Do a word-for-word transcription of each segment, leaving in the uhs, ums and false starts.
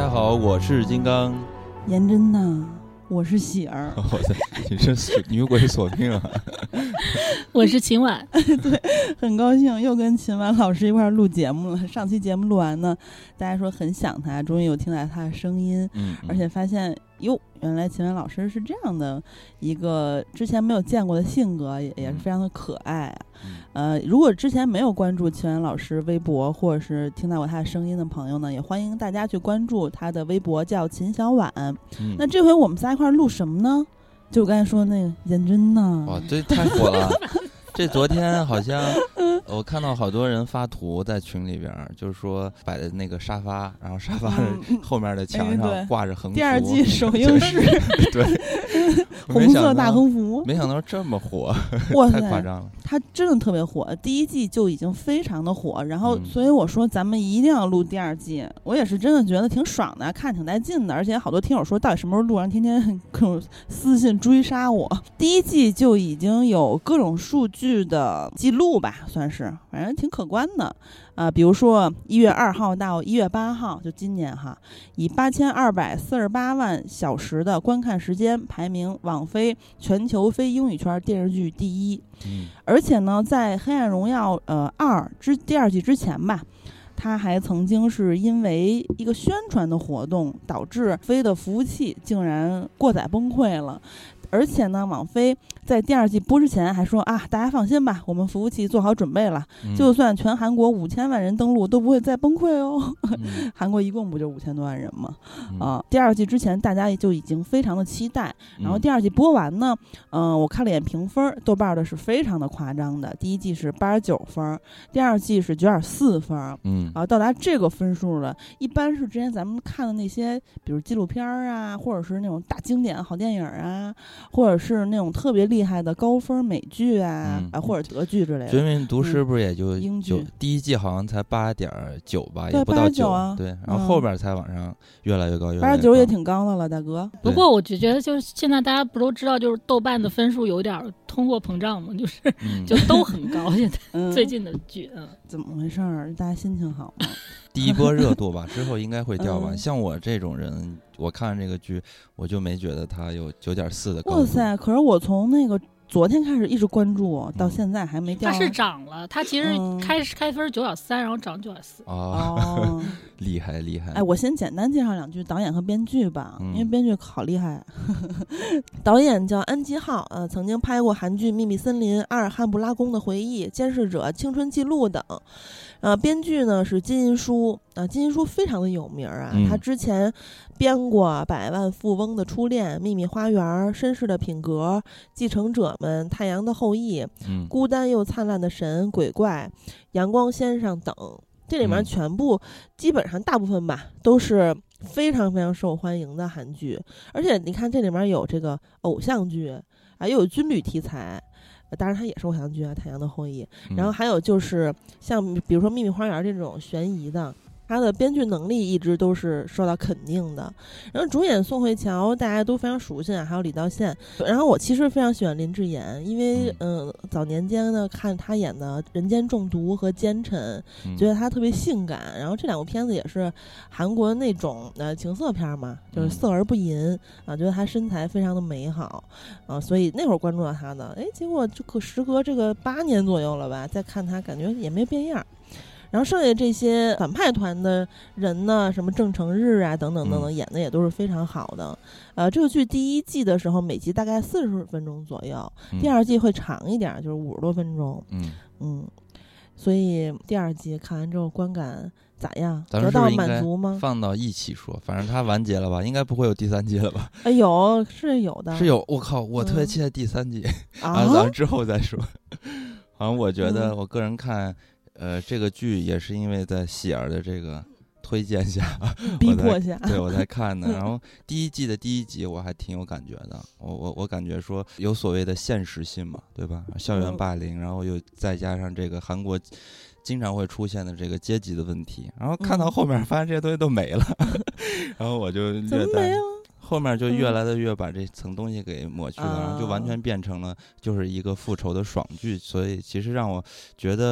家好，我是金刚。 颜真呐，我是喜儿。 我的，你是女鬼索命啊！ 我是秦婉。 对，很高兴又跟秦婉老师一块录节目了。上期节目录完呢，大家说很想他，终于有听到他的声音， 嗯嗯， 而且发现哟，原来秦婉老师是这样的一个之前没有见过的性格，也也是非常的可爱啊。 嗯、 呃，如果之前没有关注秦婉老师微博，或者是听到过他的声音的朋友呢，也欢迎大家去关注他的微博，叫秦小婉。嗯、那这回我们仨一块录什么呢？就我刚才说的那个颜真呐， 哇，这太火了！这昨天好像我看到好多人发图在群里边，就是说摆的那个沙发，然后沙发后面的墙上挂着横幅。 第二季首映式， 对， 红色大横幅， 没想到这么火， 哇太夸张了。 它真的特别火，第一季就已经非常的火，然后所以我说咱们一定要录第二季。嗯、我也是真的觉得挺爽的，看挺带劲的，而且好多听友说到底什么时候录，然后天天各种私信追杀我。第一季就已经有各种数据的记录吧，算是反正挺可观的啊、呃。比如说一月二号到一月八号，就今年哈，以八千二百四十八万小时的观看时间排名网飞全球非英语圈电视剧第一。 嗯， 而且呢，在《黑暗荣耀》呃二之第二季之前吧，他还曾经是因为一个宣传的活动，导致飞的服务器竟然过载崩溃了。而且呢，网飞在第二季播之前还说啊，大家放心吧，我们服务器做好准备了，嗯、就算全韩国五千万人登录都不会再崩溃哦。嗯、韩国一共不就五千多万人吗？嗯、啊，第二季之前大家也就已经非常的期待，然后第二季播完呢，嗯、呃，我看了一眼评分，豆瓣的是非常的夸张的，第一季是八十九分，第二季是九点四分，嗯，啊，到达这个分数了，一般是之前咱们看的那些，比如纪录片啊，或者是那种大经典好电影啊。或者是那种特别厉害的高分美剧啊，嗯、啊或者德剧之类的。 绝命毒师不是也就英剧、嗯、第一季好像才八点九吧，也不到九啊。 对，然后后边才往上越来越高，越来越高。 八十九也挺高的了，大哥。 不过我就觉得，就是现在大家不都知道，就是豆瓣的分数有点通货膨胀嘛，就是、嗯、就都很高。现在、嗯、最近的剧，嗯， 怎么回事儿？大家心情好吗？ 第一波热度吧，之后应该会掉吧。嗯、像我这种人，我看这个剧，我就没觉得它有九点四的高度。 哇塞！可是我从那个昨天开始一直关注，嗯、到现在还没掉。 它是涨了，它其实开、嗯、开分九点三，然后涨九点四。 哦，厉害厉害！ 哎，我先简单介绍两句导演和编剧吧，嗯、因为编剧好厉害。导演叫安基浩，呃，曾经拍过韩剧《秘密森林》《阿尔汉布拉宫的回忆》《监视者》《青春记录》等。呃，编剧呢是金银书，啊、呃，金银书非常的有名啊。嗯、他之前编过《百万富翁的初恋》《秘密花园》《绅士的品格》《继承者们》《太阳的后裔》嗯、孤单又灿烂的神》《鬼怪》《阳光先生》等。这里面全部、嗯、基本上大部分吧都是非常非常受欢迎的韩剧，而且你看这里面有这个偶像剧啊，又有军旅题材。当然它也是偶像剧啊，《太阳的后裔》，然后还有就是像比如说《秘密花园》这种悬疑的，他的编剧能力一直都是受到肯定的。然后主演宋慧乔大家都非常熟悉啊，还有李道宪。然后我其实非常喜欢林志妍，因为嗯、呃、早年间呢看他演的《人间中毒》和《奸臣》，觉得他特别性感。然后这两部片子也是韩国那种呃情色片嘛，就是色而不淫啊，觉得他身材非常的美好啊，所以那会儿关注到他的。哎，结果这个时隔这个八年左右了吧，再看他感觉也没变样。然后剩下这些反派团的人呢，什么郑成日啊等等等等，演的也都是非常好的。呃，这个剧第一季的时候每集大概四十分钟左右，第二季会长一点，就是五十多分钟。嗯嗯，所以第二季看完之后观感咋样？得到满足吗？ 放到一起说，反正它完结了吧，应该不会有第三季了吧？ 哎有是有的， 是有。我靠，我特别期待第三季，嗯、啊，咱们之后再说。好像我觉得，我个人看。呃，这个剧也是因为在喜儿的这个推荐下、 逼迫下， 对我在看的。然后第一季的第一集我还挺有感觉的，我我我感觉说有所谓的现实性嘛，对吧？校园霸凌，然后又再加上这个韩国经常会出现的这个阶级的问题，然后看到后面发现这些东西都没了，嗯、然后我就略带。后面就越来的越把这层东西给抹去了，嗯、然后就完全变成了就是一个复仇的爽剧，所以其实让我觉得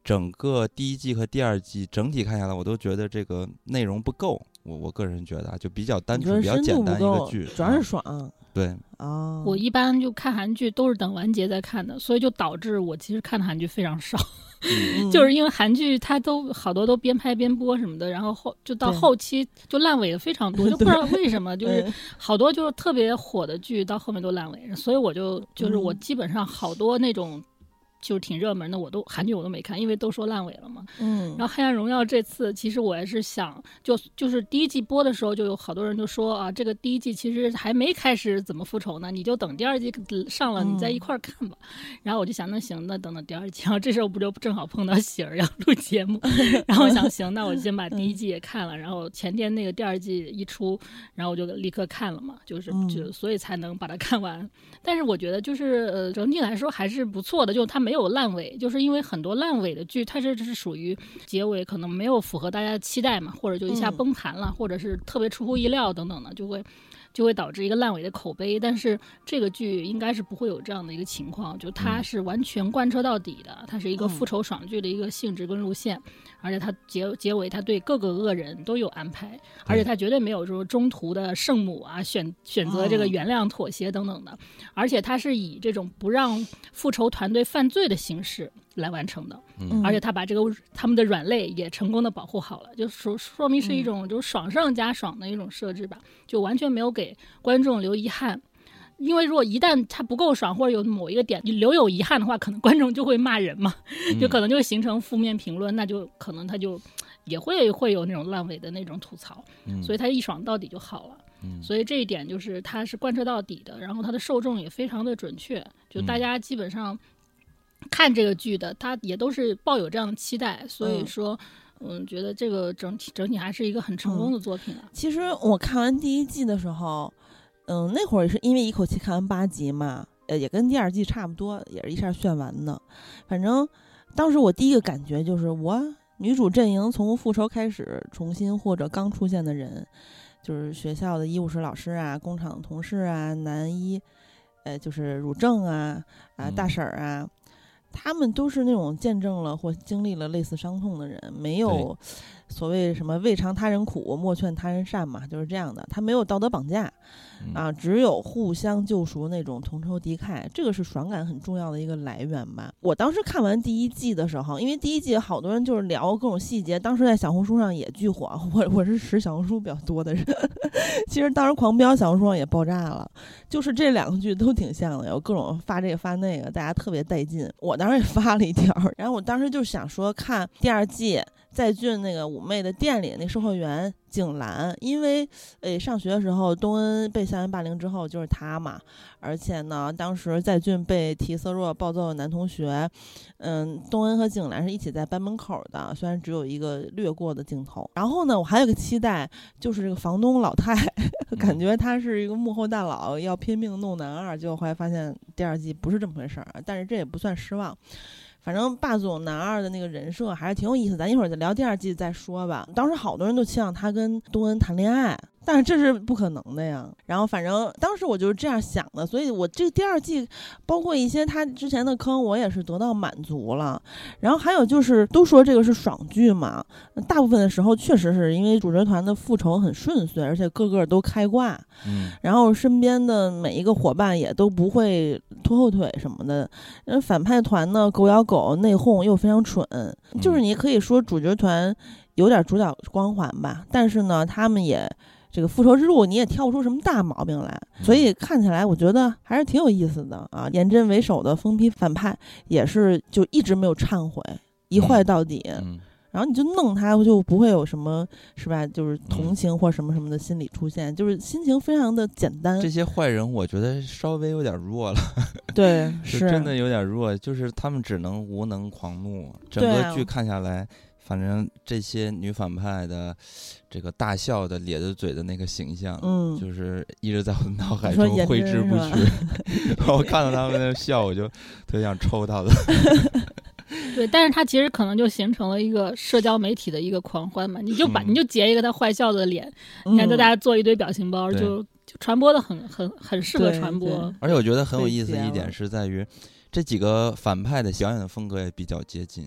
整个第一季和第二季整体看下来，我都觉得这个内容不够。我我个人觉得就比较单纯，比较简单一个剧， 主要是爽。 嗯、对哦， 我一般就看韩剧都是等完结再看的，所以就导致我其实看的韩剧非常少。嗯、就是因为韩剧它都好多都边拍边播什么的，然后后就到后期就烂尾的非常多，就不知道为什么，就是好多就是特别火的剧到后面都烂尾，所以我就就是我基本上好多那种。就是挺热门的，我都韩剧我都没看，因为都说烂尾了嘛。嗯，然后《黑暗荣耀》这次其实我也是想，就就是第一季播的时候，就有好多人就说啊，这个第一季其实还没开始怎么复仇呢，你就等第二季上了，你再一块看吧。嗯、然后我就想，那行，那等等第二季。然后这时候不就正好碰到喜儿要录节目，然后我想行，那我先把第一季也看了，然后前天那个第二季一出，然后我就立刻看了嘛，就是就所以才能把它看完。但是我觉得就是呃整体来说还是不错的，就它没。没有烂尾，就是因为很多烂尾的剧它这是属于结尾可能没有符合大家的期待嘛，或者就一下崩盘了、嗯、或者是特别出乎意料等等的，就会就会导致一个烂尾的口碑。但是这个剧应该是不会有这样的一个情况，就它是完全贯彻到底的，它是一个复仇爽剧的一个性质跟路线、嗯、而且它结结尾它对各个恶人都有安排，而且它绝对没有说中途的圣母啊选选择这个原谅妥协等等的、嗯、而且它是以这种不让复仇团队犯罪的形式来完成的、嗯、而且他把这个他们的软肋也成功的保护好了，就说说明是一种就是爽上加爽的一种设置吧，就完全没有给观众留遗憾。因为如果一旦他不够爽或者有某一个点留有遗憾的话，可能观众就会骂人嘛，就可能就会形成负面评论、嗯、那就可能他就也会会有那种烂尾的那种吐槽、嗯、所以他一爽到底就好了、嗯、所以这一点就是他是贯彻到底的，然后他的受众也非常的准确，就大家基本上看这个剧的他也都是抱有这样的期待，所以说嗯，觉得这个整体整体还是一个很成功的作品啊、 嗯、其实我看完第一季的时候嗯，那会儿也是因为一口气看完八集嘛，呃，也跟第二季差不多，也是一下炫完的。反正当时我第一个感觉就是，我女主阵营从复仇开始重新或者刚出现的人，就是学校的医务室老师啊，工厂的同事啊，男一，呃，就是乳正啊，啊，大婶儿啊。他们都是那种见证了或经历了类似伤痛的人，没有所谓什么未尝他人苦莫劝他人善嘛，就是这样的，他没有道德绑架、嗯、啊，只有互相救赎那种同仇敌忾，这个是爽感很重要的一个来源吧。我当时看完第一季的时候，因为第一季好多人就是聊各种细节，当时在小红书上也巨火，我我是识小红书比较多的人其实当时狂飙小红书上也爆炸了，就是这两个剧都挺像的，有各种发这个发那个，大家特别带劲。我当时也发了一条，然后我当时就想说看第二季在俊那个五妹的店里那售货员景兰，因为诶上学的时候东恩被校园霸凌之后就是他嘛，而且呢当时在俊被提色弱暴揍的男同学，嗯，东恩和景兰是一起在班门口的，虽然只有一个掠过的镜头。然后呢我还有个期待，就是这个房东老太感觉他是一个幕后大佬要拼命弄男二，结果后来发现第二季不是这么回事儿，但是这也不算失望。反正霸总男二的那个人设还是挺有意思的，咱一会儿再聊第二季再说吧。当时好多人都期望他跟东恩谈恋爱，但是这是不可能的呀。然后反正当时我就是这样想的，所以我这个第二季包括一些他之前的坑我也是得到满足了。然后还有就是都说这个是爽剧嘛，大部分的时候确实是因为主角团的复仇很顺遂，而且个个都开挂，嗯，然后身边的每一个伙伴也都不会拖后腿什么的。反派团呢狗咬狗内讧又非常蠢，就是你可以说主角团有点主角光环吧，但是呢他们也这个复仇之路你也挑不出什么大毛病来，所以看起来我觉得还是挺有意思的啊。颜真为首的疯批反派也是就一直没有忏悔，一坏到底、嗯嗯、然后你就弄他就不会有什么是吧，就是同情或什么什么的心理出现、嗯、就是心情非常的简单。 这些坏人我觉得稍微有点弱了对是真的有点弱，就是他们只能无能狂怒。整个剧看下来、啊、反正这些女反派的这个大笑的咧着嘴的那个形象，嗯，就是一直在我的脑海中挥之不去我看到他们的笑我就特别想抽他的对，但是他其实可能就形成了一个社交媒体的一个狂欢嘛，你就把、嗯、你就截一个他坏笑的脸、嗯、你看大家做一堆表情包，就就传播的很很很适合传播。 而且我觉得很有意思的一点是在于这几个反派的表演的风格也比较接近，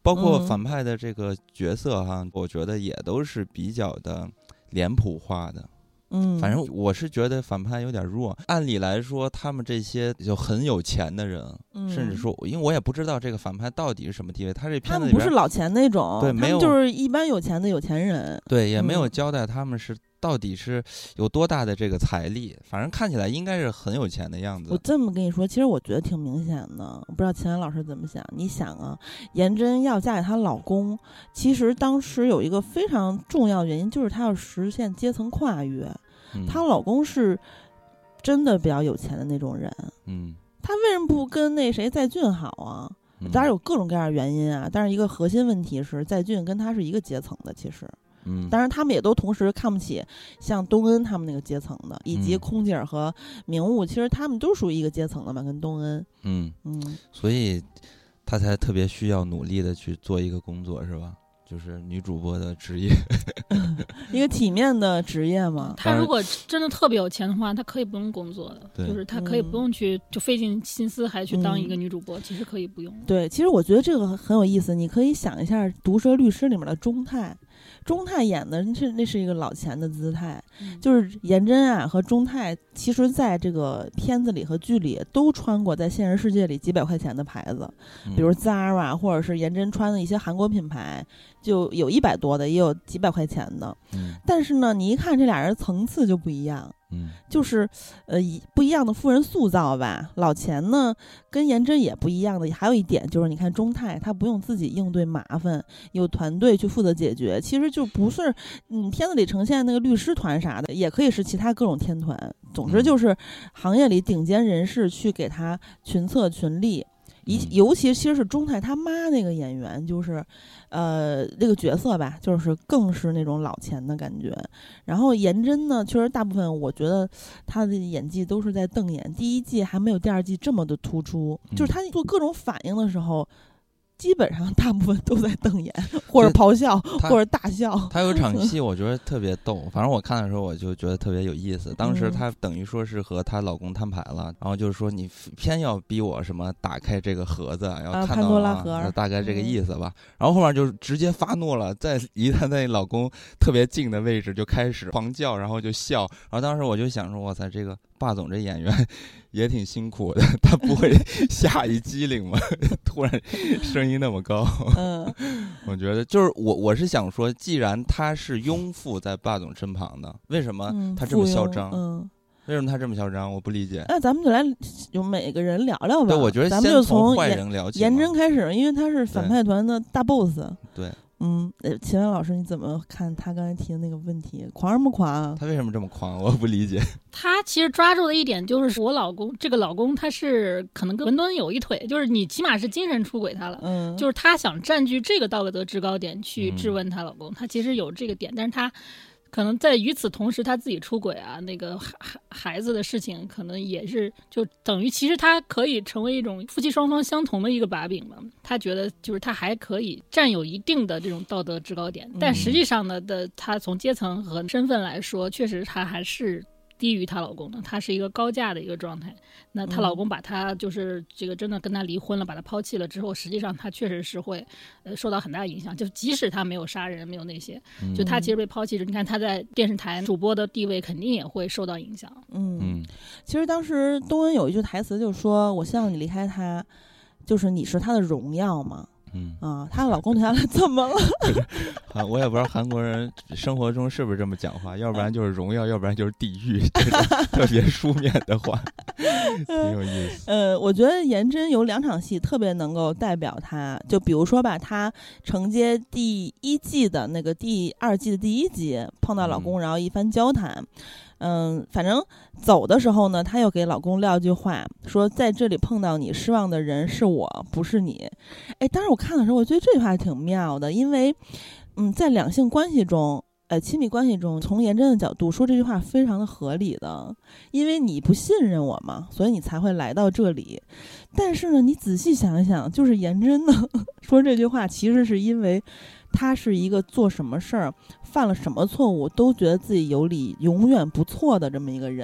包括反派的这个角色哈，嗯、我觉得也都是比较的脸谱化的。 嗯， 反正我是觉得反派有点弱。按理来说，他们这些就很有钱的人，嗯、甚至说，因为我也不知道这个反派到底是什么地位。他这片子里边他们不是老钱那种， 对，没有， 就是一般有钱的有钱人， 对，也没有交代他们是到底是有多大的这个财力。反正看起来应该是很有钱的样子。 我这么跟你说，其实我觉得挺明显的，我不知道秦岚老师怎么想。你想啊，颜真要嫁给她老公，其实当时有一个非常重要的原因，就是她要实现阶层跨越。她老公是真的比较有钱的那种人，嗯，她为什么不跟那谁载俊好啊？当然有各种各样的原因啊，但是一个核心问题是载俊跟她是一个阶层的，其实，嗯，当然他们也都同时看不起像东恩他们那个阶层的，以及空姐和明悟，其实他们都属于一个阶层的嘛，跟东恩，嗯嗯，所以她才特别需要努力的去做一个工作，是吧？就是女主播的职业一个体面的职业嘛。 她如果真的特别有钱的话，她可以不用工作的，就是她可以不用去、嗯、就费尽心思还去当一个女主播、嗯、其实可以不用。 对，其实我觉得这个很有意思，你可以想一下《毒舌律师》里面的钟泰，钟泰演的是那是一个老钱的姿态、嗯、就是颜真啊和钟泰其实在这个片子里和剧里都穿过在现实世界里几百块钱的牌子、嗯、比如 Zara 或者是颜真穿的一些韩国品牌，就有一百多的也有几百块钱的、嗯、但是呢你一看这俩人层次就不一样，嗯，就是呃不一样的富人塑造吧。老钱呢跟颜真也不一样的还有一点就是，你看钟泰他不用自己应对麻烦，有团队去负责解决，其实就不是嗯片子里呈现那个律师团啥的，也可以是其他各种天团，总之就是行业里顶尖人士去给他群策群力。尤其其实是钟泰他妈那个演员，就是呃那个角色吧，就是更是那种老钱的感觉。然后颜真呢，确实大部分我觉得他的演技都是在瞪眼，第一季还没有第二季这么的突出，就是他做各种反应的时候基本上大部分都在瞪眼或者咆哮或者大笑。 他有场戏我觉得特别逗，反正我看的时候我就觉得特别有意思。当时他等于说是和她老公摊牌了，然后就是说你偏要逼我什么打开这个盒子，要看到、啊、潘多拉盒，大概这个意思吧、嗯、然后后面就直接发怒了，在离她那老公特别近的位置就开始狂叫，然后就笑。然后当时我就想说，哇塞，这个霸总这演员也挺辛苦的，他不会吓一激灵吗？突然声音那么高。嗯，我觉得就是我我是想说，既然他是拥护在霸总身旁的，为什么他这么嚣张？嗯，嗯为什么他这么嚣张？我不理解。 那咱们就来就每个人聊聊吧。 对，我觉得咱们就从坏人聊起。 颜真开始，因为他是反派团的大 boss。 对。 嗯，秦岚老师，你怎么看他刚才提的那个问题？狂什么狂啊？ 他为什么这么狂？我不理解。 他其实抓住的一点就是，我老公这个老公他是可能跟文敦有一腿，就是你起码是精神出轨他了，嗯，就是他想占据这个道德制高点去质问她老公，嗯、他其实有这个点，但是他可能在与此同时，他自己出轨啊，那个孩孩子的事情，可能也是就等于其实他可以成为一种夫妻双方相同的一个把柄嘛。他觉得就是他还可以占有一定的这种道德制高点，但实际上呢的他从阶层和身份来说，确实他还是低于她老公的，她是一个高价的一个状态。那她老公把她就是这个真的跟她离婚了，把她抛弃了之后，实际上她确实是会呃受到很大影响。就即使她没有杀人，没有那些，就她其实被抛弃着，你看她在电视台主播的地位肯定也会受到影响。 嗯，其实当时东恩有一句台词就是说：“我希望你离开他，就是你是他的荣耀嘛。”嗯啊，她老公对她来怎么了？ 啊，我也不知道韩国人生活中是不是这么讲话，要不然就是荣耀，要不然就是地狱，这种特别书面的话，挺有意思。 呃，我觉得颜真有两场戏特别能够代表她，就比如说吧，她承接第一季的那个第二季的第一集，碰到老公，然后一番交谈。嗯，反正走的时候呢，她又给老公撂一句话，说在这里碰到你失望的人是我，不是你。哎，当时我看的时候，我觉得这句话挺妙的，因为，嗯，在两性关系中，呃，亲密关系中，从颜真的角度说这句话非常的合理的，因为你不信任我嘛，所以你才会来到这里。但是呢，你仔细想一想，就是颜真呢说这句话，其实是因为他是一个做什么事儿、犯了什么错误都觉得自己有理、永远不错的这么一个人。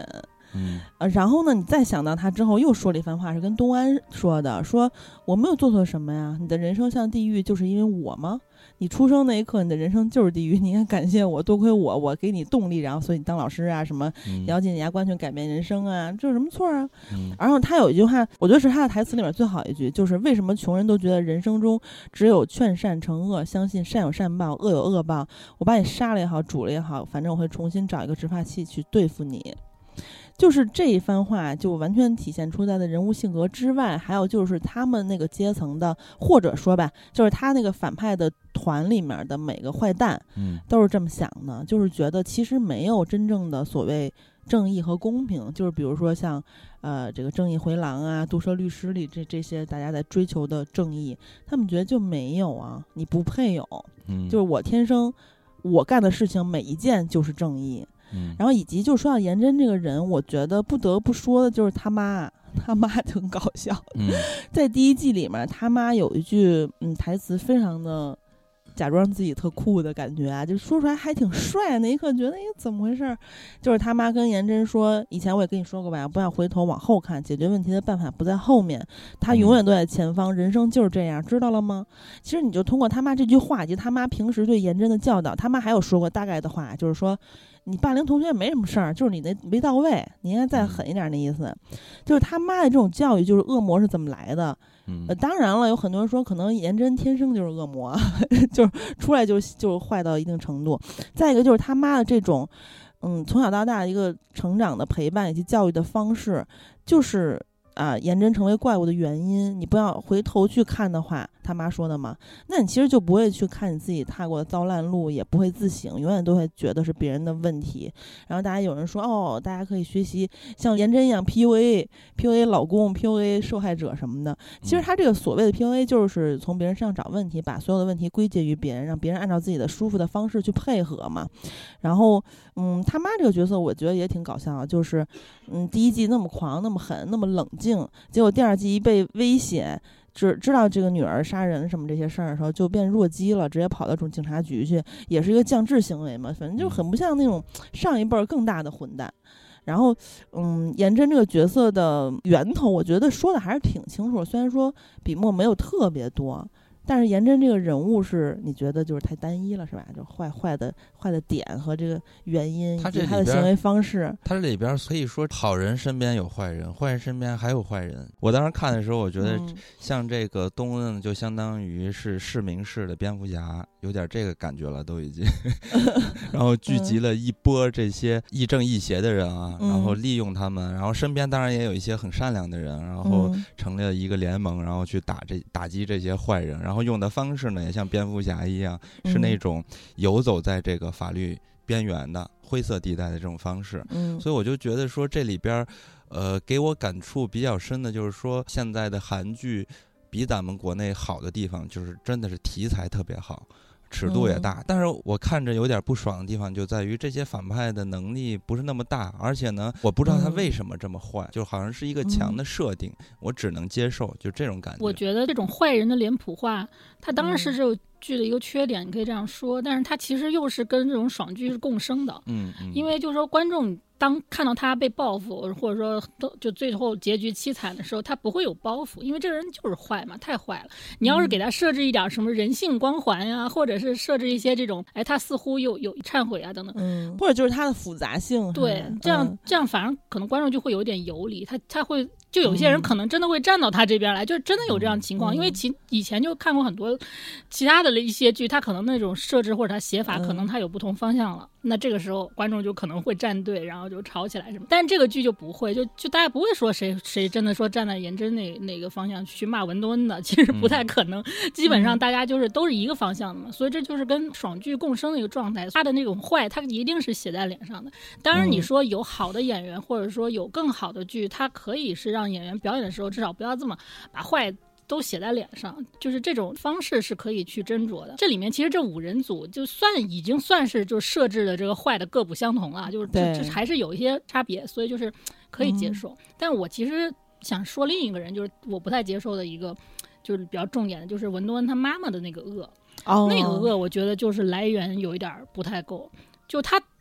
嗯， 呃，然后呢，你再想到他之后又说了一番话，是跟东安说的，说我没有做错什么呀，你的人生像地狱，就是因为我吗？你出生那一刻，你的人生就是地狱，你应该感谢我，多亏我，我给你动力，然后所以你当老师啊，什么咬紧牙关去改变人生啊，这有什么错啊？ 嗯、 然后他有一句话，我觉得是他的台词里面最好一句，就是为什么穷人都觉得人生中只有劝善惩恶，相信善有善报，恶有恶报，我把你杀了也好，煮了也好，反正我会重新找一个执法器去对付你。就是这一番话就完全体现出他的人物性格之外，还有就是他们那个阶层的，或者说吧，就是他那个反派的团里面的每个坏蛋， 嗯， 都是这么想的，就是觉得其实没有真正的所谓正义和公平，就是比如说像呃这个正义回廊啊、毒舌律师里这这些大家在追求的正义，他们觉得就没有啊，你不配有， 嗯， 就是我天生我干的事情每一件就是正义。 嗯， 然后以及就说到颜真这个人，我觉得不得不说的就是他妈，他妈很搞笑。 嗯， 在第一季里面，他妈有一句嗯台词，非常的假装自己特酷的感觉啊，就说出来还挺帅。那一刻觉得，哎，怎么回事？就是他妈跟颜真说，以前我也跟你说过吧，不要回头往后看，解决问题的办法不在后面，他永远都在前方，嗯、人生就是这样，知道了吗？其实你就通过他妈这句话，以及他妈平时对颜真的教导，他妈还有说过大概的话，就是说。你霸凌同学没什么事儿，就是你那没到位，你应该再狠一点的意思。就是他妈的这种教育，就是恶魔是怎么来的？ 嗯， 呃，当然了，有很多人说可能颜真天生就是恶魔，就是出来就就坏到一定程度。再一个就是他妈的这种，嗯，从小到大一个成长的陪伴以及教育的方式，就是啊，颜真成为怪物的原因。你不要回头去看的话，他妈说的嘛，那你其实就不会去看你自己踏过的糟烂路，也不会自省，永远都会觉得是别人的问题。然后大家有人说，哦，大家可以学习像颜真一样 P U A，P U A 老公 ，P U A 受害者什么的。其实他这个所谓的 P U A 就是从别人身上找问题，把所有的问题归结于别人，让别人按照自己的舒服的方式去配合嘛。然后，嗯，他妈这个角色我觉得也挺搞笑，就是，嗯，第一季那么狂，那么狠，那么冷静，结果第二季一被威胁。知知道这个女儿杀人什么这些事儿的时候，就变弱鸡了，直接跑到这种警察局去，也是一个降智行为嘛，反正就很不像那种上一辈儿更大的混蛋。然后，嗯，颜真这个角色的源头，我觉得说的还是挺清楚，虽然说笔墨没有特别多。但是颜真这个人物是你觉得就是太单一了是吧？就坏坏的坏的点和这个原因以及他的行为方式， 他这里边可以说好人身边有坏人，坏人身边还有坏人。我当时看的时候，我觉得像这个东恩就相当于是市民式的蝙蝠侠，有点这个感觉了都已经。然后聚集了一波这些亦正亦邪的人啊， 嗯、 然后利用他们，然后身边当然也有一些很善良的人，然后成立了一个联盟，然后去打这打击这些坏人，然后用的方式呢也像蝙蝠侠一样，是那种游走在这个法律边缘的灰色地带的这种方式。 嗯， 所以我就觉得说这里边呃给我感触比较深的就是说现在的韩剧比咱们国内好的地方就是真的是题材特别好，尺度也大、嗯、但是我看着有点不爽的地方就在于这些反派的能力不是那么大，而且呢我不知道他为什么这么坏、嗯、就好像是一个强的设定、嗯、我只能接受，就这种感觉。 我觉得这种坏人的脸谱化它当然是这种剧的一个缺点，你可以这样说，但是它其实又是跟这种爽剧是共生的。 嗯嗯， 因为就是说观众当看到他被报复，或者说都就最后结局凄惨的时候，他不会有包袱，因为这个人就是坏嘛，太坏了。你要是给他设置一点什么人性光环呀、啊嗯，或者是设置一些这种，哎，他似乎有有忏悔啊等等， 嗯，或者就是他的复杂性， 对，这样、嗯、这样反而可能观众就会有点游离，他他会。就有些人可能真的会站到他这边来、嗯、就是真的有这样情况、嗯、因为其以前就看过很多其他的一些剧，他可能那种设置或者他写法可能他有不同方向了、嗯、那这个时候观众就可能会站队，然后就吵起来什么。但是这个剧就不会，就就大家不会说谁谁真的说站在颜真那那个方向去骂文多恩的，其实不太可能、嗯、基本上大家就是都是一个方向的嘛，所以这就是跟爽剧共生的一个状态。他的那种坏他一定是写在脸上的。当然你说有好的演员、嗯、或者说有更好的剧，他可以是让让演员表演的时候至少不要这么把坏都写在脸上，就是这种方式是可以去斟酌的。这里面其实这五人组就算已经算是就设置的这个坏的各不相同了，就是这这还是有一些差别，所以就是可以接受、嗯、但我其实想说另一个人，就是我不太接受的一个就是比较重点的，就是文多恩他妈妈的那个恶、哦、那个恶我觉得就是来源有一点不太够，就他他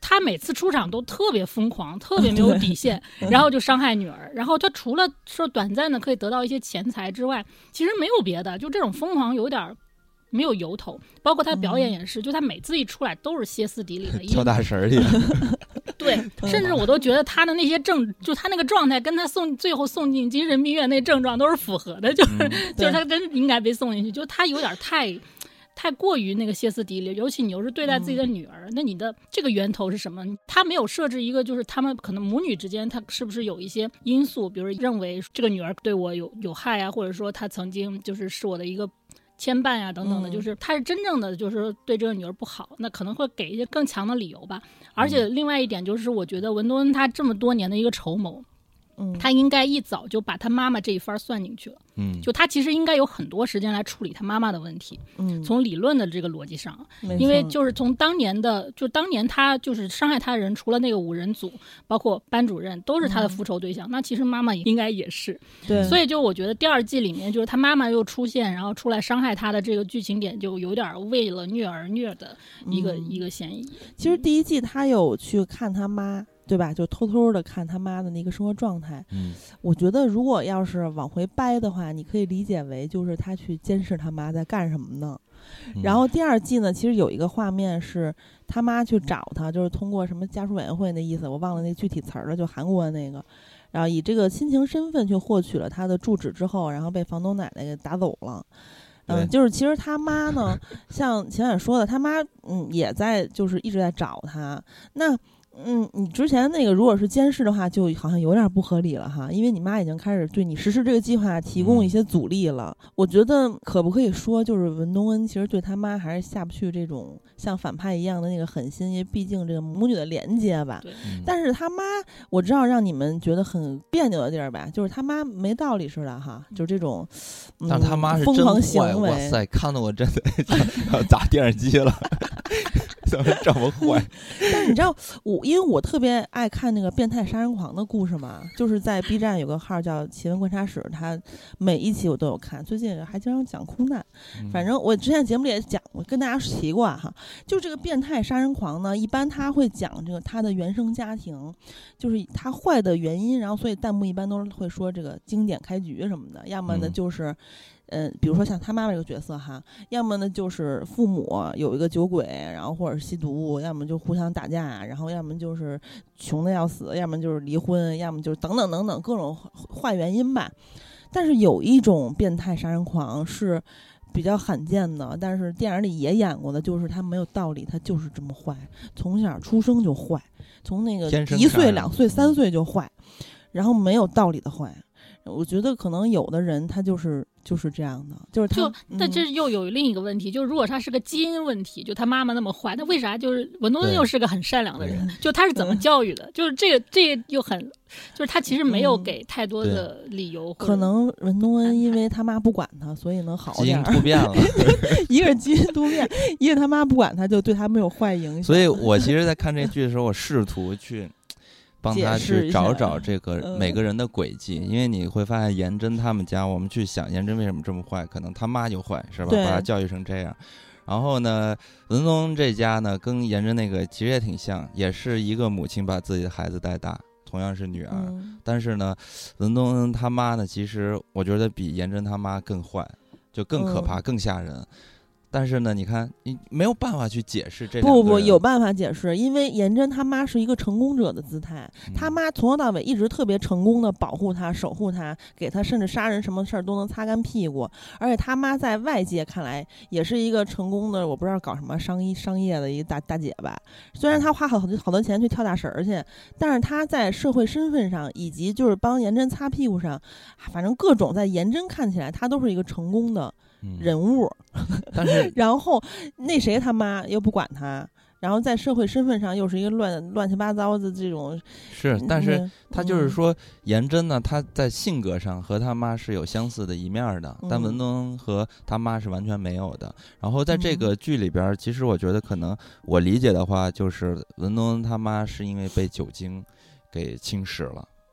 他每次出场都特别疯狂，特别没有底线，然后就伤害女儿。然后他除了说短暂的可以得到一些钱财之外，其实没有别的，就这种疯狂有点没有由头。包括他表演也是，嗯、就他每次一出来都是歇斯底里的， 跳大神去。 对，甚至我都觉得他的那些症，就他那个状态，跟他送最后送进精神病院那症状都是符合的，就是、嗯、就是他真应该被送进去，就他有点太。太过于那个歇斯底里，尤其你又是对待自己的女儿、嗯、那你的这个源头是什么？他没有设置一个就是他们可能母女之间他是不是有一些因素，比如认为这个女儿对我有有害啊，或者说她曾经就是是我的一个牵绊啊等等的、嗯、就是他是真正的就是对这个女儿不好，那可能会给一些更强的理由吧。而且另外一点就是我觉得文多恩他这么多年的一个筹谋，嗯，他应该一早就把他妈妈这一番算进去了。嗯，就他其实应该有很多时间来处理他妈妈的问题。嗯，从理论的这个逻辑上，因为就是从当年的，就当年他就是伤害他的人，除了那个五人组，包括班主任，都是他的复仇对象。嗯、那其实妈妈应该也是。对，所以就我觉得第二季里面，就是他妈妈又出现，然后出来伤害他的这个剧情点，就有点为了虐而虐的一个、嗯、一个嫌疑。 其实第一季他有去看他妈。对吧？就偷偷的看他妈的那个生活状态。嗯，我觉得如果要是往回掰的话，你可以理解为就是他去监视他妈在干什么呢。嗯、然后第二季呢，其实有一个画面是他妈去找他，就是通过什么家属委员会的意思，我忘了那具体词儿了，就韩国的那个。然后以这个亲情身份去获取了他的住址之后，然后被房东奶奶给打走了。嗯，就是其实他妈呢，像前远说的，他妈嗯也在就是一直在找他。那嗯，你之前那个如果是监视的话，就好像有点不合理了哈，因为你妈已经开始对你实施这个计划提供一些阻力了。嗯、我觉得可不可以说，就是文东恩其实对他妈还是下不去这种像反派一样的那个狠心，因为毕竟这个母女的连接吧。嗯、但是他妈，我知道让你们觉得很别扭的地儿吧，就是他妈没道理似的哈，就这种、 嗯、但他妈是真坏，哇塞，看得我真的要砸电视机了。怎么这么坏？ 但是你知道我，因为我特别爱看那个变态杀人狂的故事嘛，就是在 B 站有个号叫奇闻观察室，他每一期我都有看，最近还经常讲空难。反正我之前节目里也讲过，跟大家提过哈，就这个变态杀人狂呢，一般他会讲这个他的原生家庭，就是他坏的原因，然后所以弹幕一般都会说这个经典开局什么的，要么呢就是。嗯，比如说像他妈妈这个角色哈，要么呢就是父母有一个酒鬼，然后或者是吸毒，要么就互相打架，然后要么就是穷的要死，要么就是离婚，要么就是等等等等各种坏原因吧。但是有一种变态杀人狂是比较罕见的，但是电影里也演过的，就是他没有道理，他就是这么坏，从小出生就坏，从那个一岁、两岁、三岁就坏，然后没有道理的坏。我觉得可能有的人他就是就是这样的，就是他就但这又有另一个问题，就如果他是个基因问题，就他妈妈那么坏，那为啥就是文东恩又是个很善良的人？就他是怎么教育的？嗯、就是这个这个又很，就是他其实没有给太多的理由。 可能文东恩因为他妈不管他，所以能好点。 基因突变了， 一个是基因突变，一个他妈不管他，就对他没有坏影响。 所以我其实，在看这剧的时候，我试图去。帮他去找找这个每个人的轨迹，因为你会发现颜真他们家，我们去想颜真为什么这么坏，可能他妈就坏，是吧？把他教育成这样。然后呢，文东这家呢，跟颜真那个其实也挺像，也是一个母亲把自己的孩子带大，同样是女儿。嗯、但是呢，文东他妈呢，其实我觉得比颜真他妈更坏，就更可怕、嗯、更吓人。但是呢，你看，你没有办法去解释这两个人。 不不，有办法解释，因为颜真他妈是一个成功者的姿态，嗯、他妈从头到尾一直特别成功的保护他、守护他，给他甚至杀人什么事儿都能擦干屁股。而且他妈在外界看来也是一个成功的，我不知道搞什么商业商业的一个大大姐吧。虽然他花好多好多钱去跳大神去，但是他在社会身份上以及就是帮颜真擦屁股上，反正各种在颜真看起来，他都是一个成功的。人物， 嗯、但是然后那谁他妈又不管他，然后在社会身份上又是一个乱乱七八糟的这种。 是，但是他就是说，颜真呢，他在性格上和他妈是有相似的一面的，嗯、但文东恩和他妈是完全没有的。然后在这个剧里边，嗯、其实我觉得可能我理解的话，就是文东恩他妈是因为被酒精给侵蚀了。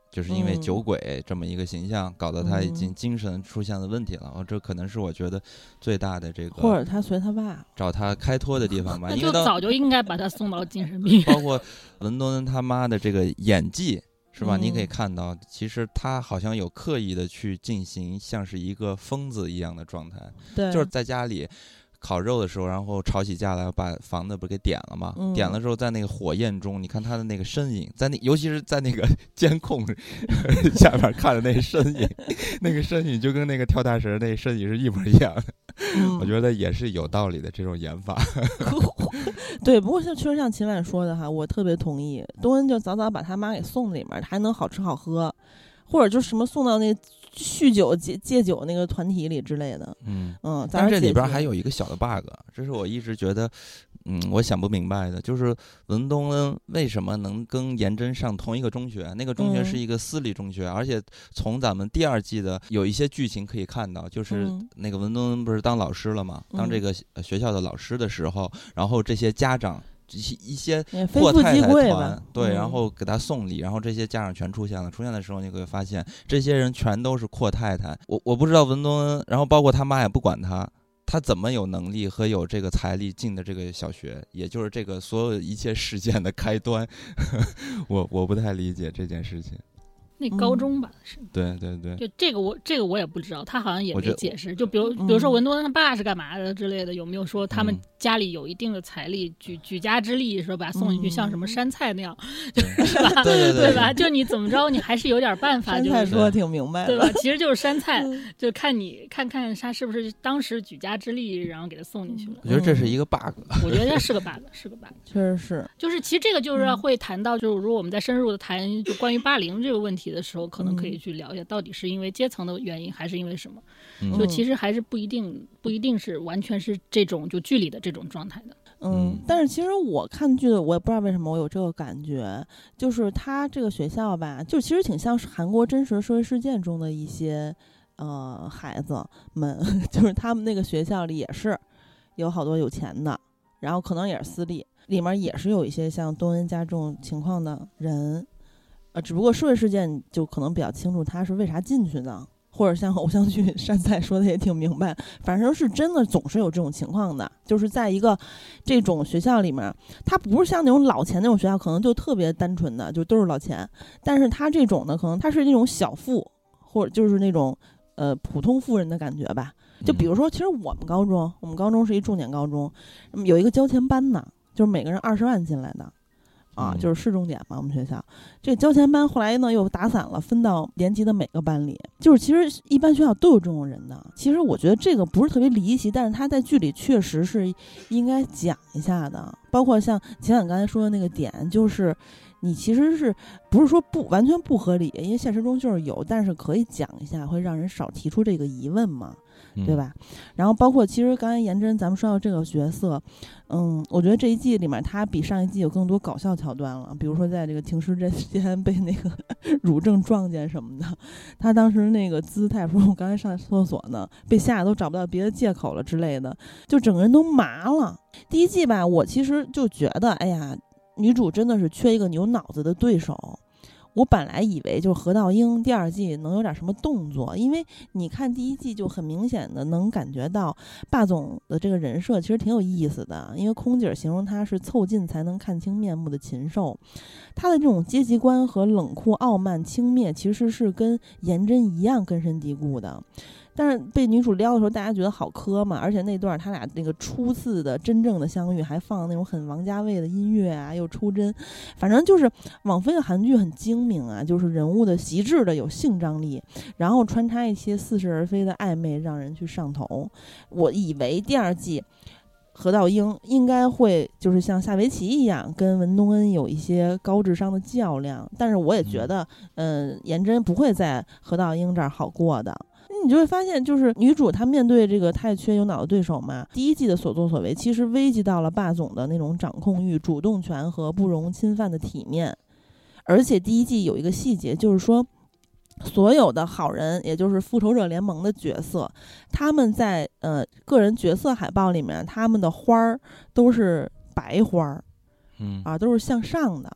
就是因为酒鬼这么一个形象，搞得他已经精神出现了问题了。哦，这可能是我觉得最大的这个， 或者他随他爸找他开脱的地方吧。 那就早就应该把他送到精神病院。 包括文东恩他妈的这个演技，是吧？ 嗯、 你可以看到，其实他好像有刻意的去进行像是一个疯子一样的状态， 对， 就是在家里烤肉的时候，然后吵起架来，把房子不是给点了吗？ 嗯、 点了之后，在那个火焰中，你看他的那个身影，在那，尤其是在那个监控下面看着那个身影，那个身影就跟那个跳大神那个身影是一模一样的。 嗯、 我觉得也是有道理的这种演法。 对，不过像确实像秦岚说的哈，我特别同意。东恩就早早把他妈给送里面，还能好吃好喝，或者就什么送到那个酗酒戒戒酒那个团体里之类的。 嗯嗯， 但是这里边还有一个小的 bug， 这是我一直觉得，嗯，我想不明白的，就是文东恩为什么能跟颜真上同一个中学？那个中学是一个私立中学，嗯、而且从咱们第二季的有一些剧情可以看到，就是那个文东恩不是当老师了吗？ 嗯、 当这个学校的老师的时候，然后这些家长。一些阔太太团，对，然后给他送礼，然后这些家长全出现了。出现的时候，你会发现这些人全都是阔太太。我我不知道文东恩，然后包括他妈也不管他，他怎么有能力和有这个财力进的这个小学，也就是这个所有一切事件的开端。我我不太理解这件事情。 那高中吧，是、 嗯、对对对， 就这个我这个我也不知道，他好像也没解释。就比如比如说文东恩他爸是干嘛的之类的，有没有说他们家里有一定的财力，举举家之力说把他送进去，像什么山菜那样， 嗯、 是吧？ 对对 对, 对吧？就你怎么着，你还是有点办法。 山菜说的挺明白的， 对吧？其实就是山菜，就看你看看他是不是当时举家之力，然后给他送进去了。 我觉得这是一个 bug，、 嗯、我觉得是个 bug， 是个 bug， 确实是。 就是其实这个就是会谈到，就是如果我们在深入的谈就关于霸凌这个问题的时候，可能可以。可以去聊一下，到底是因为阶层的原因，还是因为什么？ 嗯、 就其实还是不一定，不一定是完全是这种就剧里的这种状态的。 嗯，但是其实我看剧的，我也不知道为什么我有这个感觉，就是他这个学校吧，就其实挺像是韩国真实社会事件中的一些呃孩子们，就是他们那个学校里也是有好多有钱的，然后可能也是私立，里面也是有一些像东恩家这种情况的人。呃，只不过社会事件就可能比较清楚他是为啥进去的，或者像偶像剧山菜说的也挺明白，反正是真的总是有这种情况的，就是在一个这种学校里面，他不是像那种老钱那种学校，可能就特别单纯的就都是老钱，但是他这种呢，可能他是那种小富，或者就是那种呃普通富人的感觉吧。就比如说，其实我们高中，我们高中是一重点高中，有一个交钱班呢，就是每个人二十万进来的。啊，就是市重点嘛，我们学校这个交钱班后来呢又打散了，分到年级的每个班里。就是其实一般学校都有这种人的。其实我觉得这个不是特别离奇，但是他在剧里确实是应该讲一下的。包括像秦岚刚才说的那个点，就是你其实是不是说不完全不合理，因为现实中就是有，但是可以讲一下，会让人少提出这个疑问嘛。对吧？然后包括其实刚才颜真咱们说到这个角色，嗯，我觉得这一季里面他比上一季有更多搞笑桥段了，比如说在这个停尸之间被那个乳症撞见什么的，他当时那个姿态，说我刚才上厕所呢，被吓得都找不到别的借口了之类的，就整个人都麻了。第一季吧，我其实就觉得，哎呀，女主真的是缺一个有脑子的对手。我本来以为就是何道英第二季能有点什么动作，因为你看第一季就很明显的能感觉到霸总的这个人设其实挺有意思的，因为空姐形容他是凑近才能看清面目的禽兽，他的这种阶级观和冷酷傲慢轻蔑其实是跟颜真一样根深蒂固的。但是被女主撩的时候，大家觉得好磕嘛，而且那段他俩那个初次的真正的相遇，还放那种很王家卫的音乐啊，又抽针，反正就是网飞的韩剧很精明啊，就是人物的极致的有性张力，然后穿插一些似是而非的暧昧，让人去上头。我以为第二季何道英应该会就是像夏维琪一样跟文东恩有一些高智商的较量，但是我也觉得嗯、呃，颜真不会在何道英这儿好过的。你就会发现，就是女主她面对这个太缺有脑的对手嘛，第一季的所作所为其实危及到了霸总的那种掌控欲、主动权和不容侵犯的体面。而且第一季有一个细节，就是说所有的好人，也就是复仇者联盟的角色，他们在呃个人角色海报里面，他们的花儿都是白花儿， 嗯啊，都是向上的。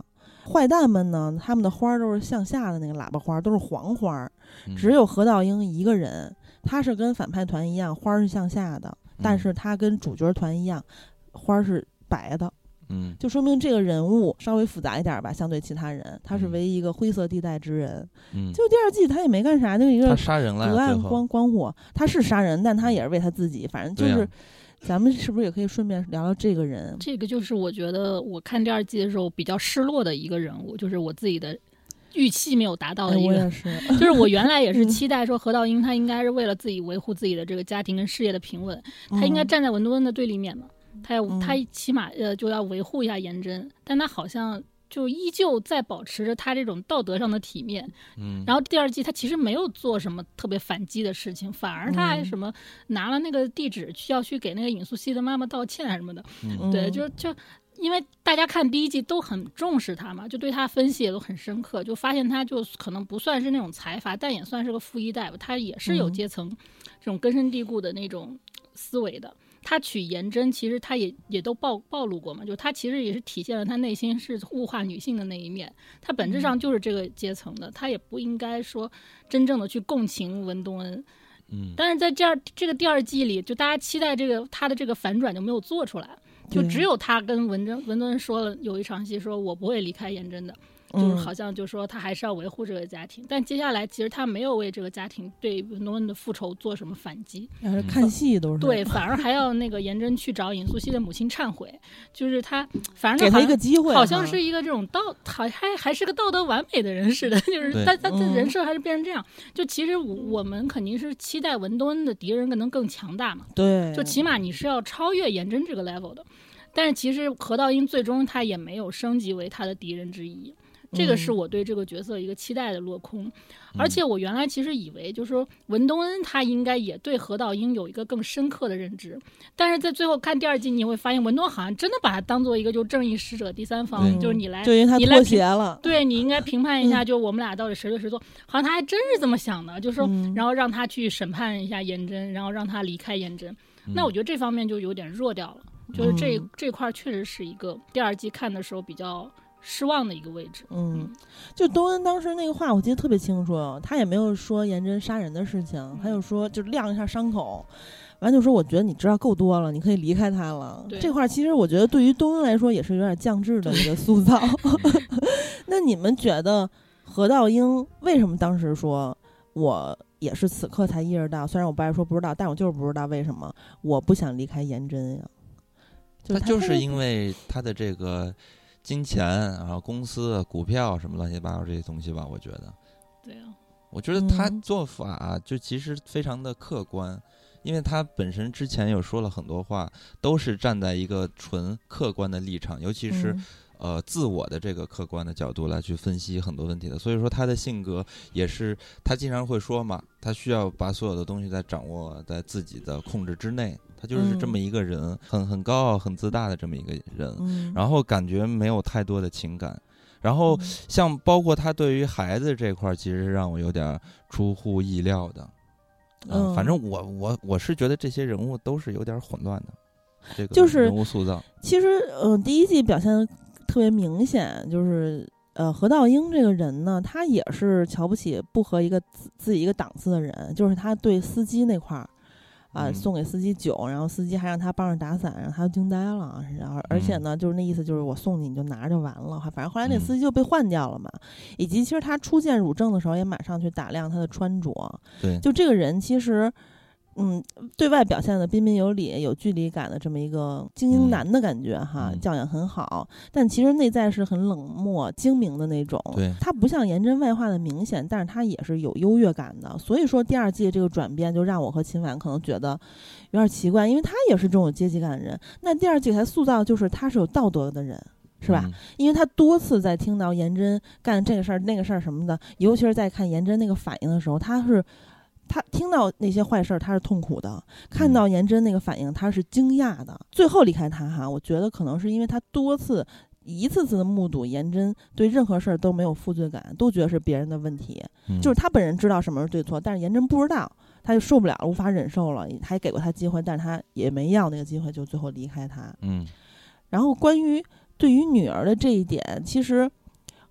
坏蛋们呢，他们的花都是向下的，那个喇叭花都是黄花， 嗯、 只有何道英一个人，他是跟反派团一样，花是向下的，但是他跟主角团一样，花是白的。 嗯， 就说明这个人物稍微复杂一点吧，相对其他人，他是唯一一个灰色地带之人。 嗯， 就第二季他也没干啥，就一个他杀人了， 隔岸观观火，他是杀人，但他也是为他自己，反正就是。咱们是不是也可以顺便聊聊这个人？ 这个就是我觉得我看第二季的时候比较失落的一个人物，就是我自己的预期没有达到的一个。 哎、我也是， 就是我原来也是期待说何道英他应该是为了自己维护自己的这个家庭跟事业的平稳， 嗯、 他应该站在文多恩的对立面嘛，他要、嗯、他起码呃就要维护一下颜真，但他好像。就依旧在保持着他这种道德上的体面， 嗯， 然后第二季他其实没有做什么特别反击的事情，反而他还什么拿了那个地址需要去给那个尹素汐的妈妈道歉什么的， 嗯， 对，就就因为大家看第一季都很重视他嘛，就对他分析也都很深刻，就发现他就可能不算是那种财阀，但也算是个富一代吧，他也是有阶层这种根深蒂固的那种思维的。他娶颜真其实他也也都暴暴露过嘛，就他其实也是体现了他内心是物化女性的那一面，他本质上就是这个阶层的，他也不应该说真正的去共情文东恩。 嗯， 但是在这样这个第二季里，就大家期待这个他的这个反转就没有做出来，就只有他跟文真文东恩说了有一场戏，说我不会离开颜真的。就是好像就说他还是要维护这个家庭，嗯、但接下来其实他没有为这个家庭对文东恩的复仇做什么反击， 还是看戏都是对，反而还要那个颜真去找尹素汐的母亲忏悔，就是他反正给他一个机会， 好像是一个这种道，好还还是个道德完美的人似的，就是但他的人设还是变成这样。嗯、就其实我们肯定是期待文东恩的敌人可能更强大嘛， 对， 就起码你是要超越颜真这个 level 的，但是其实何道英最终他也没有升级为他的敌人之一。这个是我对这个角色一个期待的落空，嗯、而且我原来其实以为就是说文东恩他应该也对何道英有一个更深刻的认知，但是在最后看第二季你会发现文东好像真的把他当做一个就正义使者第三方，就是你来就因为他脱鞋了， 你对你应该评判一下，就我们俩到底谁对谁错，嗯、好像他还真是这么想的，就是说，嗯、然后让他去审判一下颜真，然后让他离开颜真，嗯、那我觉得这方面就有点弱掉了，就是这、嗯、这块确实是一个第二季看的时候比较失望的一个位置。 嗯，就东恩当时那个话我记得特别清楚，他也没有说颜真杀人的事情，他就说就亮一下伤口，完就说我觉得你知道够多了，你可以离开他了。这块其实我觉得对于东恩来说也是有点降智的一个塑造。那你们觉得何道英为什么当时说我也是此刻才意识到，虽然我不爱说不知道，但我就是不知道为什么我不想离开颜真呀？ 他就是因为他的这个金钱，然后公司、股票什么乱七八糟这些东西吧，我觉得。 对啊， 我觉得他做法就其实非常的客观，嗯、因为他本身之前有说了很多话，都是站在一个纯客观的立场，尤其是、嗯、呃自我的这个客观的角度来去分析很多问题的。所以说他的性格也是，他经常会说嘛，他需要把所有的东西在掌握在自己的控制之内。他就是这么一个人，嗯、很很高傲、很自大的这么一个人， 嗯、 然后感觉没有太多的情感，然后像包括他对于孩子这块，其实让我有点出乎意料的。嗯，嗯反正我我我是觉得这些人物都是有点混乱的，这个人物塑造。 就是、其实，呃，第一季表现得特别明显，就是呃，何道英这个人呢，他也是瞧不起不和一个自己一个档次的人，就是他对司机那块儿。啊，送给司机酒，然后司机还让他帮着打伞，让他惊呆了。然后，而且呢，就是那意思，就是我送你，你就拿着完了。反正后来那司机就被换掉了嘛。嗯、以及其实他初见汝正的时候，也马上去打量他的穿着。 对， 就这个人其实，嗯，对外表现的彬彬有礼、有距离感的这么一个精英男的感觉哈， 嗯、 教养很好，但其实内在是很冷漠、精明的那种。 对， 他不像颜真外化的明显，但是他也是有优越感的。所以说第二季这个转变就让我和秦婉可能觉得有点奇怪，因为他也是这种有阶级感的人。那第二季才塑造就是他是有道德的人。是吧？ 嗯、 因为他多次在听到颜真干这个事儿、那个事儿什么的，尤其是在看颜真那个反应的时候，他是。他听到那些坏事他是痛苦的，看到颜真那个反应他是惊讶的。最后离开他哈，我觉得可能是因为他多次一次次的目睹颜真对任何事儿都没有负罪感，都觉得是别人的问题， 嗯、 就是他本人知道什么是对错，但是颜真不知道，他就受不了了，无法忍受了，还给过他机会，但是他也没要那个机会，就最后离开他。 嗯， 然后关于对于女儿的这一点，其实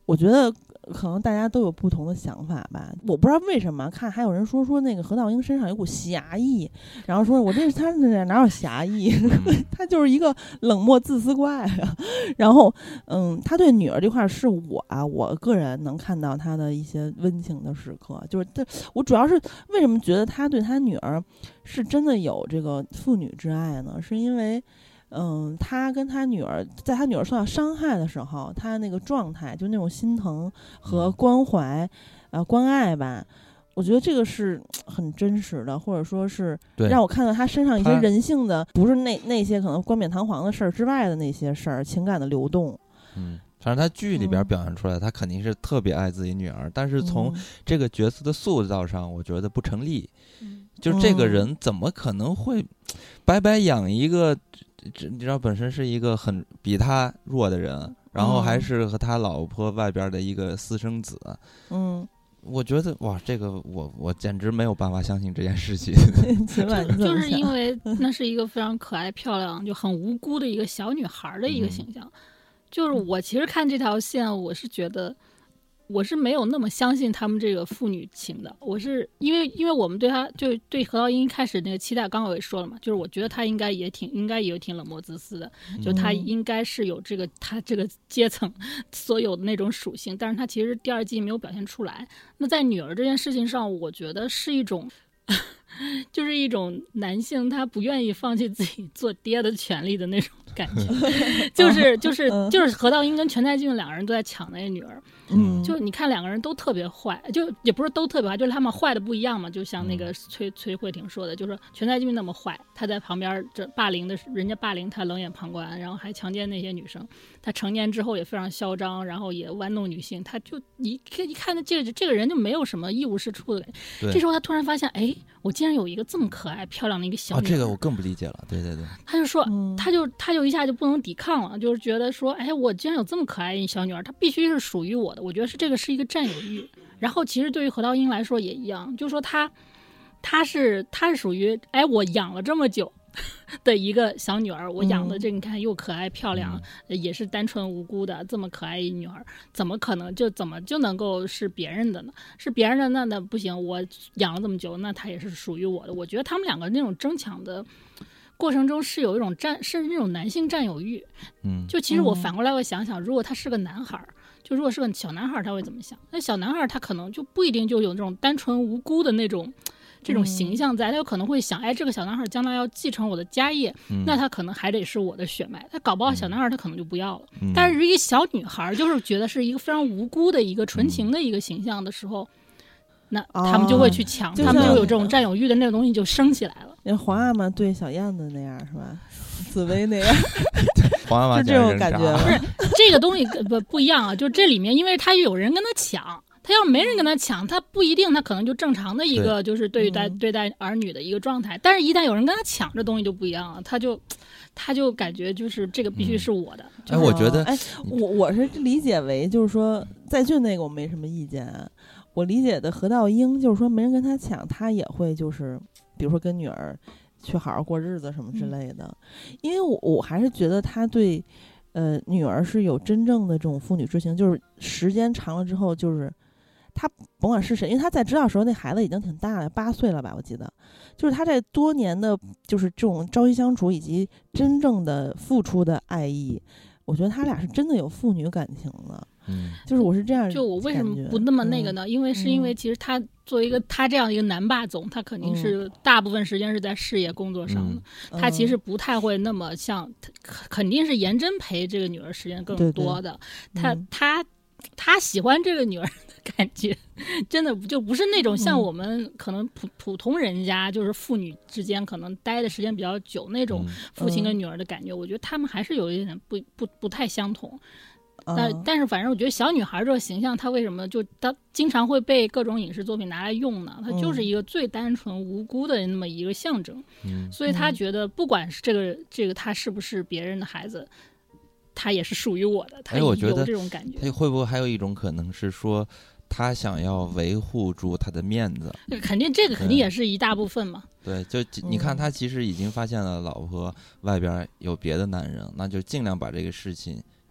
我觉得可能大家都有不同的想法吧。我不知道为什么看还有人说说那个何道英身上有股侠义，然后说我这他这哪有侠义，他就是一个冷漠自私怪啊。然后嗯，他对女儿这块是我啊，我个人能看到他的一些温情的时刻，就是这我主要是为什么觉得他对他女儿是真的有这个父女之爱呢？是因为嗯，他跟他女儿，在他女儿受到伤害的时候，他那个状态，就那种心疼和关怀，呃，关爱吧，我觉得这个是很真实的，或者说是让我看到他身上一些人性的，不是那那些可能冠冕堂皇的事儿之外的那些事儿，情感的流动。 嗯，反正他剧里边表现出来，嗯、他肯定是特别爱自己女儿，但是从这个角色的塑造上，我觉得不成立。嗯，就这个人怎么可能会白白养一个？你知道本身是一个很比他弱的人，然后还是和他老婆外边的一个私生子。嗯，我觉得哇，这个我我简直没有办法相信这件事情。 就是因为那是一个非常可爱漂亮就很无辜的一个小女孩的一个形象。嗯、就是我其实看这条线，我是觉得我是没有那么相信他们这个父女情的。我是因为因为我们对他就对何道英一开始那个期待，刚刚我也说了嘛，就是我觉得他应该也挺应该也挺冷漠自私的，就他应该是有这个他这个阶层所有的那种属性，但是他其实第二季没有表现出来。那在女儿这件事情上，我觉得是一种就是一种男性他不愿意放弃自己做爹的权利的那种感觉。就是就是就是何道英跟全在俊两个人都在抢那个女儿。嗯，就你看两个人都特别坏，就也不是都特别坏，就是他们坏的不一样嘛。就像那个崔、嗯、崔慧婷说的，就是说全在俊那么坏，他在旁边这霸凌的人家霸凌他冷眼旁观，然后还强奸那些女生。他成年之后也非常嚣张，然后也玩弄女性，他就一一看这个这个人就没有什么一无是处的感觉。这时候他突然发现，哎，我竟然有一个这么可爱漂亮的一个小女孩。 哦，这个我更不理解了。对对对， 他就说，嗯、他就他就一下就不能抵抗了，就是觉得说，哎，我竟然有这么可爱一小女孩，她必须是属于我的。我觉得是这个是一个占有欲。然后其实对于何道英来说也一样，就是说他他是他是属于哎我养了这么久的一个小女儿，我养的这你看又可爱漂亮、嗯、也是单纯无辜的这么可爱一女儿，怎么可能就怎么就能够是别人的呢？是别人的那那不行，我养了这么久，那她也是属于我的。我觉得他们两个那种争抢的过程中是有一种占是那种男性占有欲。嗯，就其实我反过来会想想，如果他是个男孩，就如果是个小男孩他会怎么想？那小男孩他可能就不一定就有那种单纯无辜的那种这种形象在，他有可能会想，哎，这个小男孩将来要继承我的家业、嗯、那他可能还得是我的血脉，他搞不好小男孩他可能就不要了、嗯、但是一个小女孩就是觉得是一个非常无辜的一个纯情的一个形象的时候、嗯、那他们就会去抢、哦、他们就有这种占有欲的那个东西就升起来了。 像皇阿玛对小燕子那样是吧？紫薇那样皇阿玛就这种感觉了。 不是这个东西不不一样啊，就这里面因为他有人跟他抢，他要没人跟他抢，他不一定他可能就正常的一个就是对待 对,、嗯、对待儿女的一个状态，但是一旦有人跟他抢，这东西就不一样了，他就他就感觉就是这个必须是我的、嗯就是、哎我觉得哎我我是理解为就是说在俊那个我没什么意见、啊、我理解的何道英就是说没人跟他抢，他也会就是比如说跟女儿去好好过日子什么之类的、嗯、因为我我还是觉得他对呃女儿是有真正的这种父女之情，就是时间长了之后，就是他甭管是谁，因为他在知道的时候那孩子已经挺大了，八岁了吧我记得，就是他在多年的就是这种朝夕相处以及真正的付出的爱意，我觉得他俩是真的有父女感情的。嗯，就是我是这样， 就我为什么不那么那个呢、嗯、因为是因为其实他作为一个他这样一个男霸总，他肯定是大部分时间是在事业工作上的、嗯、他其实不太会那么像肯定是颜真陪这个女儿时间更多的。对对他、嗯、他他喜欢这个女儿的感觉真的就不是那种像我们可能普普通人家就是父女之间可能待的时间比较久那种父亲跟女儿的感觉、嗯、我觉得他们还是有一点不不不太相同。但但是反正我觉得小女孩这个形象，她为什么就她经常会被各种影视作品拿来用呢？她就是一个最单纯无辜的那么一个象征、嗯、所以她觉得不管是这个这个她是不是别人的孩子，她也是属于我的，她有这种感觉。 她会不会还有一种可能是说他想要维护住他的面子？ 肯定这个肯定也是一大部分嘛。 对，就你看他其实已经发现了老婆外边有别的男人、嗯、那就尽量把这个事情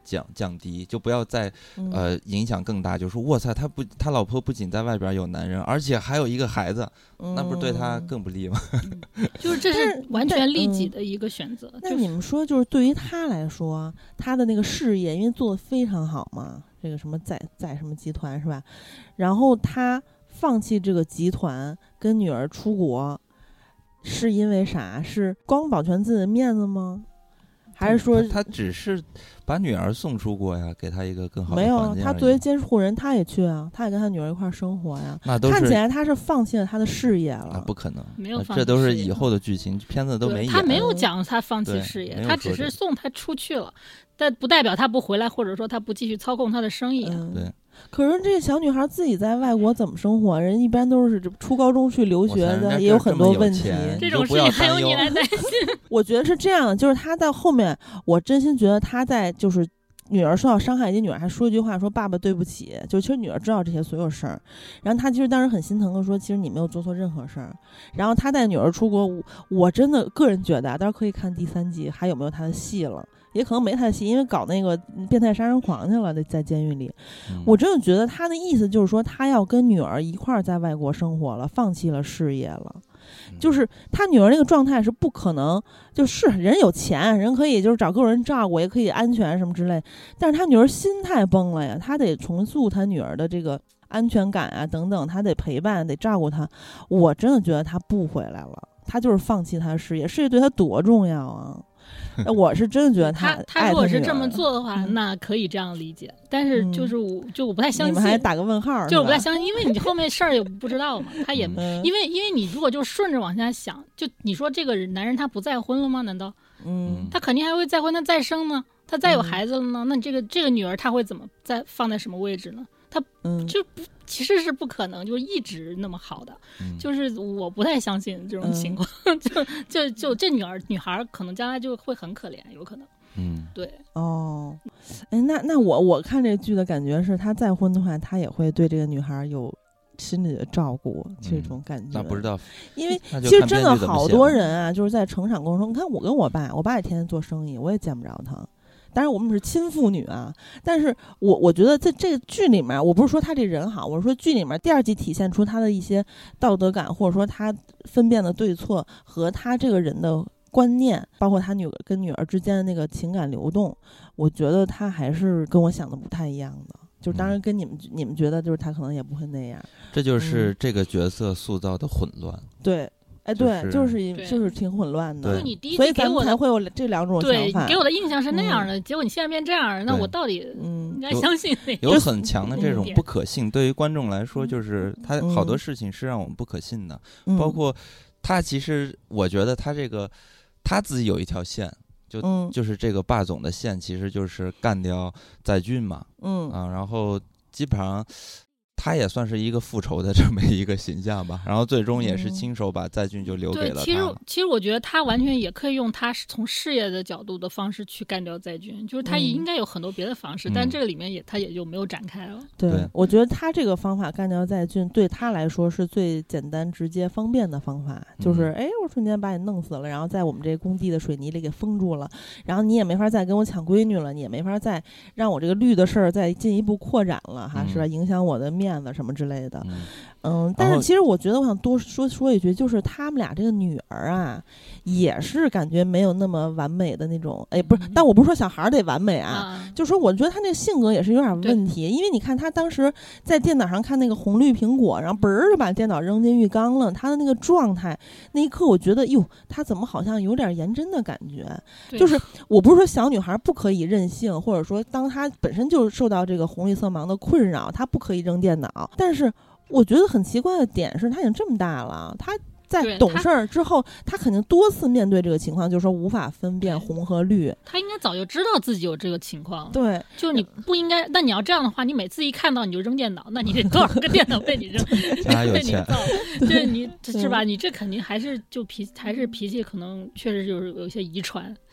降降低，就不要再呃影响更大，就说哇塞，他不他老婆不仅在外边有男人，而且还有一个孩子，嗯、那不是对他更不利吗？ 就是这是完全利己的一个选择。 嗯、那你们说，就是对于他来说，他的那个事业因为做得非常好嘛，这个什么在在什么集团是吧？然后他放弃这个集团，跟女儿出国。是因为啥？是光保全自己的面子吗？还是说他, 他只是把女儿送出国呀，给他一个更好的环境？没有， 环他作为监护人，他也去啊，他也跟他女儿一块生活呀。 那都是看起来他是放弃了他的事业了， 啊、不可能， 没有放弃， 这都是以后的剧情，片子都没演。 他没有讲他放弃事业，他只是送他出去了，但不代表他不回来，或者说他不继续操控他的生意、啊嗯。 对。 可是这小女孩自己在外国怎么生活？人一般都是初高中去留学的，也有很多问题。 这种事情还有你来担心？ 我觉得是这样的，就是她在后面，我真心觉得她在就是女儿受到伤害，你女儿还说一句话，说爸爸对不起。就其实女儿知道这些所有事儿，然后她其实当时很心疼的说，其实你没有做错任何事儿。然后她带女儿出国，我, 我真的个人觉得，当然可以看第三季还有没有她的戏了。也可能没他的戏，因为搞那个变态杀人狂去了，在监狱里、嗯。我真的觉得他的意思就是说，他要跟女儿一块儿在外国生活了，放弃了事业了。嗯、就是他女儿那个状态是不可能，就是人有钱，人可以就是找个人照顾，也可以安全什么之类。但是他女儿心态崩了呀，他得重塑他女儿的这个安全感啊等等，他得陪伴，得照顾他。我真的觉得他不回来了，他就是放弃他的事业，事业对他多重要啊！我是真的觉得他他他如果是这么做的话、嗯，那可以这样理解。但是就是我、嗯、就我不太相信， 你们还打个问号， 就我不太相信，因为你后面事儿也不知道嘛。他也、嗯、因为因为你如果就顺着往下想，就你说这个男人他不再婚了吗？难道嗯， 他肯定还会再婚，他再生呢？他再有孩子了呢？嗯、那你这个这个女儿他会怎么再放在什么位置呢？他就不、嗯、其实是不可能就一直那么好的、嗯、就是我不太相信这种情况、嗯、就就就这女儿女孩可能将来就会很可怜，有可能。 嗯， 对。 哦，哎，那那我我看这剧的感觉是，他再婚的话，他也会对这个女孩有心理的照顾，这种感觉。 那、嗯、不知道， 因为其实真的好多人啊，就是在成长过程中，你看我跟我爸，我爸也天天做生意，我也见不着他。当然我们是亲父女啊，但是我我觉得在这个剧里面，我不是说他这人好，我是说剧里面第二季体现出他的一些道德感，或者说他分辨的对错和他这个人的观念，包括他女跟女儿之间的那个情感流动，我觉得他还是跟我想的不太一样的。就当然跟你们、嗯、你们觉得就是他可能也不会那样， 这就是这个角色塑造的混乱。 嗯、对。哎，对，就是、就是、就是挺混乱的， 就是你第一所以咱们才会有这两种想法。 对，给我的印象是那样的，嗯、结果你现在变这样，那我到底应该相信哪？ 有, 有很强的这种不可信，对于观众来说，就是他好多事情是让我们不可信的， 嗯、 包括他其实我觉得他这个他自己有一条线。就、 嗯、 就是这个霸总的线，其实就是干掉载俊嘛， 嗯啊，然后基本上。他也算是一个复仇的这么一个形象吧，然后最终也是亲手把载俊就留给了他。 对，其实其实我觉得他完全也可以用他从事业的角度的方式去干掉载俊，就是他应该有很多别的方式， 嗯、 但这个里面也他也就没有展开了。 对， 对我觉得他这个方法干掉载俊对他来说是最简单、直接、方便的方法，就是哎、嗯，我瞬间把你弄死了，然后在我们这工地的水泥里给封住了，然后你也没法再跟我抢闺女了，你也没法再让我这个绿的事儿再进一步扩展了哈， 嗯、 是吧？影响我的面子什么之类的。 嗯, 嗯，但是其实我觉得我想多说说一句，就是他们俩这个女儿啊，也是感觉没有那么完美的那种，哎，不是，但我不是说小孩得完美啊， 嗯、 就说我觉得他那个性格也是有点问题，因为你看他当时在电脑上看那个红绿苹果，然后嘣儿就把电脑扔进浴缸了，他的那个状态，那一刻我觉得哟，他怎么好像有点颜真的感觉，就是我不是说小女孩不可以任性，或者说当他本身就受到这个红绿色盲的困扰，他不可以扔电脑，但是。我觉得很奇怪的点是他已经这么大了，他在懂事儿之后 他, 他肯定多次面对这个情况，就是说无法分辨红和绿， 他应该早就知道自己有这个情况。 对， 就是你不应该，那你要这样的话，你每次一看到你就扔电脑，那你得多少个电脑被你扔被你造，对，你是吧？你这肯定还是就脾还是脾气可能确实就是有一些遗传。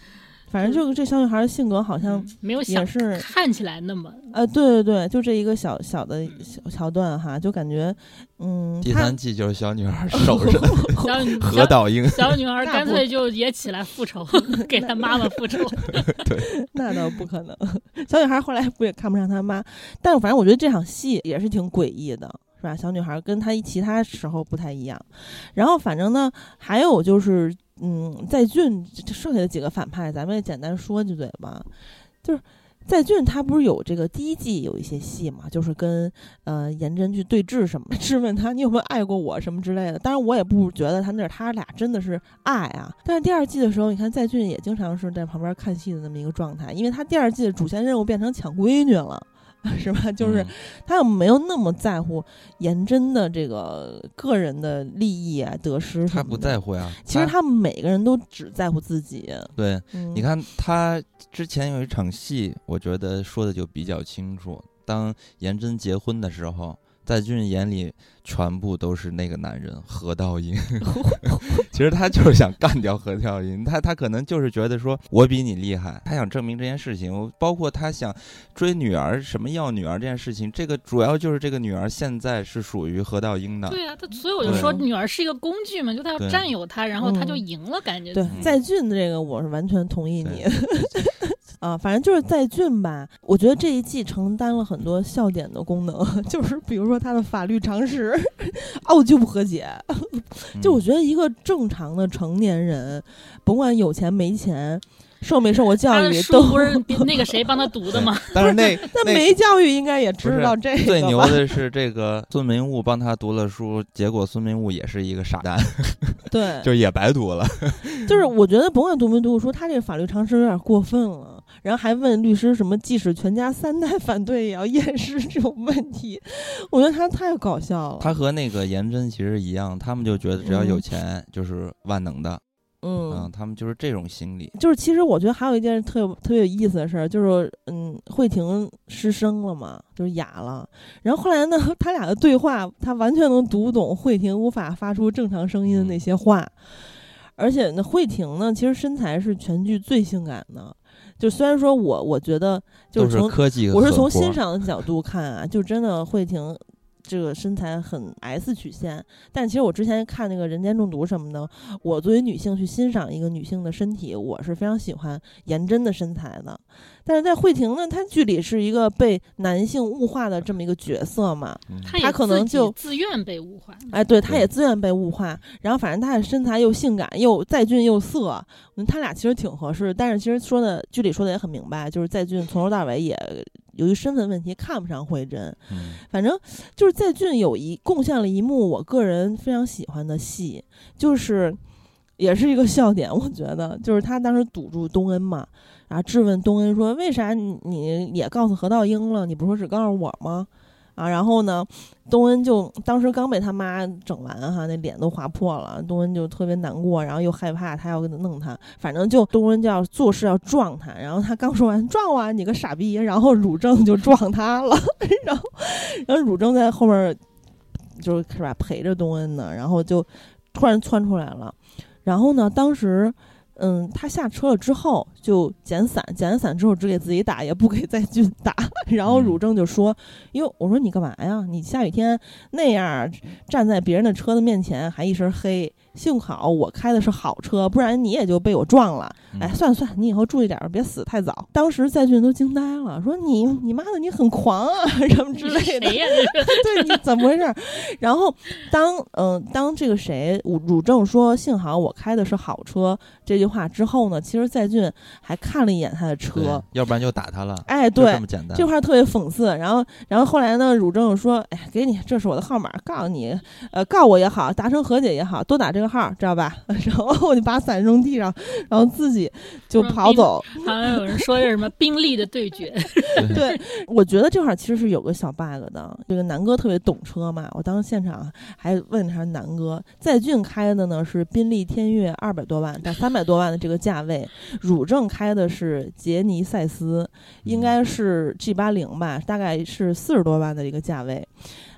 反正就这小女孩的性格好像没有也是看起来那么呃，对对对，就这一个小小的小桥段哈，就感觉嗯， 第三季就是小女孩守着何道英， 小女孩干脆就也起来复仇，给她妈妈复仇。 对， 那倒不可能。小女孩后来不也看不上她妈，但反正我觉得这场戏也是挺诡异的。是吧？小女孩跟她其他时候不太一样，然后反正呢，还有就是，嗯，在俊剩下的几个反派，咱们也简单说几嘴吧。就是在俊他不是有这个第一季有一些戏嘛，就是跟呃颜真去对峙什么，质问他你有没有爱过我什么之类的。当然我也不觉得他那他俩真的是爱啊。但是第二季的时候，你看在俊也经常是在旁边看戏的那么一个状态，因为他第二季的主线任务变成抢闺女了。是吧？就是他又没有那么在乎颜真的这个个人的利益啊、得失什么的， 他不在乎呀。 其实他们每个人都只在乎自己。 对， 嗯、 你看他之前有一场戏，我觉得说的就比较清楚。当颜真结婚的时候，在俊眼里全部都是那个男人何道英。其实他就是想干掉何道英，他他可能就是觉得说我比你厉害，他想证明这件事情。包括他想追女儿，什么要女儿这件事情，这个主要就是这个女儿现在是属于何道英的。 对啊，他所以我就说女儿是一个工具嘛，就他要占有她，然后他就赢了，感觉。 对，在俊的这个我是完全同意你。啊，反正就是在俊吧，我觉得这一季承担了很多笑点的功能，就是比如说他的法律常识，傲就不和解。就我觉得一个正常的成年人，甭管有钱没钱，受没受过教育，都不是那个谁帮他读的吗？ 但是那那没教育应该也知道这个。 最牛的是这个孙明悟帮他读了书，结果孙明悟也是一个傻蛋， 对， 就也白读了。 就是我觉得甭管读没读过书，他这个法律常识有点过分了。然后还问律师什么，即使全家三代反对也要验尸这种问题，我觉得他太搞笑了。 他和那个颜真其实一样，他们就觉得只要有钱就是万能的。嗯, 嗯，他们就是这种心理。 就是其实我觉得还有一件特特别有意思的事儿，就是嗯，慧婷失声了嘛，就是哑了。然后后来呢，他俩的对话，他完全能读懂慧婷无法发出正常声音的那些话。嗯、而且呢，慧婷呢，其实身材是全剧最性感的。就虽然说我我觉得就是从科技， 我是从欣赏的角度看啊，就真的慧婷这个身材很 S 曲线，但其实我之前看那个人间中毒什么的，我作为女性去欣赏一个女性的身体，我是非常喜欢颜真的身材的。但是在慧婷呢，她剧里是一个被男性物化的这么一个角色嘛， 嗯、 她可能就自愿被物化。 哎，对，她也自愿被物化。然后反正她的身材又性感又在俊又色，他俩其实挺合适。但是其实说的剧里说的也很明白，就是在俊从头到尾也由于身份问题看不上慧真。 嗯、 反正就是在俊有一贡献了一幕我个人非常喜欢的戏，就是也是一个笑点，我觉得就是他当时堵住东恩嘛，然后质问东恩说为啥你你也告诉何道英了，你不是说只告诉我吗？啊，然后呢，东恩就当时刚被他妈整完哈，那脸都划破了，东恩就特别难过，然后又害怕他要弄他，反正就东恩就要做事要撞他，然后他刚说完撞我你个傻逼，然后汝正就撞他了，然后然后汝正在后面就是是吧陪着东恩呢，然后就突然窜出来了，然后呢，当时。嗯，他下车了之后就捡伞，捡完伞之后只给自己打，也不给在俊打。然后汝正就说：“哟，我说你干嘛呀？你下雨天那样站在别人的车的面前，还一身黑。幸好我开的是好车，不然你也就被我撞了。哎，算了算了，你以后注意点，别死太早。”当时在俊都惊呆了，说：“你你妈的，你很狂啊，什么之类的。” 谁呀？ 对，你怎么回事？然后当嗯、呃、当这个谁汝正说：“幸好我开的是好车。”这句话之后呢，其实在俊还看了一眼他的车， 要不然就打他了。 哎，对， 这么简单。 这话特别讽刺。然后，然后后来呢，汝正说：“哎，给你，这是我的号码，告诉你，呃，告我也好，达成和解也好，多打这个号，知道吧？”然后我就把伞扔地上，然后自己就跑走。 好像有人说是什么宾利的对决。 对，我觉得这块其实是有个小 bug 的。这个南哥特别懂车嘛，我当时现场还问他南哥，在俊开的呢是宾利天越二百多万到三百多万的这个价位，汝正开的是杰尼赛斯，应该是 G 八十吧，大概是四十多万的一个价位。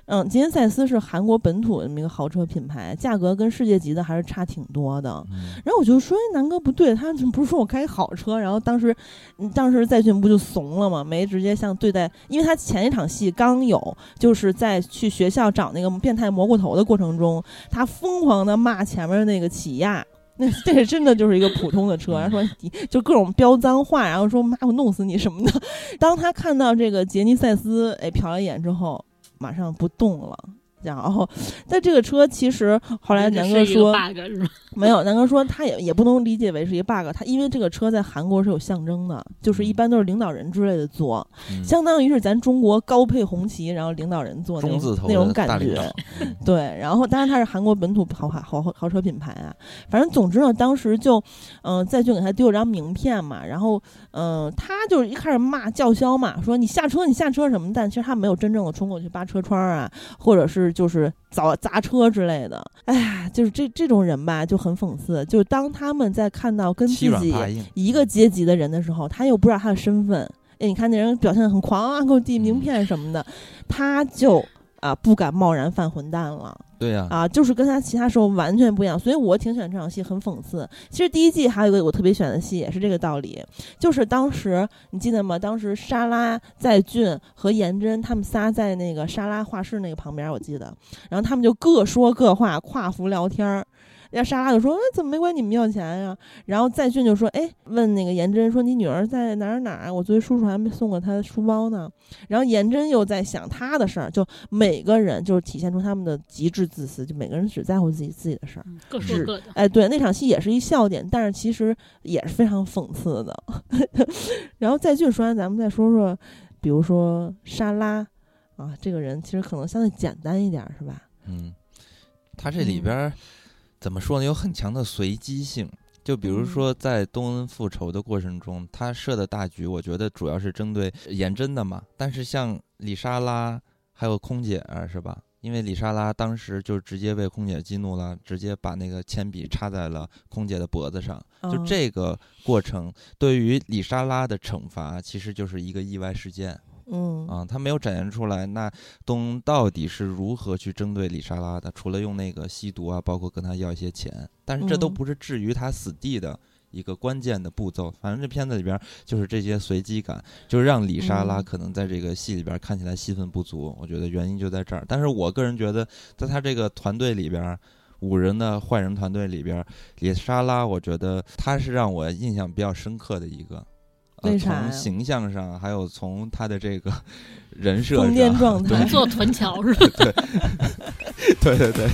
嗯，捷尼赛斯是韩国本土的那个豪车品牌，价格跟世界级的还是差挺多的。 嗯、 然后我就说，南哥不对，他不是说我开好车，然后当时，当时在俊不就怂了吗？没直接像对待，因为他前一场戏刚有，就是在去学校找那个变态蘑菇头的过程中，他疯狂的骂前面那个起亚。那这个真的就是一个普通的车，然后说就各种飙脏话，然后说妈我弄死你什么的。当他看到这个杰尼赛斯哎瞟了一眼之后，马上不动了。然后但这个车其实后来南哥说 bug 是吧？ 没有，南哥说他也也不能理解为是一个 bug， 他因为这个车在韩国是有象征的，就是一般都是领导人之类的坐、嗯、相当于是咱中国高配红旗然后领导人坐那种那种感觉。对，然后当然它是韩国本土豪豪豪豪车品牌啊，反正总之呢当时就嗯、呃、再去给他丢了张名片嘛，然后嗯、呃、他就是一开始骂叫嚣嘛，说你下车你下车什么，但其实他没有真正的冲过去扒车窗啊，或者是就是砸砸车之类的。哎呀，就是这这种人吧就很讽刺，就是当他们在看到跟自己一个阶级的人的时候，他又不知道他的身份，哎，你看那人表现得很狂啊，给我递名片什么的，他就啊不敢贸然犯混蛋了。 对呀、 啊，啊，就是跟他其他时候完全不一样，所以我挺喜欢这场戏，很讽刺。其实第一季还有一个我特别喜欢的戏，也是这个道理，就是当时你记得吗？当时莎拉、在俊和颜真他们仨在那个莎拉画室那个旁边，我记得，然后他们就各说各话，跨服聊天儿。然后莎拉就说：“哎，怎么没管你们要钱呀？”然后在俊就说：“哎，问那个颜真说你女儿在哪儿哪儿？我作为叔叔还没送过她书包呢。”然后颜真又在想她的事儿，就每个人就是体现出他们的极致自私，就每个人只在乎自己自己的事儿， 嗯、各说各的。 哎，对，那场戏也是一笑点，但是其实也是非常讽刺的。然后在俊说完，咱们再说说，比如说莎拉啊，这个人其实可能相对简单一点，是吧？ 嗯，他这里边。嗯怎么说呢？有很强的随机性。就比如说，在东恩复仇的过程中，他设的大局，我觉得主要是针对颜真的嘛。但是像李莎拉还有空姐啊，是吧？因为李莎拉当时就直接被空姐激怒了，直接把那个铅笔插在了空姐的脖子上。就这个过程，对于李莎拉的惩罚，其实就是一个意外事件。 嗯啊，他没有展现出来，那东到底是如何去针对李莎拉的？除了用那个吸毒啊，包括跟他要一些钱，但是这都不是置于他死地的一个关键的步骤。反正这片子里边就是这些随机感，就是让李莎拉可能在这个戏里边看起来戏份不足。我觉得原因就在这儿。但是我个人觉得，在他这个团队里边，五人的坏人团队里边，李莎拉，我觉得他是让我印象比较深刻的一个。 为啥、 呃、从形象上，还有从他的这个人设上， 疯癫状态， 做臀桥是吧？ 对对对对。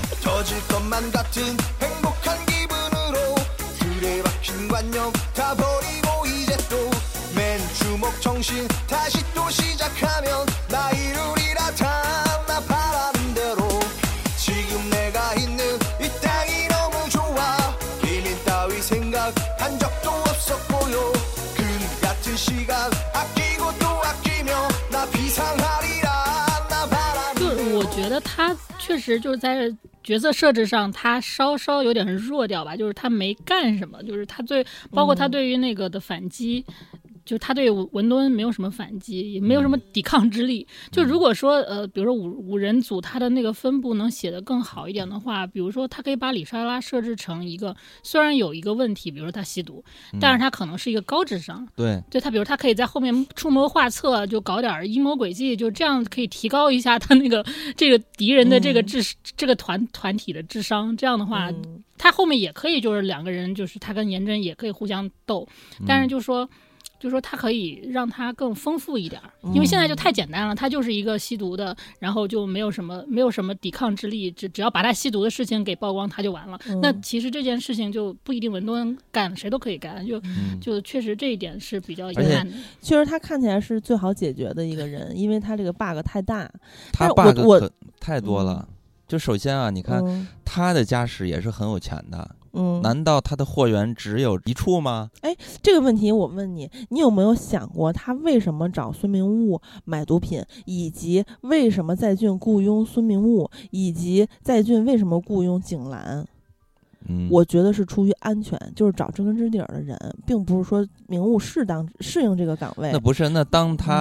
就是我觉得他确实就是在角色设置上，他稍稍有点弱掉吧，就是他没干什么，就是他对包括他对于那个的反击。嗯就他对文多恩没有什么反击，也没有什么抵抗之力。嗯、就如果说呃，比如说五五人组他的那个分布能写得更好一点的话，比如说他可以把李莎拉设置成一个虽然有一个问题，比如说他吸毒，嗯、但是他可能是一个高智商。 对， 对他比如他可以在后面出谋划策，就搞点阴谋诡计，就这样可以提高一下他那个这个敌人的这个智、嗯、这个团团体的智商。这样的话，嗯、他后面也可以就是两个人，就是他跟颜真也可以互相斗，但是就说。就是说他可以让他更丰富一点，因为现在就太简单了，他就是一个吸毒的，然后就没有什么没有什么抵抗之力，只只要把他吸毒的事情给曝光他就完了、嗯、那其实这件事情就不一定文多恩干，谁都可以干，就、嗯、就确实这一点是比较遗憾的。 确实他看起来是最好解决的一个人，因为他这个 bug 太大， 他 bug 可太多了、嗯、就首先啊，你看、嗯、他的家世也是很有钱的，嗯，难道他的货源只有一处吗？ 哎，这个问题我问你，你有没有想过他为什么找孙明悟买毒品，以及为什么在俊雇佣孙明悟，以及在俊为什么雇佣景兰？嗯，我觉得是出于安全，就是找知根知底儿的人，并不是说明悟适当适应这个岗位。 那不是，那当他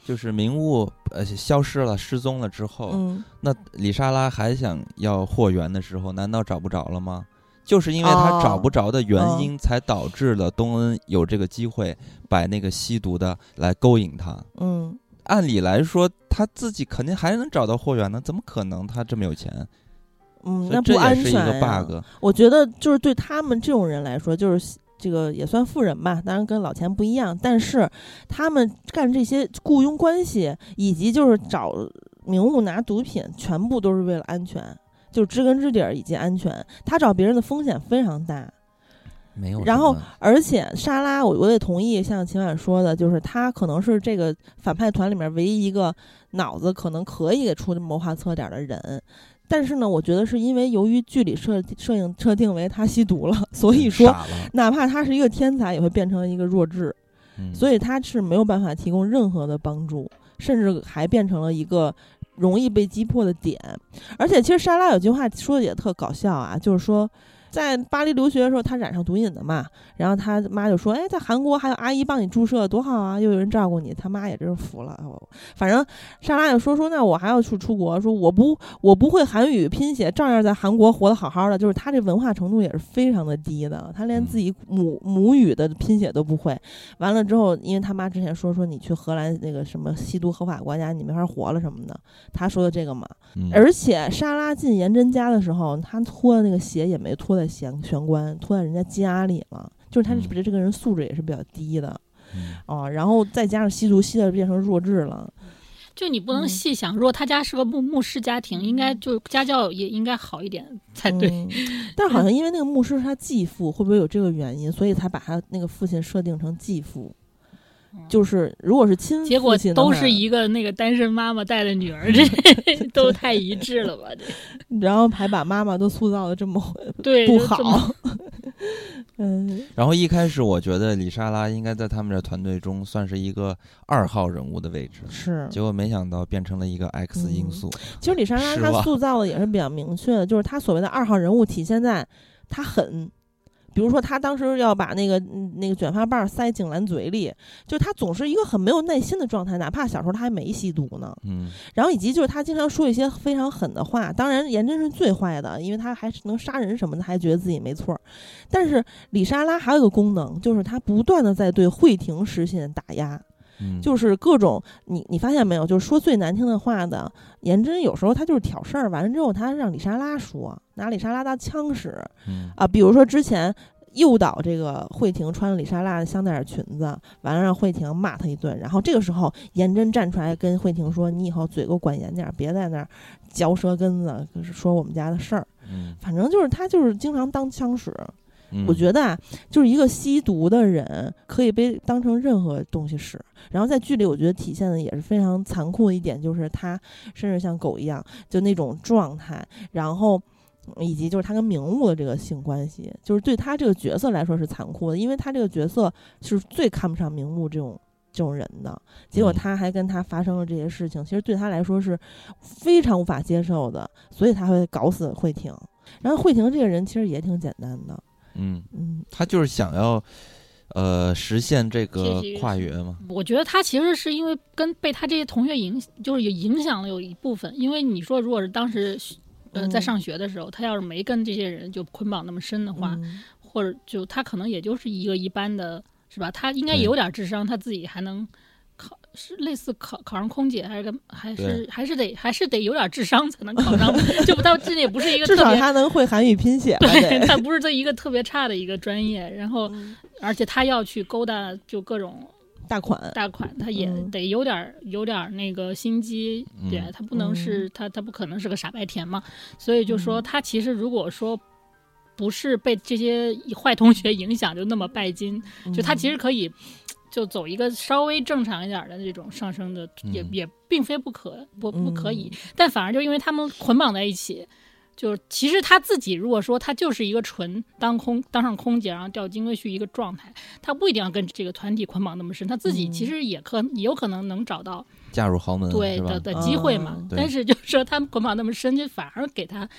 就是明悟呃消失了失踪了之后、嗯、那李莎拉还想要货源的时候难道找不着了吗？就是因为他找不着的原因才导致了东恩有这个机会把那个吸毒的来勾引他。 嗯， 按理来说他自己肯定还能找到货源呢，怎么可能他这么有钱？ 嗯，那不安全呀、 这也是一个 bug。 我觉得就是对他们这种人来说，就是这个也算富人吧，当然跟老钱不一样，但是他们干这些雇佣关系以及就是找明悟拿毒品全部都是为了安全，就知根知底以及安全，他找别人的风险非常大。 没有。 然后而且莎拉我我也同意像秦婉说的，就是他可能是这个反派团里面唯一一个脑子可能可以给出谋划策点的人，但是呢我觉得是因为由于剧里设摄影设定为他吸毒了，所以说哪怕他是一个天才也会变成一个弱智、嗯、所以他是没有办法提供任何的帮助，甚至还变成了一个容易被击破的点。而且其实莎拉有句话说的也特搞笑啊，就是说在巴黎留学的时候他染上毒瘾的嘛，然后他妈就说哎，在韩国还有阿姨帮你注射多好啊，又有人照顾你，他妈也真是服了。反正莎拉也说说那我还要去出国，说我不我不会韩语拼写照样在韩国活得好好的，就是他这文化程度也是非常的低的，他连自己母母语的拼写都不会。完了之后因为他妈之前说说你去荷兰那个什么吸毒合法国家你没法活了什么的，他说的这个嘛、嗯、而且莎拉进颜真家的时候他脱的那个鞋也没脱在玄玄关，脱在人家家里了，就是他这个人素质也是比较低的、嗯啊、然后再加上吸毒吸的变成弱智了。 就你不能细想、嗯、如果他家是个牧牧师家庭，应该就家教也应该好一点才对、嗯、 但是好像因为那个牧师是他继父，会不会有这个原因，所以才把他那个父亲设定成继父，就是如果是亲父亲的话， 结果都是一个那个单身妈妈带的女儿，这都太一致了吧？这然后还把妈妈都塑造的这么对不好。嗯， 然后一开始我觉得李莎拉应该在他们这团队中算是一个二号人物的位置， 是， 结果没想到变成了一个 X 因素、嗯、 其实李莎拉她塑造的也是比较明确的，就是她所谓的二号人物体现在她狠，比如说他当时要把那个、嗯、那个卷发棒塞景兰嘴里，就他总是一个很没有耐心的状态，哪怕小时候他还没吸毒呢。 嗯， 然后以及就是他经常说一些非常狠的话，当然颜真是最坏的，因为他还能杀人什么的，还觉得自己没错。但是李莎拉还有一个功能，就是他不断的在对慧婷实现打压。 嗯、 就是各种你你发现没有，就是说最难听的话的颜真有时候他就是挑事儿，完了之后他让李莎拉说，拿李莎拉当枪使、 嗯、 啊，比如说之前诱导这个慧婷穿了李莎拉的香奈儿裙子，完了让慧婷骂他一顿，然后这个时候颜真站出来跟慧婷说，你以后嘴给我管严点，别在那儿嚼舌根子说我们家的事儿、 嗯、 反正就是他就是经常当枪使。我觉得啊，就是一个吸毒的人可以被当成任何东西使。然后在剧里，我觉得体现的也是非常残酷的一点，就是他甚至像狗一样，就那种状态，然后以及就是他跟明悟的这个性关系，就是对他这个角色来说是残酷的，因为他这个角色是最看不上明悟这种这种人的，结果他还跟他发生了这些事情，其实对他来说是非常无法接受的，所以他会搞死慧婷。然后慧婷这个人其实也挺简单的。 嗯嗯，他就是想要，呃，实现这个跨越嘛。 我觉得他其实是因为跟被他这些同学影，就是有影响了有一部分。因为你说，如果是当时，呃，在上学的时候，嗯、他要是没跟这些人就捆绑那么深的话，嗯、或者就他可能也就是一个一般的，是吧？他应该有点智商，他自己还能考。是类似考考上空姐，还是个还是还是得还是得有点智商才能考上，就他这也不是一个特别， 至少他能会韩语拼写， 对，他不是这一个特别差的一个专业，然后、嗯、而且他要去勾搭就各种大款大款，他也得有点、嗯、有点那个心机，对、嗯、他不能是、嗯、他他不可能是个傻白甜嘛，所以就说他其实如果说不是被这些坏同学影响就那么拜金、嗯、就他其实可以就走一个稍微正常一点的这种上升的，也、嗯、也并非不可不不可以、嗯，但反而就因为他们捆绑在一起，就其实他自己如果说他就是一个纯当空当上空姐然后掉金龟婿一个状态，他不一定要跟这个团体捆绑那么深，他自己其实也可、嗯、也有可能能找到嫁入豪门对的的机会嘛、 嗯， 但是就是说他们捆绑那么深，就反而给他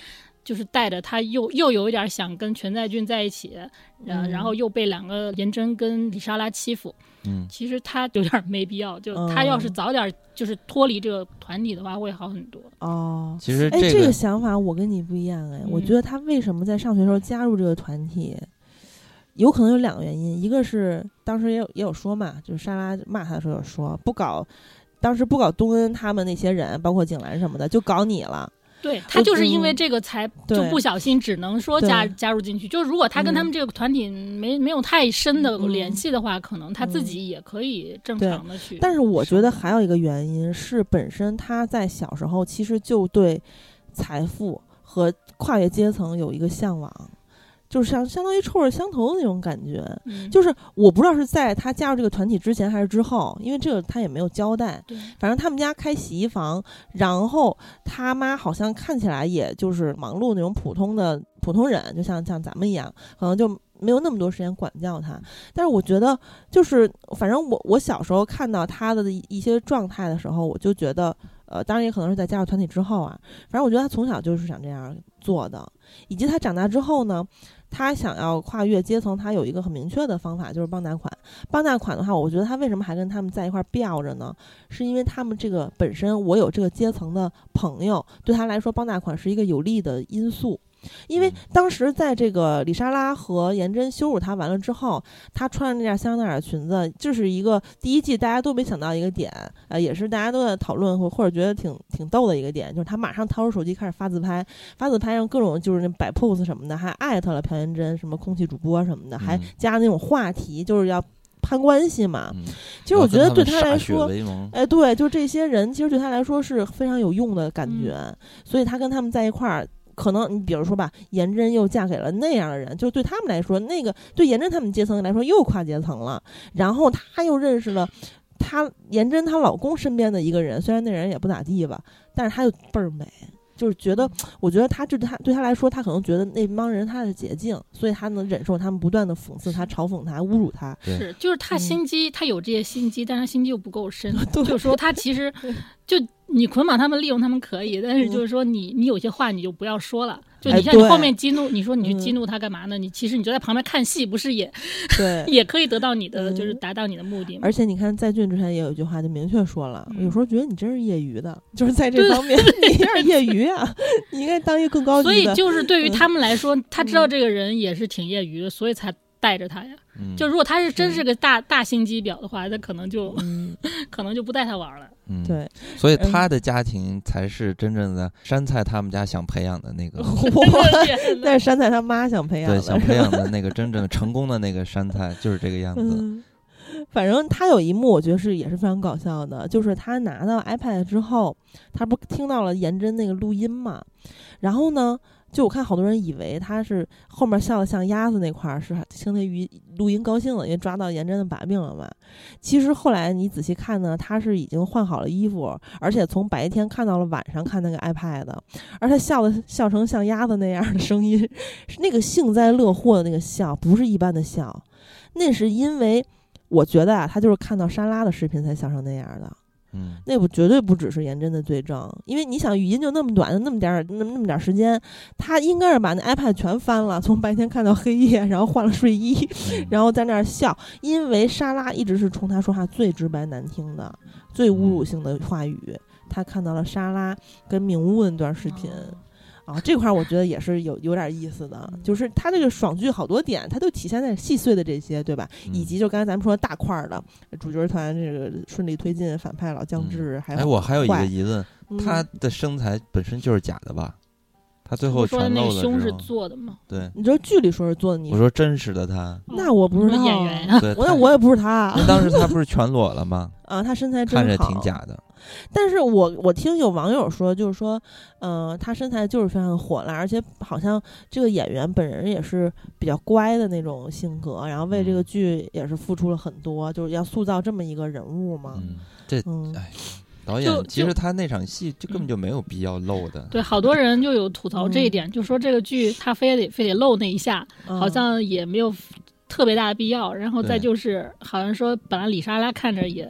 就是带着他又又有一点想跟全在俊在一起，然、嗯、然后又被两个颜真跟李莎拉欺负。嗯，其实他有点没必要，就他要是早点就是脱离这个团体的话，会好很多。 哦， 其实、这个、 哎，这个想法我跟你不一样哎、嗯，我觉得他为什么在上学的时候加入这个团体，有可能有两个原因，一个是当时也有也有说嘛，就是莎拉骂他的时候有说不搞，当时不搞东恩他们那些人，包括景兰什么的，就搞你了。 对，他就是因为这个才就不小心只能说加加入进去，就如果他跟他们这个团体没、嗯、没有太深的联系的话、嗯、可能他自己也可以正常的去、 嗯、但是我觉得还有一个原因是本身他在小时候其实就对财富和跨越阶层有一个向往，就是相相当于臭味相投的那种感觉、嗯、就是我不知道是在他加入这个团体之前还是之后，因为这个他也没有交代。反正他们家开洗衣房，然后他妈好像看起来也就是忙碌那种普通的普通人，就像像咱们一样，可能就没有那么多时间管教他。但是我觉得就是反正我我小时候看到他的一些状态的时候，我就觉得呃，当然也可能是在加入团体之后啊，反正我觉得他从小就是想这样做的，以及他长大之后呢，他想要跨越阶层，他有一个很明确的方法，就是帮大款。帮大款的话，我觉得他为什么还跟他们在一块吊着呢？是因为他们这个本身我有这个阶层的朋友，对他来说帮大款是一个有利的因素。因为当时在这个李莎拉和颜真羞辱他完了之后，他穿着那件香奈儿裙子，这是一个第一季大家都没想到一个点，呃，也是大家都在讨论或或者觉得挺挺逗的一个点，就是他马上掏出手机开始发自拍，发自拍上各种就是那摆 pose 什么的，还艾特了朴妍真，什么空气主播什么的，还加那种话题，就是要攀关系嘛。 嗯、 其实我觉得对他来说， 哎， 对，就这些人其实对他来说是非常有用的感觉，嗯、所以他跟他们在一块儿。可能你比如说吧，颜真又嫁给了那样的人，就对他们来说，那个对颜真他们阶层来说又跨阶层了。然后他又认识了她颜真她老公身边的一个人，虽然那人也不咋地吧，但是他又倍儿美，就是觉得，我觉得他对他对他来说，他可能觉得那帮人他的捷径，所以他能忍受他们不断的讽刺他、嘲讽他、侮辱他。 是，就是他心机，嗯、他有这些心机，但是他心机又不够深。就是说他其实就。你捆绑他们利用他们可以，但是就是说你你有些话你就不要说了，就你像你后面激怒，你说你去激怒他干嘛呢？你其实你就在旁边看戏，不是也对也可以得到你的、嗯、就是达到你的目的。 而且你看在俊之前也有一句话就明确说了，我有时候觉得你真是业余的，就是在这方面你有点业余啊，你应该当一个更高级的。 所以就是对于他们来说，嗯、他知道这个人也是挺业余的，所以才带着他呀。嗯、就如果他是真是个大大心机婊的话，那可能就、嗯、可能就不带他玩了。 嗯， 对， 所以他的家庭才是真正的山菜他们家想培养的那个， 那是山菜他妈想培养的， 对，想培养的那个真正成功的那个山菜就是这个样子。 嗯、反正他有一幕我觉得是也是非常搞笑的，就是他拿到 iPad 之后，他不听到了颜真那个录音嘛，然后呢。就我看好多人以为他是后面笑得像鸭子那块儿是听他语录音高兴了，因为抓到颜真的把柄了嘛。其实后来你仔细看呢，他是已经换好了衣服，而且从白天看到了晚上看那个 iPad， 而他笑的笑成像鸭子那样的声音，是那个幸灾乐祸的那个笑，不是一般的笑。那是因为我觉得啊，他就是看到莎拉的视频才笑成那样的。 嗯， 那不绝对不只是颜真的罪证，因为你想语音就那么短的那么点那么那么点时间，他应该是把那 iPad 全翻了，从白天看到黑夜，然后换了睡衣，嗯、然后在那儿笑，因为莎拉一直是冲他说话最直白难听的、最侮辱性的话语，嗯、他看到了莎拉跟明悟那段视频。哦啊，这块我觉得也是有有点意思的，就是他这个爽剧好多点，它都体现在细碎的这些，对吧？嗯、以及就刚才咱们说的大块的主角团这个顺利推进，反派老将至，嗯、还有哎，我还有一个疑问，嗯、他的身材本身就是假的吧？他最后说的那个胸是做的吗？ 对， 你知道剧里说是做的，你我说真实的他， 那我不知道演员呀， 我那我也不是他。 那当时他不是全裸了吗？ 啊，他身材真好， 看着挺假的。 但是我我听有网友说，就是说，嗯、呃，他身材就是非常的火辣，而且好像这个演员本人也是比较乖的那种性格，然后为这个剧也是付出了很多，就是要塑造这么一个人物嘛。 嗯，这嗯， 哎。导演其实他那场戏就根本就没有必要露的。 对，好多人就有吐槽这一点，嗯、就说这个剧他非得非得露那一下， 嗯、 好像也没有特别大的必要。然后再就是好像说，本来李莎拉看着也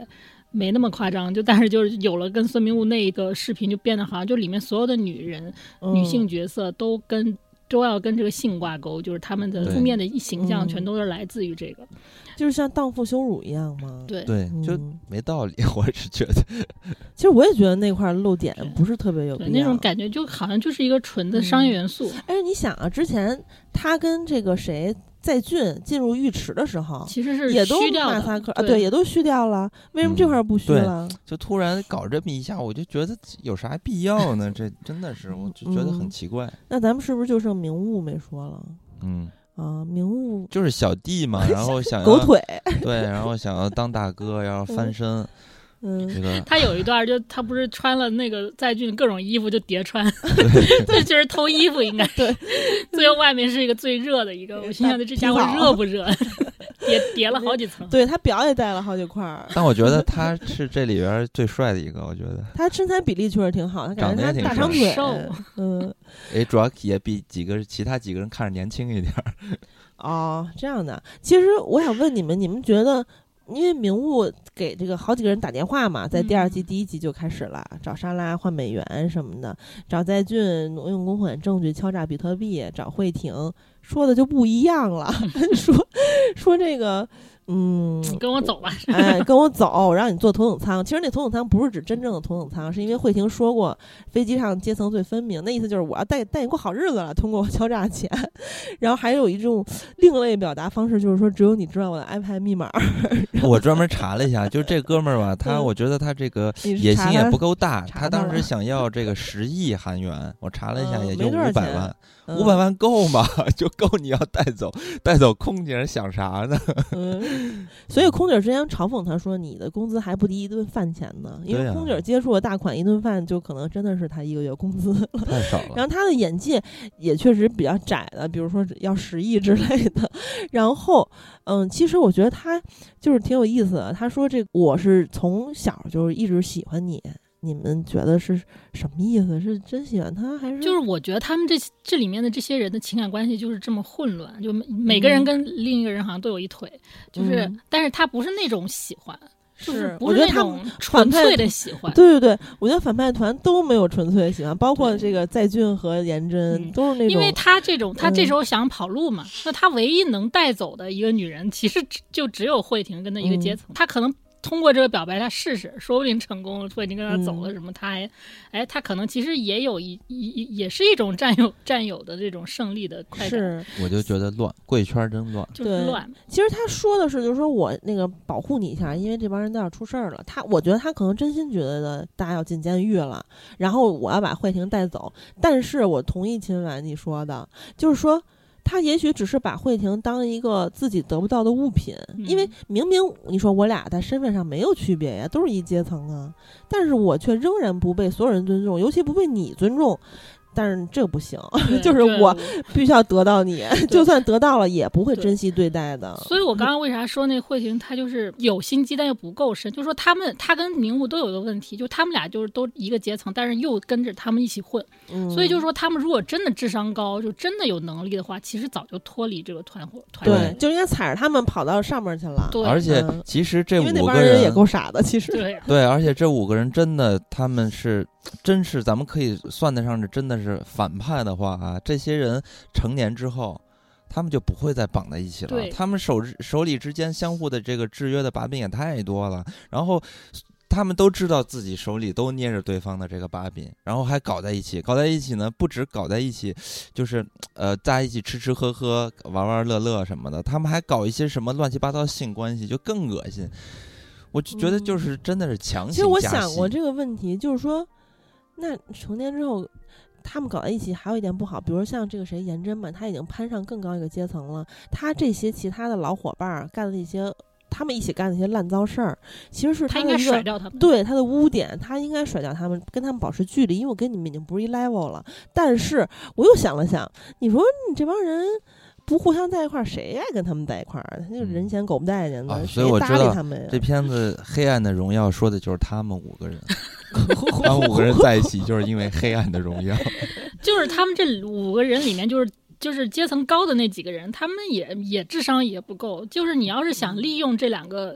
没那么夸张，就但是就是有了跟孙明悟那一个视频，就变得好像就里面所有的女人、嗯、女性角色都跟都要跟这个性挂钩，就是他们的负面的形象全都是来自于这个。 就是像荡妇羞辱一样吗？ 对对，就没道理，我是觉得。 其实我也觉得那块漏点不是特别有必要， 那种感觉就好像就是一个纯的商业元素。 哎、嗯，你想啊，之前他跟这个谁在俊进入浴池的时候， 其实是也都虚掉的马赛克啊，对，也都虚掉了。为什么这块不虚了、 嗯？就突然搞这么一下，我就觉得有啥必要呢？这真的是，我就觉得很奇怪。 嗯、那咱们是不是就剩明悟没说了？ 嗯。 啊，明悟就是小弟嘛，然后想要狗腿， 对，然后想要当大哥，要翻身。 嗯， 这个他有一段就他不是穿了那个在俊各种衣服就叠穿，这就是偷衣服应该对， 最后外面是一个最热的一个，我心想这家伙热不热？叠叠了好几层， 对他表也带了好几块。 但我觉得他是这里边最帅的一个，我觉得他身材比例确实挺好，他感觉他大长腿，嗯， 哎，主要也比几个其他几个人看着年轻一点。 哦，这样的。其实我想问你们，你们觉得？因为明悟给这个好几个人打电话嘛，在第二季第一集就开始了，嗯、找莎拉换美元什么的，找在俊挪用公款证据敲诈比特币，找慧婷，说的就不一样了，说说这个。嗯， 你跟我走吧。 哎，跟我走，让你坐头等舱。其实那头等舱不是指真正的头等舱，是因为慧婷说过，飞机上阶层最分明。那意思就是我要带带你过好日子了，通过我敲诈钱。然后还有一种另类表达方式，就是说只有你知道我的 iPad 密码。 我专门查了一下，就这哥们儿吧，他、嗯、我觉得他这个野心也不够大，他当时想要这个十亿韩元，我查了一下，也就五百万。五百万够吗？就够你要带走带走空姐，想啥呢？ 嗯，所以空姐之前嘲讽他说：“你的工资还不敌一顿饭钱呢。”因为空姐接触的大款一顿饭就可能真的是他一个月工资了， 太少了。 然后他的眼界也确实比较窄的，比如说要十亿之类的。然后，嗯，其实我觉得他就是挺有意思的。他说：“这我是从小就是一直喜欢你。”你们觉得是什么意思？是真喜欢他，还是就是我觉得他们这这里面的这些人的情感关系就是这么混乱，就每个人跟另一个人好像都有一腿，嗯、就是，但是他不是那种喜欢，就是不是那种纯粹的喜欢。 对对对，我觉得反派团都没有纯粹的喜欢，包括这个在俊和颜真、嗯、都是那种， 因为他这种他这时候想跑路嘛，嗯、那他唯一能带走的一个女人，其实就只有慧婷跟他一个阶层，嗯、他可能。通过这个表白他试试，说不定成功了，慧婷跟他走了什么，嗯、他还哎他可能其实也有一一也是一种占有占有的这种胜利的快感。 是， 我就觉得乱，贵圈真乱， 就是乱。 其实他说的是就是说我那个保护你一下，因为这帮人都要出事儿了。他我觉得他可能真心觉得大家要进监狱了，然后我要把慧婷带走。但是我同意秦婉你说的，就是说。他也许只是把慧婷当一个自己得不到的物品， 嗯、 因为明明你说我俩在身份上没有区别呀，都是一阶层啊，但是我却仍然不被所有人尊重，尤其不被你尊重。但是这不行，就是我必须要得到你，就算得到了也不会珍惜对待的。 所以我刚刚为啥说那慧婷她就是有心机但又不够深，就是说他们她跟明悟都有一个问题，就他们俩就是都一个阶层，但是又跟着他们一起混， 嗯、 所以就是说他们如果真的智商高，就真的有能力的话，其实早就脱离这个团伙团队，对，就应该踩着他们跑到上面去了。 对， 而且其实这五个人， 因为那帮人也够傻的，其实对、啊、 对，而且这五个人真的他们是。真是咱们可以算得上是真的是反派的话啊，这些人成年之后他们就不会再绑在一起了，他们手手里之间相互的这个制约的把柄也太多了，然后他们都知道自己手里都捏着对方的这个把柄，然后还搞在一起搞在一起呢，不止搞在一起就是呃在一起吃吃喝喝玩玩乐乐什么的，他们还搞一些什么乱七八糟性关系，就更恶心。我就觉得就是真的是强行加戏、嗯、 其实我想过这个问题，就是说那成年之后他们搞在一起还有一点不好，比如像这个谁颜真嘛，他已经攀上更高一个阶层了，他这些其他的老伙伴干的一些他们一起干的一些烂糟事儿，其实是他应该甩掉他们， 对他的污点，他应该甩掉他们，跟他们保持距离，因为我跟你们已经不是一 level 了。但是我又想了想，你说你这帮人不互相在一块儿，谁爱跟他们在一块儿？他就是人嫌狗不待见的、 啊，所以我知道他们这片子《黑暗的荣耀》说的就是他们五个人，他们五个人在一起就是因为黑暗的荣耀， 就是他们这五个人里面就是。就是阶层高的那几个人，他们也也智商也不够。就是你要是想利用这两个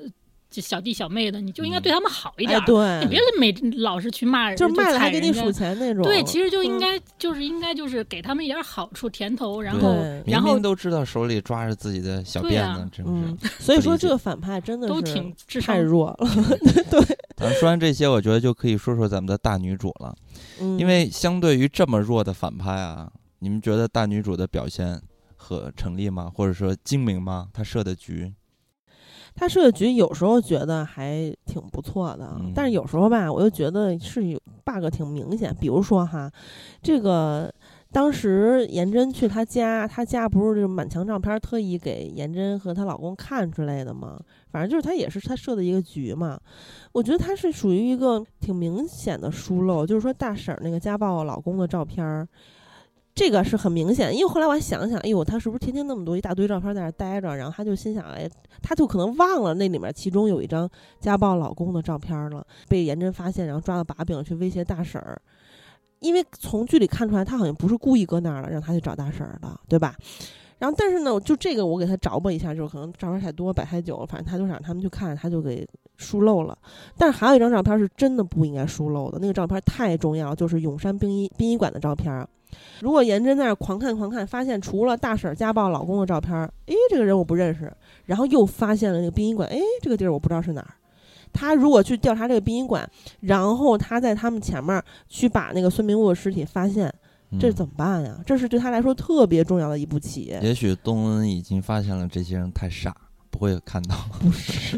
小弟小妹的，你就应该对他们好一点， 哎、对， 你别每老是去骂人， 就是卖了还给你数钱那种。 对，其实就应该、嗯、就是应该就是给他们一点好处甜头，然后然后明明都知道手里抓着自己的小辫子，啊、真是、 嗯。所以说这个反派真的是都挺太弱了。对， 咱说完这些，我觉得就可以说说咱们的大女主了， 嗯、 因为相对于这么弱的反派啊，你们觉得大女主的表现和成立吗？或者说精明吗？她设的局？ 他设的局有时候觉得还挺不错的、嗯，但是有时候吧，我又觉得是有 bug 挺明显。比如说哈，这个当时颜真去他家，他家不是满墙照片特意给颜真和她老公看之类的吗？反正就是他也是他设的一个局嘛。我觉得他是属于一个挺明显的疏漏，就是说大婶那个家暴老公的照片。这个是很明显，因为后来我还想想，哎呦，他是不是天天那么多一大堆照片在那待着，然后他就心想，哎，他就可能忘了那里面其中有一张家暴老公的照片了，被颜真发现，然后抓到把柄去威胁大婶儿。因为从剧里看出来，他好像不是故意搁那儿了，让他去找大婶儿的，对吧？然后，但是呢，就这个我给他找吧一下，就是可能照片太多，摆太久，反正他就让他们去看，他就给疏漏了。但是还有一张照片是真的不应该疏漏的，那个照片太重要，就是永山殡仪殡仪馆的照片。如果颜真在那狂看狂看，发现除了大婶家暴老公的照片，诶，这个人我不认识，然后又发现了那个殡仪馆，诶，这个地儿我不知道是哪儿。他如果去调查这个殡仪馆，然后他在他们前面去把那个孙明悟的尸体发现，这怎么办呀？这是对他来说特别重要的一步棋。 也许东恩已经发现了这些人太傻，不会看到。 不是，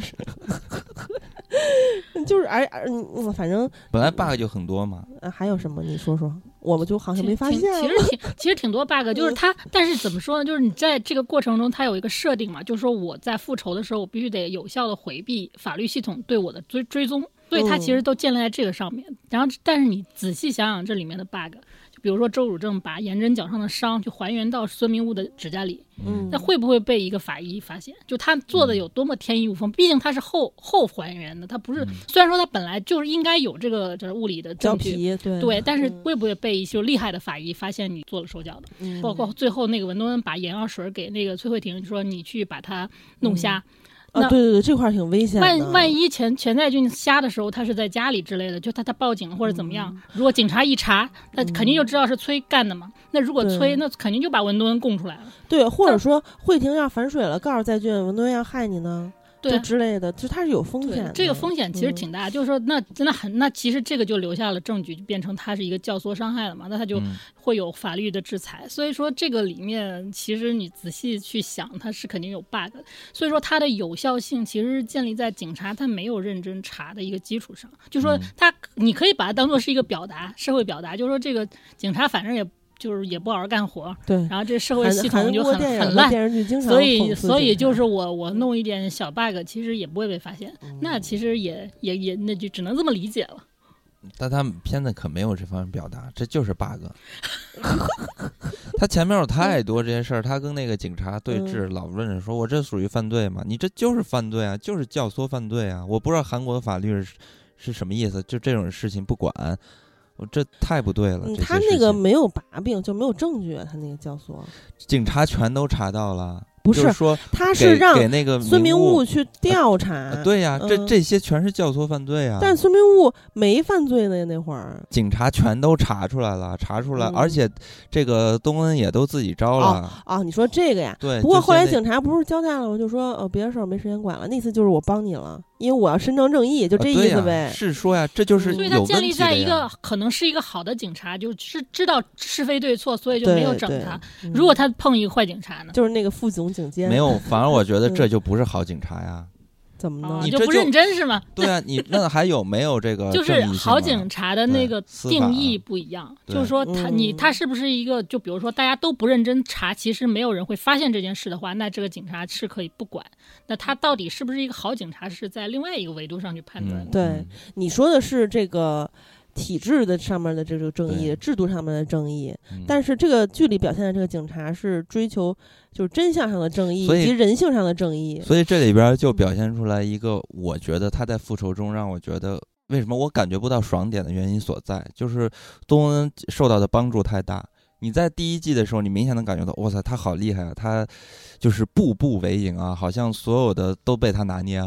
就是而而嗯，反正本来 bug 就很多嘛。 呃，还有什么？你说说，我们就好像没发现。 其实挺其实挺多 bug， 就是他，但是怎么说呢？就是你在这个过程中，他有一个设定嘛，就是说我在复仇的时候，我必须得有效的回避法律系统对我的追追踪，所以他其实都建立在这个上面。然后，但是你仔细想想这里面的 bug。比如说周汝正把颜真脚上的伤去还原到孙明悟的指甲里，嗯，那会不会被一个法医发现？就他做的有多么天衣无缝？毕竟他是后后还原的，他不是、嗯、虽然说他本来就是应该有这个就是物理的证据， 对对，但是会不会被一些厉害的法医发现你做了手脚的？嗯、包括最后那个文东恩把眼药水给那个崔慧婷说你去把他弄瞎。嗯啊，对对对，这块挺危险的。 万万一钱钱在俊瞎的时候，他是在家里之类的，就他他报警或者怎么样，嗯、如果警察一查，那肯定就知道是崔干的嘛。嗯、那如果崔，那肯定就把文东恩供出来了。 对，或者说慧婷要反水了，告诉在俊文东恩要害你呢。 对之类的，就它是有风险的。 这个风险其实挺大，嗯、就是说，那真的很，那其实这个就留下了证据，就变成他是一个教唆伤害了嘛，那他就会有法律的制裁。嗯、所以说，这个里面其实你仔细去想，它是肯定有 bug 的。所以说，它的有效性其实是建立在警察他没有认真查的一个基础上，就说他，嗯、你可以把它当做是一个表达，社会表达，就是说这个警察反正也。就是也不好好干活， 对， 然后这社会系统就很很烂，所以所以就是我我弄一点小 bug， 其实也不会被发现，嗯、那其实也也也那就只能这么理解了。 但他们片子可没有这方面表达，这就是 bug。他前面有太多这些事儿，他跟那个警察对峙，嗯、老问着说：“我这属于犯罪吗？你这就是犯罪啊，就是教唆犯罪啊！我不知道韩国的法律是是什么意思，就这种事情不管。”我这太不对了， 嗯、他那个没有把柄，就没有证据，他那个教唆， 警察全都查到了。 不是、 就是说， 他是让给那个孙明悟去调查。 呃、对呀、啊，这、嗯、这些全是教唆犯罪啊！ 但孙明悟没犯罪呢，那会儿警察全都查出来了，查出来，嗯、而且这个东恩也都自己招了。 哦，哦你说这个呀？ 对。 不过后来警察不是交代了，我就说呃，别的事儿没时间管了，那次就是我帮你了，因为我要伸张正义，就这意思呗。 啊、是说呀，这就是有问题的呀。 所以他建立在一个可能是一个好的警察，就是知道是非对错，所以就没有整他。 嗯、 如果他碰一个坏警察呢？ 就是那个副总警监。 没有。反而我觉得这就不是好警察呀。 怎么呢？ 你就不认真是吗？ 对啊，你那还有没有这个就是好警察的那个定义不一样，就是说他你他是不是一个，就比如说大家都不认真查，其实没有人会发现这件事的话，那这个警察是可以不管。那他到底是不是一个好警察，是在另外一个维度上去判断的。 嗯、对，你说的是这个。体制的上面的这个正义，制度上面的正义，嗯、但是这个剧里表现的这个警察是追求就是真相上的正义以及人性上的正义， 所以这里边就表现出来一个，我觉得他在复仇中让我觉得为什么我感觉不到爽点的原因所在，就是东恩受到的帮助太大。你在第一季的时候，你明显能感觉到，哇塞，他好厉害啊，他就是步步为营啊，好像所有的都被他拿捏了。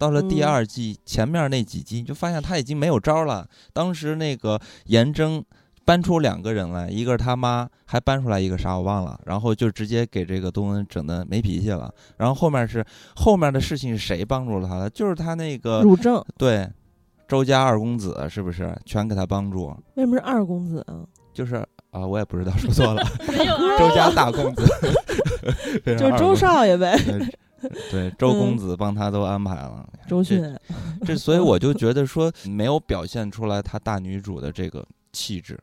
到了第二季、嗯、前面那几集，你就发现他已经没有招了。当时那个颜征搬出两个人来，一个是他妈，还搬出来一个啥我忘了，然后就直接给这个东恩整的没脾气了。然后后面是后面的事情是谁帮助了他的？就是他那个汝正， 对，周家二公子是不是全给他帮助？ 为什么是二公子啊？ 就是啊，我也不知道，说错了，周家大公子， 就是周少爷呗。 对，周公子帮他都安排了。 嗯、周迅， 这所以我就觉得说没有表现出来他大女主的这个气质。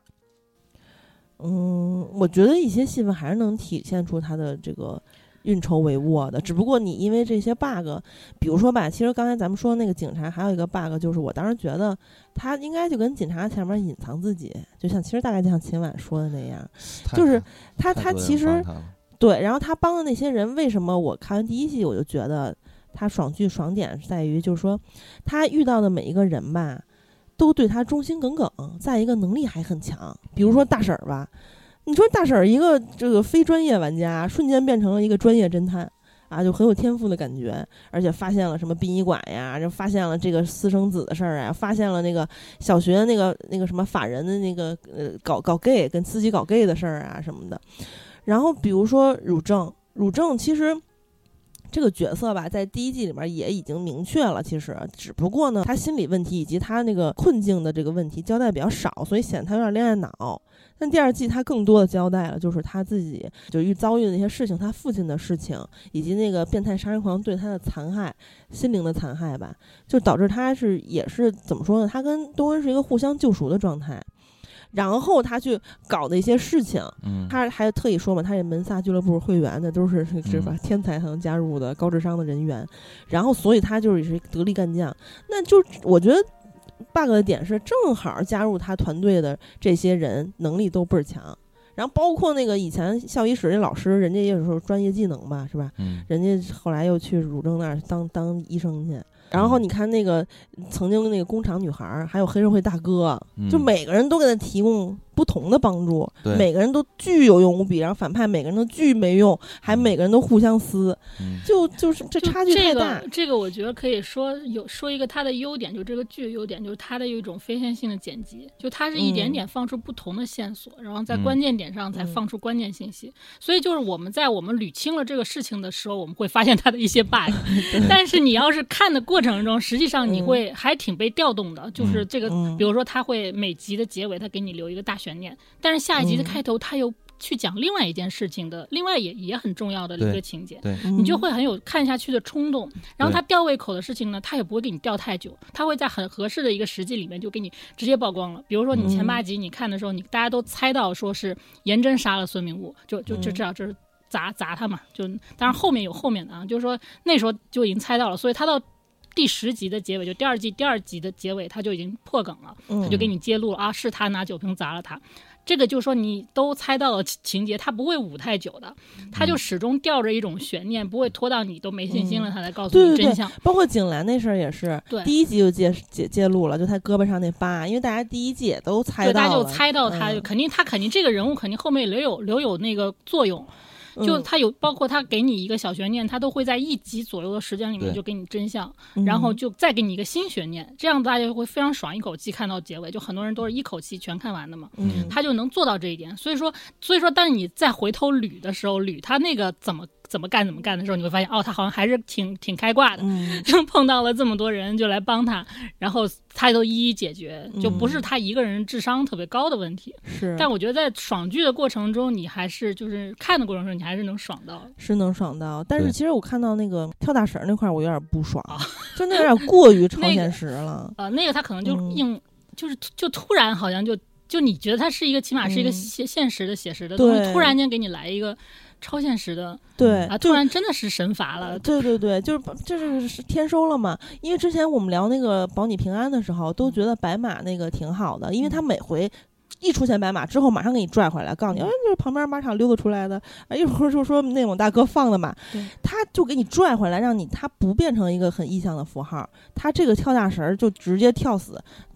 嗯，我觉得一些戏份还是能体现出他的这个运筹帷幄的，只不过你因为这些 bug， 比如说吧，其实刚才咱们说那个警察还有一个 bug， 就是我当时觉得他应该就跟警察前面隐藏自己，就像其实大概就像秦晚说的那样，就是他他其实对，然后他帮的那些人，为什么我看完第一季我就觉得他爽剧爽点是在于，就是说他遇到的每一个人吧，都对他忠心耿耿，再一个能力还很强。比如说大婶儿吧，你说大婶儿一个这个非专业玩家，瞬间变成了一个专业侦探啊，就很有天赋的感觉，而且发现了什么殡仪馆呀，就发现了这个私生子的事儿啊，发现了那个小学那个那个什么法人的那个呃搞搞 gay 跟司机搞 gay 的事儿啊什么的。然后比如说汝正，汝正其实这个角色吧，在第一季里面也已经明确了，其实只不过呢，他心理问题以及他那个困境的这个问题交代比较少，所以显得他有点恋爱脑。但第二季他更多的交代了，就是他自己就遇遭遇的那些事情，他父亲的事情，以及那个变态杀人狂对他的残害，心灵的残害吧，就导致他是也是怎么说呢？他跟东恩是一个互相救赎的状态。然后他去搞的一些事情，嗯，他还特意说嘛，他是门萨俱乐部会员的，都是是吧，天才才能加入的高智商的人员，然后所以他就是得力干将。那就我觉得 bug 的点是，正好加入他团队的这些人能力都倍儿强。然后包括那个以前校医室那老师，人家也有时候专业技能吧，是吧？嗯，人家后来又去汝正那儿当当医生去。然后你看那个曾经那个工厂女孩，还有黑社会大哥，嗯、就每个人都给他提供不同的帮助，每个人都巨有用无比，然后反派每个人都巨没用，还每个人都互相撕，嗯、就就是这差距太大。 这个这个我觉得可以说有说一个它的优点，就这个剧的优点就是它的有一种非线性的剪辑，就它是一点点放出不同的线索，嗯、然后在关键点上才放出关键信息。嗯、所以就是我们在我们捋清了这个事情的时候，我们会发现它的一些 bug， 但是你要是看的过程中，实际上你会还挺被调动的，嗯、就是这个，嗯、比如说他会每集的结尾他给你留一个大悬念，但是下一集的开头他又去讲另外一件事情的，另外也也很重要的一个情节，你就会很有看下去的冲动。然后他吊胃口的事情呢，他也不会给你吊太久，他会在很合适的一个时机里面就给你直接曝光了。比如说你前八集你看的时候，你大家都猜到说是颜真杀了孙明悟，就就就知道这是砸砸他嘛，就当然后面有后面的啊，就是说那时候就已经猜到了，所以他到第十集的结尾，就第二季第二集的结尾，他就已经破梗了，他就给你揭露了啊，是他拿酒瓶砸了他。这个就是说你都猜到了情节，他不会捂太久的，他就始终吊着一种悬念，不会拖到你都没信心了，他才告诉你真相。 对对对，包括景兰那事儿也是，对，第一集就揭揭揭露了，就他胳膊上那疤，因为大家第一季也都猜到了， 大家就猜到他，嗯、肯定他肯定这个人物肯定后面留有留有那个作用。就他有包括他给你一个小悬念，他都会在一集左右的时间里面就给你真相，然后就再给你一个新悬念，这样大家会非常爽，一口气看到结尾。就很多人都是一口气全看完的嘛，嗯、他就能做到这一点。所以说，所以说，但是你再回头捋的时候，捋他那个怎么怎么干怎么干的时候，你会发现哦，他好像还是挺挺开挂的，嗯、就碰到了这么多人就来帮他，然后他都一一解决，就不是他一个人智商特别高的问题。 是、嗯， 但我觉得在爽剧的过程中，你还是就是看的过程中，你还是能爽到， 是能爽到。但是其实我看到那个跳大绳那块，我有点不爽，真的有点过于超现实了。 那个、呃，那个他可能就硬，嗯、就是就突然好像就就你觉得他是一个起码是一个现现实的写实的东西，嗯、突然间给你来一个超现实的， 对啊，突然真的是神罚了。 对对对，就是这是天收了嘛。因为之前我们聊那个保你平安的时候，都觉得白马那个挺好的，因为他每回一出现白马之后，马上给你拽回来，告诉你，哎，就是旁边马场溜达出来的，啊，一会儿就说那种大哥放的马，他就给你拽回来，让你他不变成一个很意象的符号，他这个跳大绳就直接跳死。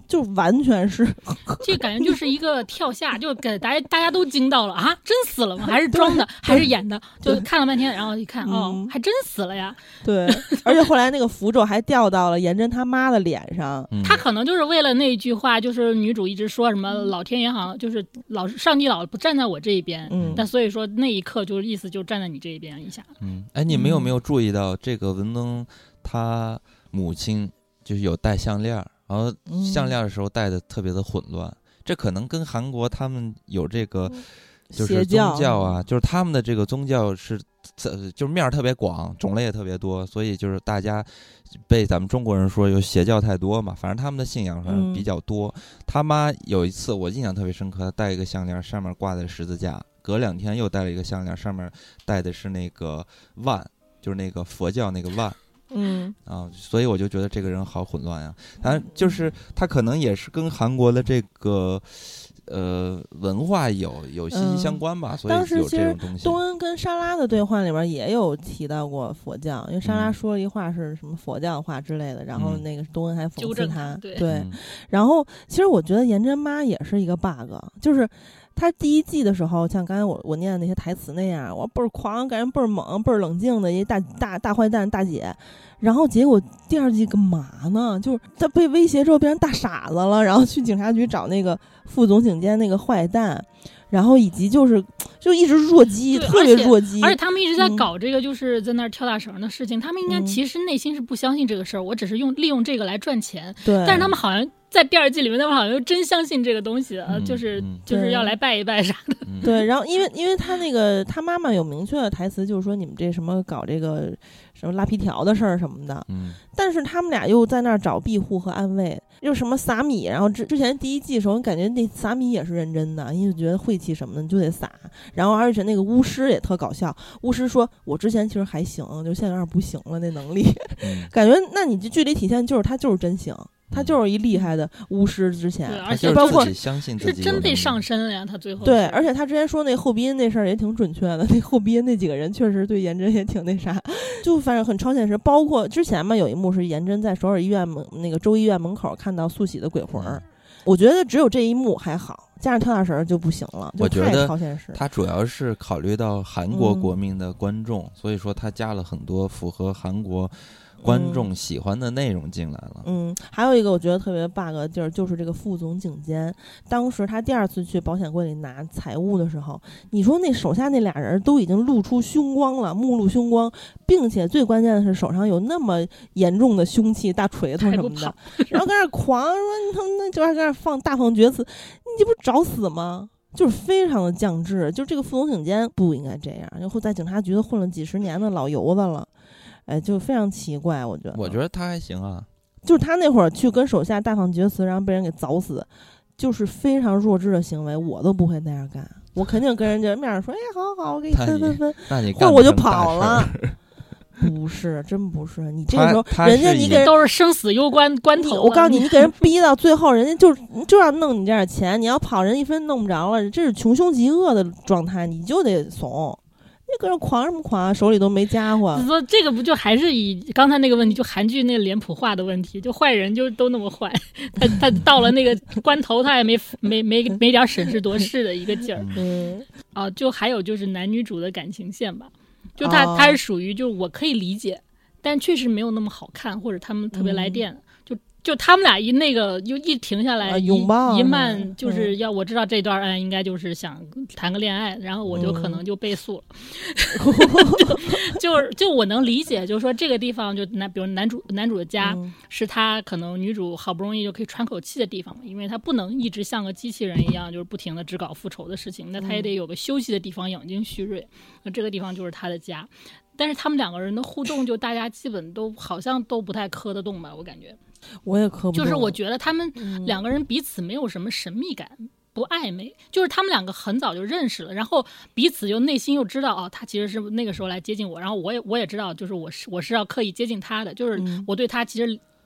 就完全是， 这感觉就是一个跳下，就给大家大家都惊到了啊！真死了吗？还是装的？还是演的？就看了半天，然后一看，哦， 嗯、 还真死了呀！ 对，而且后来那个符咒还掉到了颜真他妈的脸上， 嗯、 他可能就是为了那一句话，就是女主一直说什么老天爷好像就是老上帝老不站在我这一边， 嗯， 但所以说那一刻就是意思就站在你这一边一下。 嗯，哎，你们有没有注意到这个文登他母亲就是有戴项链？然后项链的时候戴的特别的混乱、嗯、这可能跟韩国他们有这个就是宗教啊，就是他们的这个宗教是就是面特别广，种类也特别多，所以就是大家被咱们中国人说有邪教太多嘛，反正他们的信仰上比较多、嗯、他妈有一次我印象特别深刻，她戴一个项链上面挂的十字架，隔两天又戴了一个项链上面戴的是那个万，就是那个佛教那个万， 嗯啊，所以我就觉得这个人好混乱呀。他就是他可能也是跟韩国的这个呃文化有有息息相关吧、嗯，所以有这种东西。 当时其实东恩跟莎拉的对话里边也有提到过佛教，因为莎拉说了一话是什么佛教话之类的，嗯、然后那个东恩还讽刺他， 对， 对嗯、 然后其实我觉得颜真妈也是一个 bug， 就是。他第一季的时候，像刚才我我念的那些台词那样，我倍儿狂，感觉倍儿猛，倍儿冷静的一大大大坏蛋大姐，然后结果第二季干嘛呢？就是他被威胁之后变成大傻子了，然后去警察局找那个副总警监那个坏蛋，然后以及就是就一直弱鸡，特别弱鸡， 而且他们一直在搞这个，就是在那儿跳大绳的事情、嗯。他们应该其实内心是不相信这个事儿、嗯，我只是用利用这个来赚钱。 对， 但是他们好像。在第二季里面，他们好像又真相信这个东西了、嗯，就是就是要来拜一拜啥的。 对，然后因为因为他那个他妈妈有明确的台词，就是说你们这什么搞这个什么拉皮条的事儿什么的。 嗯， 但是他们俩又在那儿找庇护和安慰，又什么撒米，然后之之前第一季的时候，你感觉那撒米也是认真的，因为觉得晦气什么的你就得撒。然后而且那个巫师也特搞笑，巫师说我之前其实还行，就现在有点不行了那能力， 嗯、 感觉那你这剧里体现就是他就是真行。他就是一厉害的巫师，之前， 而且包括相信自己是真被上身了呀。他最后对，而且他之前说那后鼻音那事儿也挺准确的，那后鼻音那几个人确实对颜真也挺那啥，就反正很超现实。包括之前嘛，有一幕是颜真在首尔医院门那个州医院门口看到素喜的鬼魂儿、嗯，我觉得只有这一幕还好，加上跳大绳就不行了，就太超现实。 他主要是考虑到韩国国民的观众、嗯，所以说他加了很多符合韩国观众喜欢的内容进来了。 嗯，还有一个我觉得特别 bug 的地儿，就是这个副总警监，当时他第二次去保险柜里拿财物的时候，你说那手下那俩人都已经露出凶光了，目露凶光，并且最关键的是手上有那么严重的凶器，大锤头什么的，然后搁那狂说他们那就还搁那放大放厥词，你这不是找死吗？就是非常的降智，就这个副总警监不应该这样，然后在警察局混了几十年的老油子了。哎，就非常奇怪，我觉得。 我觉得他还行啊， 就是他那会儿去跟手下大放厥词，然后被人给凿死，就是非常弱智的行为，我都不会那样干。我肯定跟人家面说，哎，好好好，我给你分分分， 那你或者我就跑了。不是，真不是。你这个时候，人家你给人都是生死攸关关头。 我告诉你，你给人逼到最后，人家就就要弄你这点钱，你要跑，人一分弄不着了，这是穷凶极恶的状态，你就得怂。那个人狂什么狂，手里都没家伙。 说这个不就还是以刚才那个问题，就韩剧那个脸谱化的问题，就坏人就都那么坏，他他到了那个关头，他也没没没没点审时度势的一个劲儿。 嗯， 啊，就还有就是男女主的感情线吧，就他、哦、他是属于就我可以理解，但确实没有那么好看，或者他们特别来电。嗯，就他们俩一那个又一停下来、 啊、拥抱一慢，就是要、嗯、我知道这段嗯应该就是想谈个恋爱，然后我就可能就倍速了，嗯、就就就我能理解，就是说这个地方就男比如男主男主的家、嗯、是他可能女主好不容易就可以喘口气的地方嘛，因为他不能一直像个机器人一样就是不停的只搞复仇的事情，那他也得有个休息的地方养精蓄锐，那这个地方就是他的家。但是他们两个人的互动就大家基本都好像都不太磕得动吧，我感觉我也磕不动， 就是我觉得他们两个人彼此没有什么神秘感、嗯、不暧昧，就是他们两个很早就认识了，然后彼此又内心又知道哦，他其实是那个时候来接近我，然后我也我也知道就是我是我是要刻意接近他的，就是我对他其实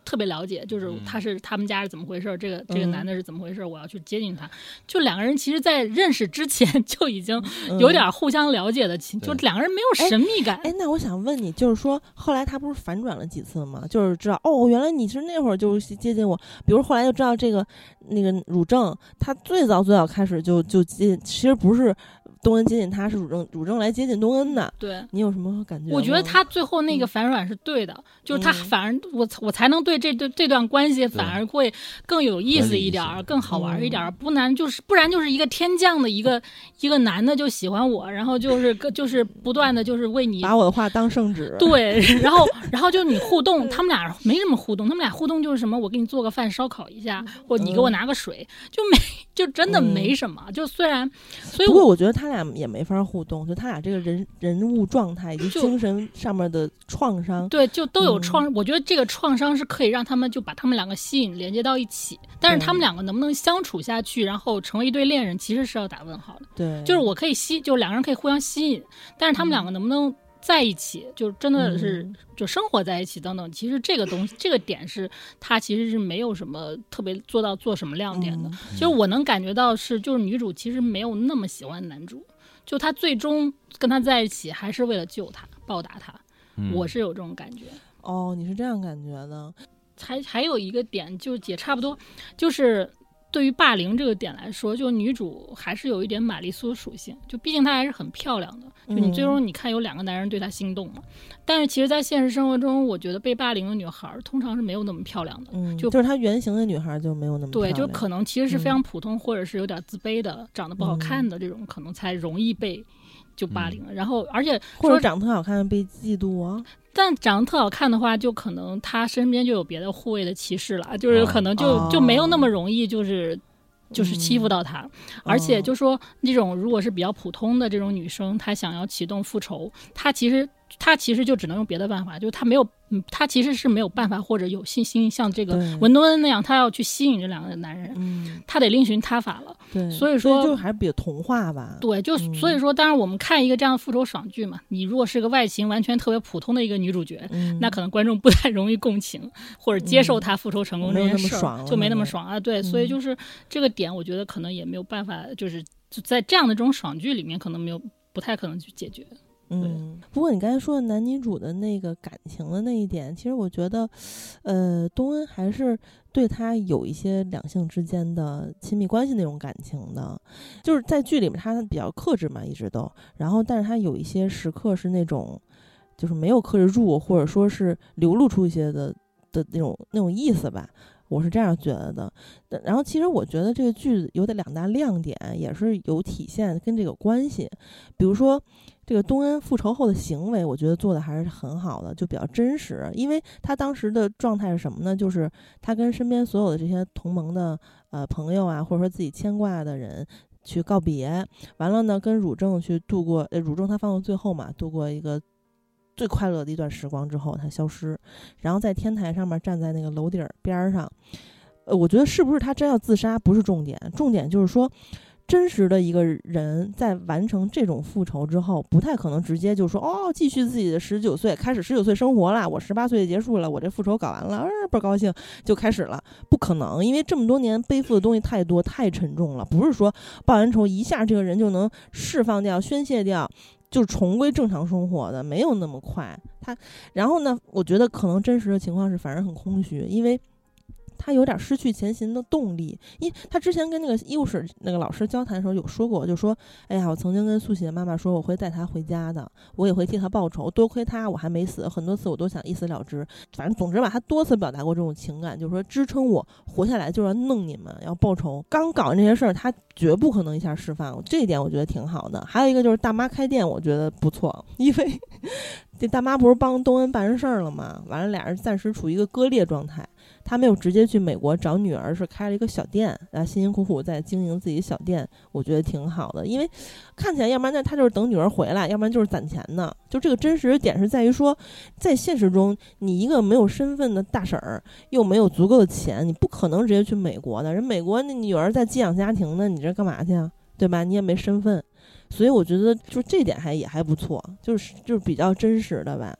特别了解，就是他是他们家是怎么回事，这个这个男的是怎么回事，我要去接近他。就两个人其实在认识之前就已经有点互相了解的情，就两个人没有神秘感。 哎，那我想问你，就是说后来他不是反转了几次吗？就是知道哦，原来你是那会儿就接近我，比如后来就知道这个那个乳正，他最早最早开始就就接，其实不是东恩接近他，是乳正乳正来接近东恩的。 对， 你有什么感觉？ 我觉得他最后那个反转是对的，嗯、就是他反而我我才能对这对这段关系反而会更有意思一点，更好玩一点，嗯、不然就是不然就是一个天降的一个一个男的就喜欢我，然后就是就是不断的就是为你把我的话当圣旨。 对，然后然后就你互动，他们俩没什么互动，他们俩互动就是什么，我给你做个饭烧烤一下，或你给我拿个水，嗯、就没就真的没什么。嗯、就虽然，所以不过我觉得他俩也没法互动，就他俩这个人人物状态以及精神上面的创伤， 对，就都有创。嗯、我觉得这个创伤是可以让他们就把他们两个吸引连接到一起，但是他们两个能不能相处下去，然后成为一对恋人，其实是要打问号的。 对， 就是我可以吸，就两个人可以互相吸引，但是他们两个能不能在一起，嗯、就真的是就生活在一起等等，其实这个东西这个点是他其实是没有什么特别做到做什么亮点的。 嗯、 其实我能感觉到是，就是女主其实没有那么喜欢男主。就他最终跟他在一起还是为了救他报答他，嗯、我是有这种感觉。 哦，你是这样感觉的。 还还有一个点就也差不多，就是对于霸凌这个点来说，就女主还是有一点玛丽苏属性，就毕竟她还是很漂亮的，就你最终你看有两个男人对她心动嘛，嗯、但是其实在现实生活中，我觉得被霸凌的女孩通常是没有那么漂亮的， 嗯、 就就是她原型的女孩就没有那么漂亮， 对，就可能其实是非常普通，嗯、或者是有点自卑的，长得不好看的这种，可能才容易被就霸凌了。嗯、然后而且或者长得特好看被嫉妒啊。 但长得特好看的话，就可能他身边就有别的护卫的骑士了，就是可能就、哦、就没有那么容易就是就是欺负到他。嗯、而且就说那种如果是比较普通的这种女生，她想要启动复仇，她其实她其实就只能用别的办法，就是她没有嗯，她其实是没有办法或者有信心像这个文多恩那样，她要去吸引这两个男人，嗯、她得另寻他法了。 对， 所以说就还是比较童话吧。 对，就、嗯、所以说，当然我们看一个这样的复仇爽剧嘛，你如果是个外形完全特别普通的一个女主角，嗯、那可能观众不太容易共情或者接受她复仇成功这件事， 嗯、 就没那么爽啊。对，嗯、所以就是这个点，我觉得可能也没有办法，就是就在这样的这种爽剧里面，可能没有不太可能去解决。 嗯，不过你刚才说的男女主的那个感情的那一点，其实我觉得，呃，东恩还是对他有一些两性之间的亲密关系那种感情的，就是在剧里面他比较克制嘛，一直都，然后但是他有一些时刻是那种，就是没有克制住，或者说是流露出一些的的那种那种意思吧。我是这样觉得的，然后其实我觉得这个剧有的两大亮点也是有体现跟这个关系，比如说这个东恩复仇后的行为，我觉得做的还是很好的，就比较真实。因为他当时的状态是什么呢？就是他跟身边所有的这些同盟的呃朋友啊，或者说自己牵挂的人去告别，完了呢跟乳正去度过，呃乳正他放到最后嘛，度过一个最快乐的一段时光之后，他消失，然后在天台上面站在那个楼顶边上，呃，我觉得是不是他真要自杀不是重点，重点就是说，真实的一个人在完成这种复仇之后，不太可能直接就说哦，继续自己的十九岁，开始十九岁生活了，我十八岁结束了，我这复仇搞完了，呃，倍高兴就开始了，不可能，因为这么多年背负的东西太多太沉重了，不是说报完仇一下这个人就能释放掉宣泄掉。就重归正常生活的，没有那么快。他，然后呢，我觉得可能真实的情况是，反而很空虚，因为他有点失去前行的动力。因为他之前跟那个医务室那个老师交谈的时候有说过，就说：“哎呀，我曾经跟苏喜的妈妈说，我会带她回家的，我也会替她报仇。多亏她，我还没死，很多次我都想一死了之。反正总之吧，他多次表达过这种情感，就是说支撑我活下来，就要弄你们，要报仇。刚搞这些事儿，他绝不可能一下释放，这一点我觉得挺好的。还有一个就是大妈开店，我觉得不错，因为这大妈不是帮东恩办事儿了吗？完了，俩人暂时处于一个割裂状态。他没有直接去美国找女儿，是开了一个小店，然后辛辛苦苦在经营自己小店，我觉得挺好的。因为看起来，要不然那他就是等女儿回来，要不然就是攒钱呢。就这个真实的点是在于说，在现实中，你一个没有身份的大婶儿，又没有足够的钱，你不可能直接去美国的。人美国那女儿在寄养家庭呢，你这干嘛去啊？对吧？你也没身份，所以我觉得就这点还也还不错，就是就是比较真实的吧。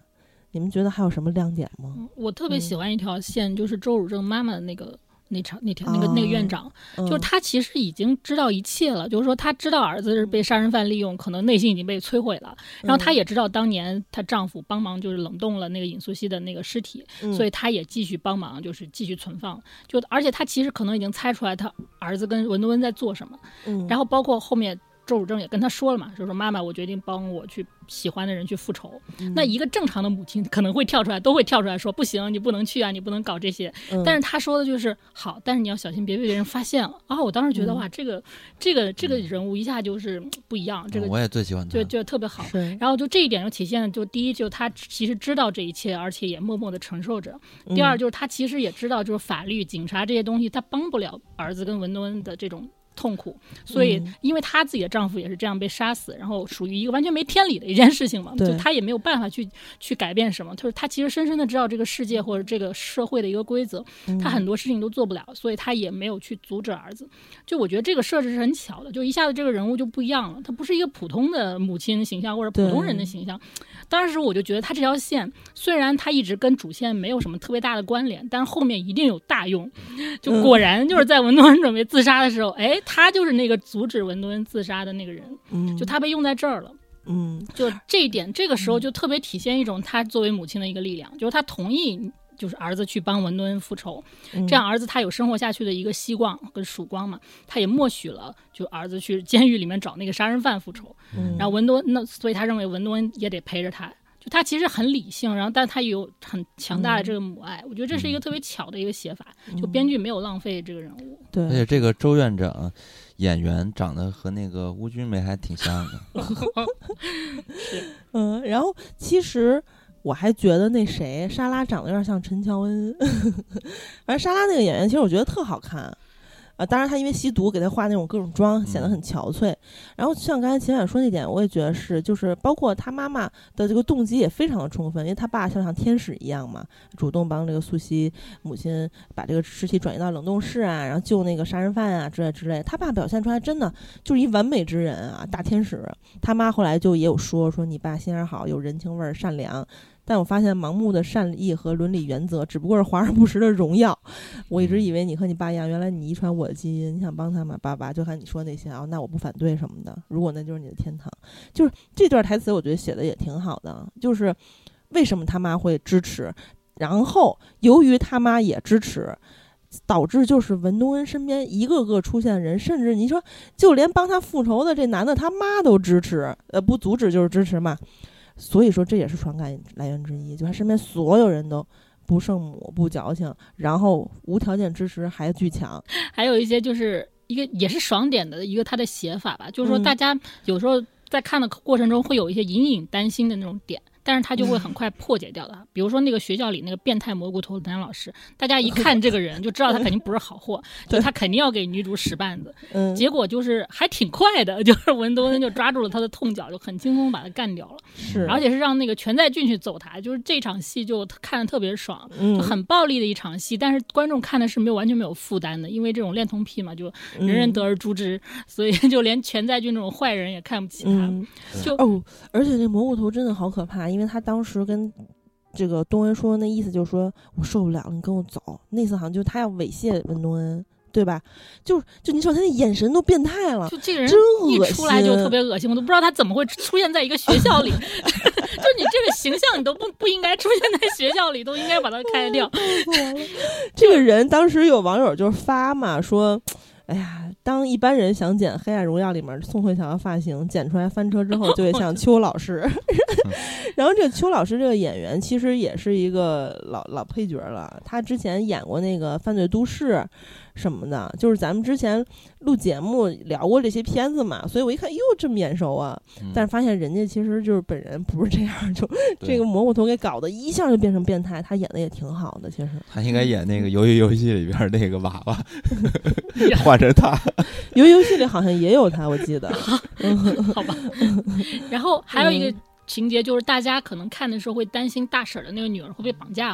你们觉得还有什么亮点吗？ 嗯、我特别喜欢一条线，嗯、就是周汝正妈妈的那个那场那条那个、哦、那个院长，就是他其实已经知道一切了，嗯、就是说他知道儿子是被杀人犯利用，可能内心已经被摧毁了，然后他也知道当年她丈夫帮忙就是冷冻了那个尹素汐的那个尸体，嗯、所以他也继续帮忙，就是继续存放。就而且他其实可能已经猜出来他儿子跟文多恩在做什么，嗯、然后包括后面。周汝正也跟他说了嘛，就说妈妈，我决定帮我去喜欢的人去复仇。嗯、那一个正常的母亲可能会跳出来，都会跳出来说不行，你不能去啊，你不能搞这些。嗯、但是他说的就是好，但是你要小心，别被别人发现了啊！我当时觉得、嗯、哇，这个这个这个人物一下就是不一样，这个我也最喜欢他， 就就特别好。然后就这一点就体现了，就第一，就他其实知道这一切，而且也默默的承受着； 嗯、 第二，就是他其实也知道，就是法律、警察这些东西，他帮不了儿子跟文多恩的这种。痛苦，所以因为她自己的丈夫也是这样被杀死，然后属于一个完全没天理的一件事情嘛，就她也没有办法去去改变什么，就是她其实深深的知道这个世界或者这个社会的一个规则，她很多事情都做不了，所以她也没有去阻止儿子。就我觉得这个设置是很巧的，就一下子这个人物就不一样了，她不是一个普通的母亲形象或者普通人的形象。当时我就觉得她这条线虽然她一直跟主线没有什么特别大的关联，但是后面一定有大用。就果然就是在文多恩准备自杀的时候，哎。他就是那个阻止文多恩自杀的那个人，嗯，就他被用在这儿了， 嗯， 就这一点，这个时候就特别体现一种他作为母亲的一个力量，就是他同意，就是儿子去帮文多恩复仇，嗯、这样儿子他有生活下去的一个希望跟曙光嘛，他也默许了，就儿子去监狱里面找那个杀人犯复仇，嗯、然后文多恩那，所以他认为文多恩也得陪着他。就他其实很理性，然后但他也有很强大的这个母爱，嗯、我觉得这是一个特别巧的一个写法，嗯、就编剧没有浪费这个人物。 对， 而且这个周院长演员长得和那个邬君梅还挺像的。 是， 嗯，然后其实我还觉得那谁莎拉长得有点像陈乔恩，反正莎拉那个演员其实我觉得特好看。啊，当然他因为吸毒给他化那种各种妆，显得很憔悴。嗯、然后像刚才秦冉说那点，我也觉得是，就是包括他妈妈的这个动机也非常的充分，因为他爸像像天使一样嘛，主动帮这个素汐母亲把这个尸体转移到冷冻室啊，然后救那个杀人犯啊之类之类。他爸表现出来真的就是一完美之人啊，大天使。他妈后来就也有说说你爸心眼好，有人情味儿，善良。但我发现盲目的善意和伦理原则只不过是华而不实的荣耀。我一直以为你和你爸一样，原来你遗传我的基因，你想帮他嘛，爸爸就看你说那些啊，那我不反对什么的。如果那就是你的天堂，就是这段台词，我觉得写的也挺好的。就是为什么他妈会支持，然后由于他妈也支持，导致就是文东恩身边一个个出现的人，甚至你说就连帮他复仇的这男的他妈都支持，呃，不阻止就是支持嘛。所以说这也是爽感来源之一，就他身边所有人都不圣母不矫情，然后无条件支持还巨强。 还有一些就是一个也是爽点的一个他的写法吧，就是说大家有时候在看的过程中会有一些隐隐担心的那种点，但是他就会很快破解掉的。比如说那个学校里那个变态蘑菇头的男老师，大家一看这个人就知道他肯定不是好货，就他肯定要给女主使绊子。嗯，结果就是还挺快的，就是文多恩就抓住了他的痛脚，就很轻松把他干掉了。 是， 而且是让那个全在俊去揍他，就是这场戏就看得特别爽，就很暴力的一场戏，但是观众看的是没有完全没有负担的，因为这种恋童癖嘛，就人人得而诛之，嗯、所以就连全在俊这种坏人也看不起他。 嗯、就哦，而且那蘑菇头真的好可怕，因为他当时跟这个东恩说，那意思就是说我受不了了，你跟我走。那次好像就他要猥亵文东恩，对吧？就就你说他那眼神都变态了， 就这个人一出来就特别恶心，我都不知道他怎么会出现在一个学校里。就你这个形象，你都不不应该出现在学校里，都应该把他开掉。 这个人当时有网友就发嘛说。哎呀，当一般人想剪《黑暗荣耀》里面宋慧乔的发型，剪出来翻车之后，就会像邱老师。然后这个邱老师这个演员其实也是一个老老配角了，他之前演过那个《犯罪都市》什么的，就是咱们之前录节目聊过这些片子嘛，所以我一看，哟，这么眼熟啊！嗯、但是发现人家其实就是本人不是这样，就这个蘑菇头给搞得一下就变成变态，他演的也挺好的，其实。 他应该演那个《鱿鱼游戏》里边那个娃娃。换成他， 游游戏里好像也有他，我记得。 好吧。然后还有一个情节就是，大家可能看的时候会担心大婶的那个女儿会被绑架嘛。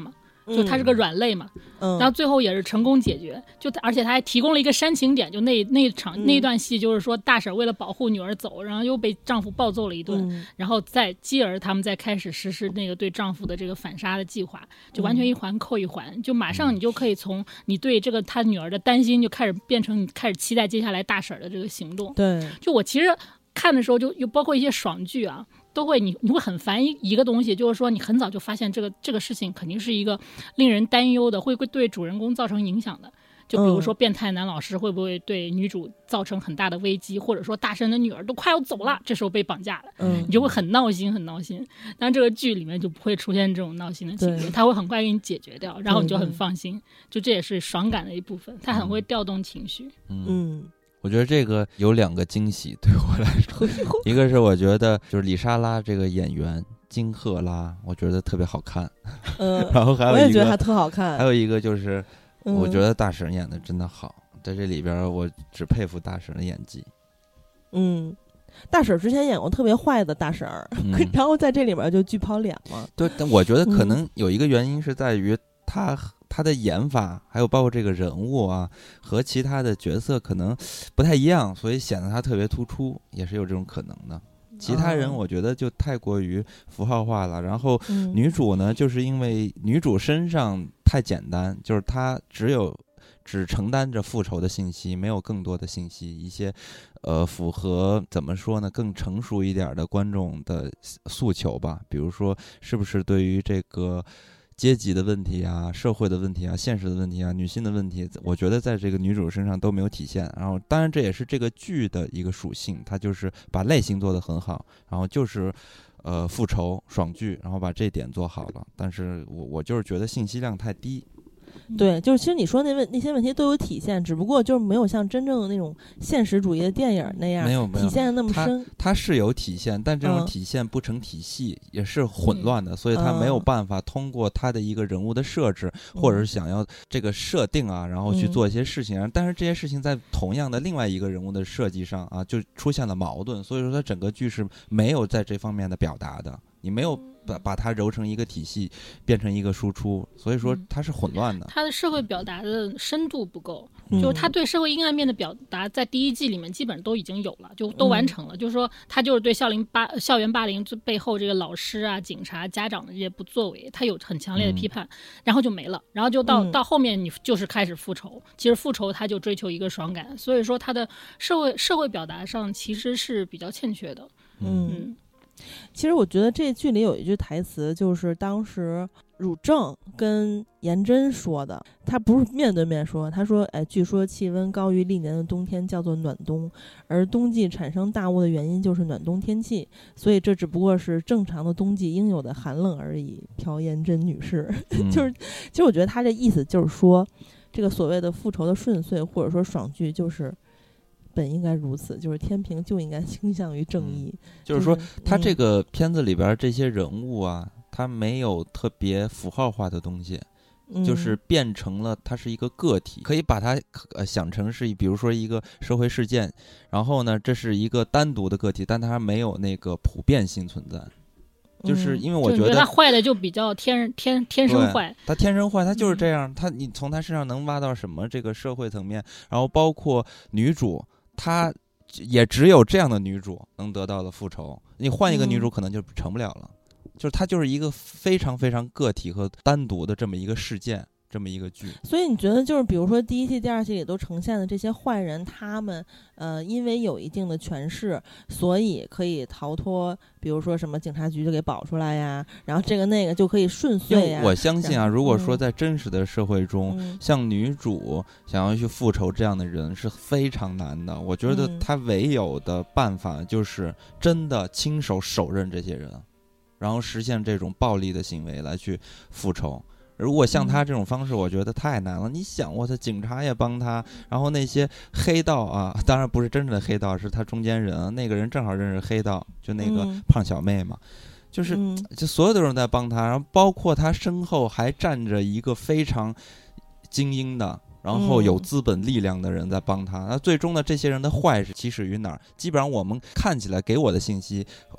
就他是个软肋嘛， 嗯， 然后最后也是成功解决，就而且他还提供了一个煽情点，就那那场、嗯、那段戏就是说大婶为了保护女儿走，然后又被丈夫暴揍了一顿、嗯、然后再继而他们再开始实施那个对丈夫的这个反杀的计划，就完全一环扣一环、嗯、就马上你就可以从你对这个他女儿的担心就开始变成你开始期待接下来大婶的这个行动。 对， 就我其实看的时候就又包括一些爽剧啊，都会你你会很烦一一个东西，就是说你很早就发现这个这个事情肯定是一个令人担忧的，会会对主人公造成影响的。就比如说变态男老师会不会对女主造成很大的危机，或者说大婶的女儿都快要走了，这时候被绑架了， 嗯， 你就会很闹心很闹心。但这个剧里面就不会出现这种闹心的情节，他会很快给你解决掉，然后你就很放心，就这也是爽感的一部分，他很会调动情绪。 嗯。嗯，我觉得这个有两个惊喜对我来说，一个是我觉得就是李莎拉这个演员金赫拉，我觉得特别好看， 嗯， 然后还有一个我也觉得还特好看， 还有一个就是我觉得大婶演的真的好，嗯、在这里边我只佩服大婶的演技。 嗯，大婶之前演过特别坏的大婶儿、嗯，然后在这里面就巨抛脸嘛。 对，但我觉得可能有一个原因是在于他。他的演法还有包括这个人物啊和其他的角色可能不太一样，所以显得他特别突出，也是有这种可能的。其他人我觉得就太过于符号化了，然后女主呢就是因为女主身上太简单，就是她只有只承担着复仇的信息，没有更多的信息，一些呃符合怎么说呢更成熟一点的观众的诉求吧，比如说是不是对于这个阶级的问题啊，社会的问题啊，现实的问题啊，女性的问题，我觉得在这个女主身上都没有体现。然后当然这也是这个剧的一个属性，它就是把类型做得很好，然后就是呃复仇爽剧，然后把这点做好了。但是我我就是觉得信息量太低。 对，就是其实你说那问那些问题都有体现，只不过就是没有像真正的那种现实主义的电影那样没有没有体现的那么深。 它是有体现，但这种体现不成体系，嗯、也是混乱的，所以它没有办法通过它的一个人物的设置，嗯、或者是想要这个设定啊，然后去做一些事情，嗯、但是这些事情在同样的另外一个人物的设计上啊，就出现了矛盾，所以说它整个剧是没有在这方面的表达的，你没有。把把它揉成一个体系，变成一个输出，所以说它是混乱的。 它的社会表达的深度不够，嗯、就是他对社会阴暗面的表达，在第一季里面基本都已经有了，就都完成了。嗯、就是说，他就是对校龄霸校园霸凌背后这个老师啊、警察、家长的这些不作为，他有很强烈的批判，嗯、然后就没了，然后就到、嗯、到后面你就是开始复仇。其实复仇他就追求一个爽感，所以说他的社会社会表达上其实是比较欠缺的。嗯。嗯其实我觉得这剧里有一句台词，就是当时汝正跟颜真说的，他不是面对面说，他说哎，据说气温高于历年的冬天叫做暖冬，而冬季产生大雾的原因就是暖冬天气，所以这只不过是正常的冬季应有的寒冷而已。朴颜真女士、嗯、就是其实我觉得他这意思就是说，这个所谓的复仇的顺遂或者说爽剧就是本应该如此，就是天平就应该倾向于正义、嗯、 就是说他这个片子里边这些人物啊，他没有特别符号化的东西、嗯、就是变成了它是一个个体，可以把它呃想成是比如说一个社会事件，然后呢这是一个单独的个体，但它没有那个普遍性存在，就是因为我觉得他坏的就比较天天天生坏， 他天生坏，他就是这样、嗯、他你从他身上能挖到什么这个社会层面，然后包括女主她也只有这样的女主能得到的复仇，你换一个女主可能就成不了了、嗯、就是她就是一个非常非常个体和单独的这么一个事件，这么一个剧。 所以你觉得就是比如说第一季第二季里都呈现的这些坏人，他们呃因为有一定的权势，所以可以逃脱，比如说什么警察局就给保出来呀，然后这个那个就可以顺遂呀。 我相信啊，如果说在真实的社会中、嗯、像女主想要去复仇这样的人是非常难的，我觉得她唯有的办法就是真的亲手手刃这些人，然后实现这种暴力的行为来去复仇。如果像他这种方式、嗯、我觉得太难了。你想我操，警察也帮他，然后那些黑道啊，当然不是真正的黑道，是他中间人啊，那个人正好认识黑道，就那个胖小妹嘛、嗯、就是就所有的人在帮他，然后包括他身后还站着一个非常精英的然后有资本力量的人在帮他，那最终呢这些人的坏是起始于哪儿？基本上我们看起来给我的信息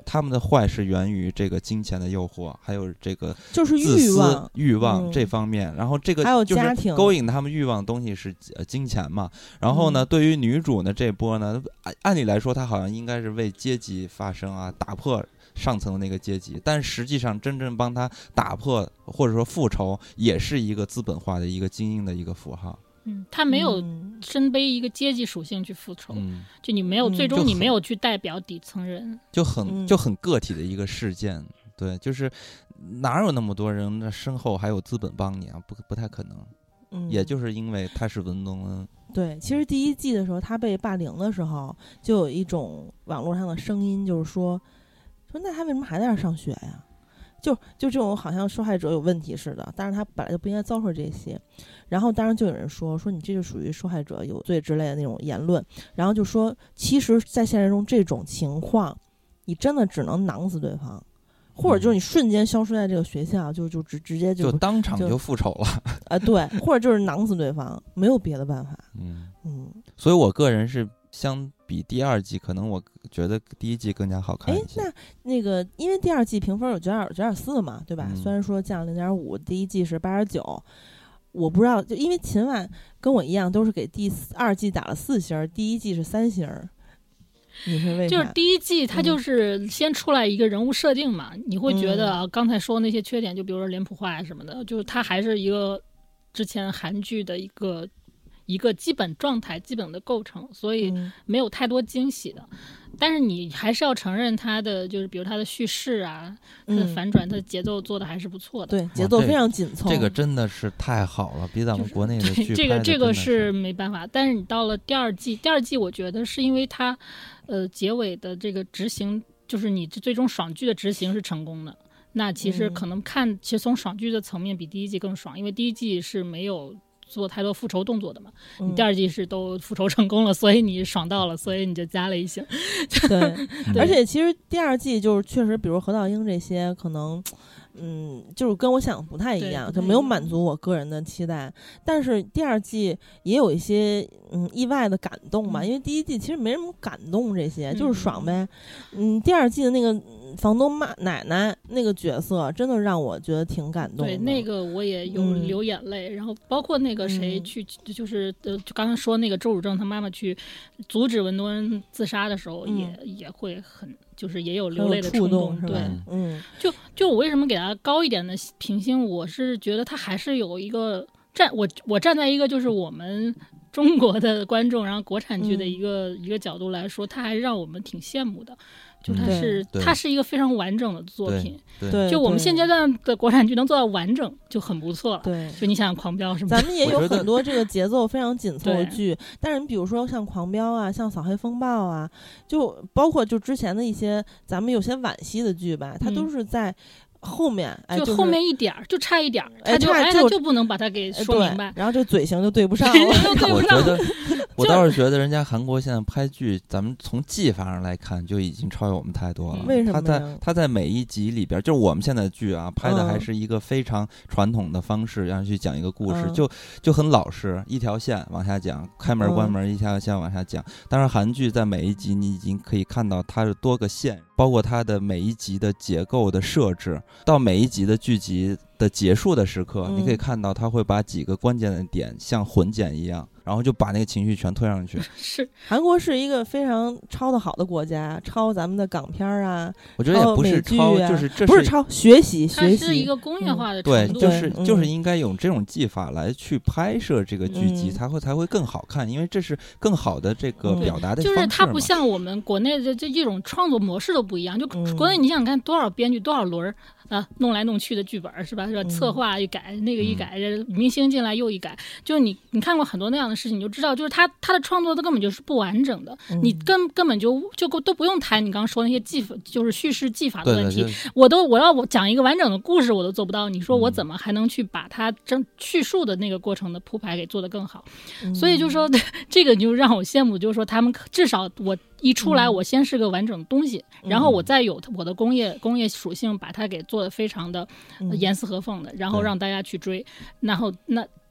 他们的坏是源于这个金钱的诱惑，还有这个就是欲望欲望嗯这方面。然后这个还有就是家庭勾引他们欲望的东西是呃金钱嘛。然后呢， 嗯对于女主呢这波呢，按按理来说，她好像应该是为阶级发声啊，打破上层的那个阶级，但实际上真正帮他打破或者说复仇，也是一个资本化的一个精英的一个符号。 嗯，他没有嗯身背一个阶级属性去复仇， 嗯， 就你没有、 嗯最就很终你没有去代表底层人， 就很嗯就很个体的一个事件。对，就是哪有那么多人的身后还有资本帮你啊？不不太可能。 嗯也就是因为他是文东恩。 对，其实第一季的时候，他被霸凌的时候，就有一种网络上的声音，就是说，说那他为什么还在这儿上学呀？就就这种好像受害者有问题似的，但是他本来就不应该遭受这些。然后当然就有人说说你这就属于受害者有罪之类的那种言论，然后就说其实，在现实中这种情况，你真的只能囊死对方。或者就是你瞬间消失在这个学校，就就直直接就就当场就复仇了啊，对，或者就是囊死对方，没有别的办法。 嗯嗯， 所以我个人是相比第二季，可能我觉得第一季更加好看一些。 哎，那那个因为第二季评分有九点九点四嘛，对吧？ 嗯、 虽然说降零点五，第一季是八点九，我不知道，就因为秦晚跟我一样都是给第二季打了四星，第一季是三星。你是为啥？ 就是第一季它就是先出来一个人物设定嘛，嗯、你会觉得、啊、刚才说那些缺点，就比如说脸谱化呀什么的，就是它还是一个之前韩剧的一个一个基本状态、基本的构成，所以没有太多惊喜的。嗯、但是你还是要承认它的，就是比如它的叙事啊、它的反转、它的节奏做的还是不错的。 对，节奏非常紧凑。 这个真的是太好了，比咱们国内的剧拍的、 就是、这个这个是没办法。但是你到了第二季，第二季我觉得是因为它。呃，结尾的这个执行，就是你最终爽剧的执行是成功的。那其实可能看，嗯、其实从爽剧的层面比第一季更爽，因为第一季是没有做太多复仇动作的嘛， 嗯、 你第二季是都复仇成功了，所以你爽到了，所以你就加了一星。 对，对而且其实第二季就是确实，比如何道英这些可能。嗯，就是跟我想不太一样，就没有满足我个人的期待。但是第二季也有一些嗯意外的感动吧，嗯、因为第一季其实没什么感动，这些、嗯、就是爽呗。嗯，第二季的那个房东妈奶奶那个角色，真的让我觉得挺感动的。 对，那个我也有流眼泪。嗯、然后包括那个谁去，嗯、就是呃，就刚刚说那个周汝正他妈妈去阻止文东恩自杀的时候，嗯、也也会很。就是也有流泪的冲动，对， 嗯， 就就我为什么给他高一点的评星，我是觉得他还是有一个站，我我站在一个就是我们中国的观众，然后国产剧的一个、嗯、一个角度来说，他还让我们挺羡慕的。就它是、 嗯、 它是一个非常完整的作品， 对， 对就我们现阶段的国产剧能做到完整就很不错了。 对， 就你想想《狂飙》什么的， 咱们也有很多这个节奏非常紧凑的剧，但是你比如说像《狂飙》啊，像《扫黑风暴》啊，就包括就之前的一些咱们有些惋惜的剧吧，它都是在。后面、哎、 就后面一点儿、就是、就差一点儿，他就哎他就不能把它给说明白， 然后这嘴型就对不上了。 我觉得，我倒是觉得人家韩国现在拍剧，咱们从技法上来看就已经超越我们太多了。 为什么？ 他在他在每一集里边，就是我们现在的剧啊，拍的还是一个非常传统的方式，让人去讲一个故事， 嗯、 就就很老实，一条线往下讲，开门关门，一条线往下讲。当然，韩剧在每一集你已经可以看到它是多个线，包括它的每一集的结构的设置。到每一集的剧集的结束的时刻、嗯、你可以看到他会把几个关键的点像混剪一样，然后就把那个情绪全推上去。 是， 韩国是一个非常抄的好的国家，抄咱们的港片啊， 我觉得也不是抄， 啊、 就是这是不是抄，学习学习， 它是一个工业化的程度、嗯、对，就是、 嗯、 就是应该用这种技法来去拍摄这个剧集， 嗯、 才会才会更好看，因为这是更好的这个表达的方式、 嗯、就是它不像我们国内的这这种创作模式都不一样，就国内你想想看多少编剧多少轮啊，弄来弄去的剧本是吧？是吧？策划一改，那个一改，嗯、明星进来又一改，就是你你看过很多那样的事情，你就知道，就是他他的创作的根本就是不完整的， 嗯、 你根根本就就都不用谈你刚刚说那些技法，就是叙事技法的问题。 对对对， 我都我要我讲一个完整的故事，我都做不到，你说我怎么还能去把它真叙述的那个过程的铺排给做得更好？ 嗯、 所以就说这个就让我羡慕，就是说他们至少我。一出来，我先是个完整的东西， 嗯、 然后我再有我的工业工业属性，把它给做得非常的严丝合缝的，然后让大家去追。然后那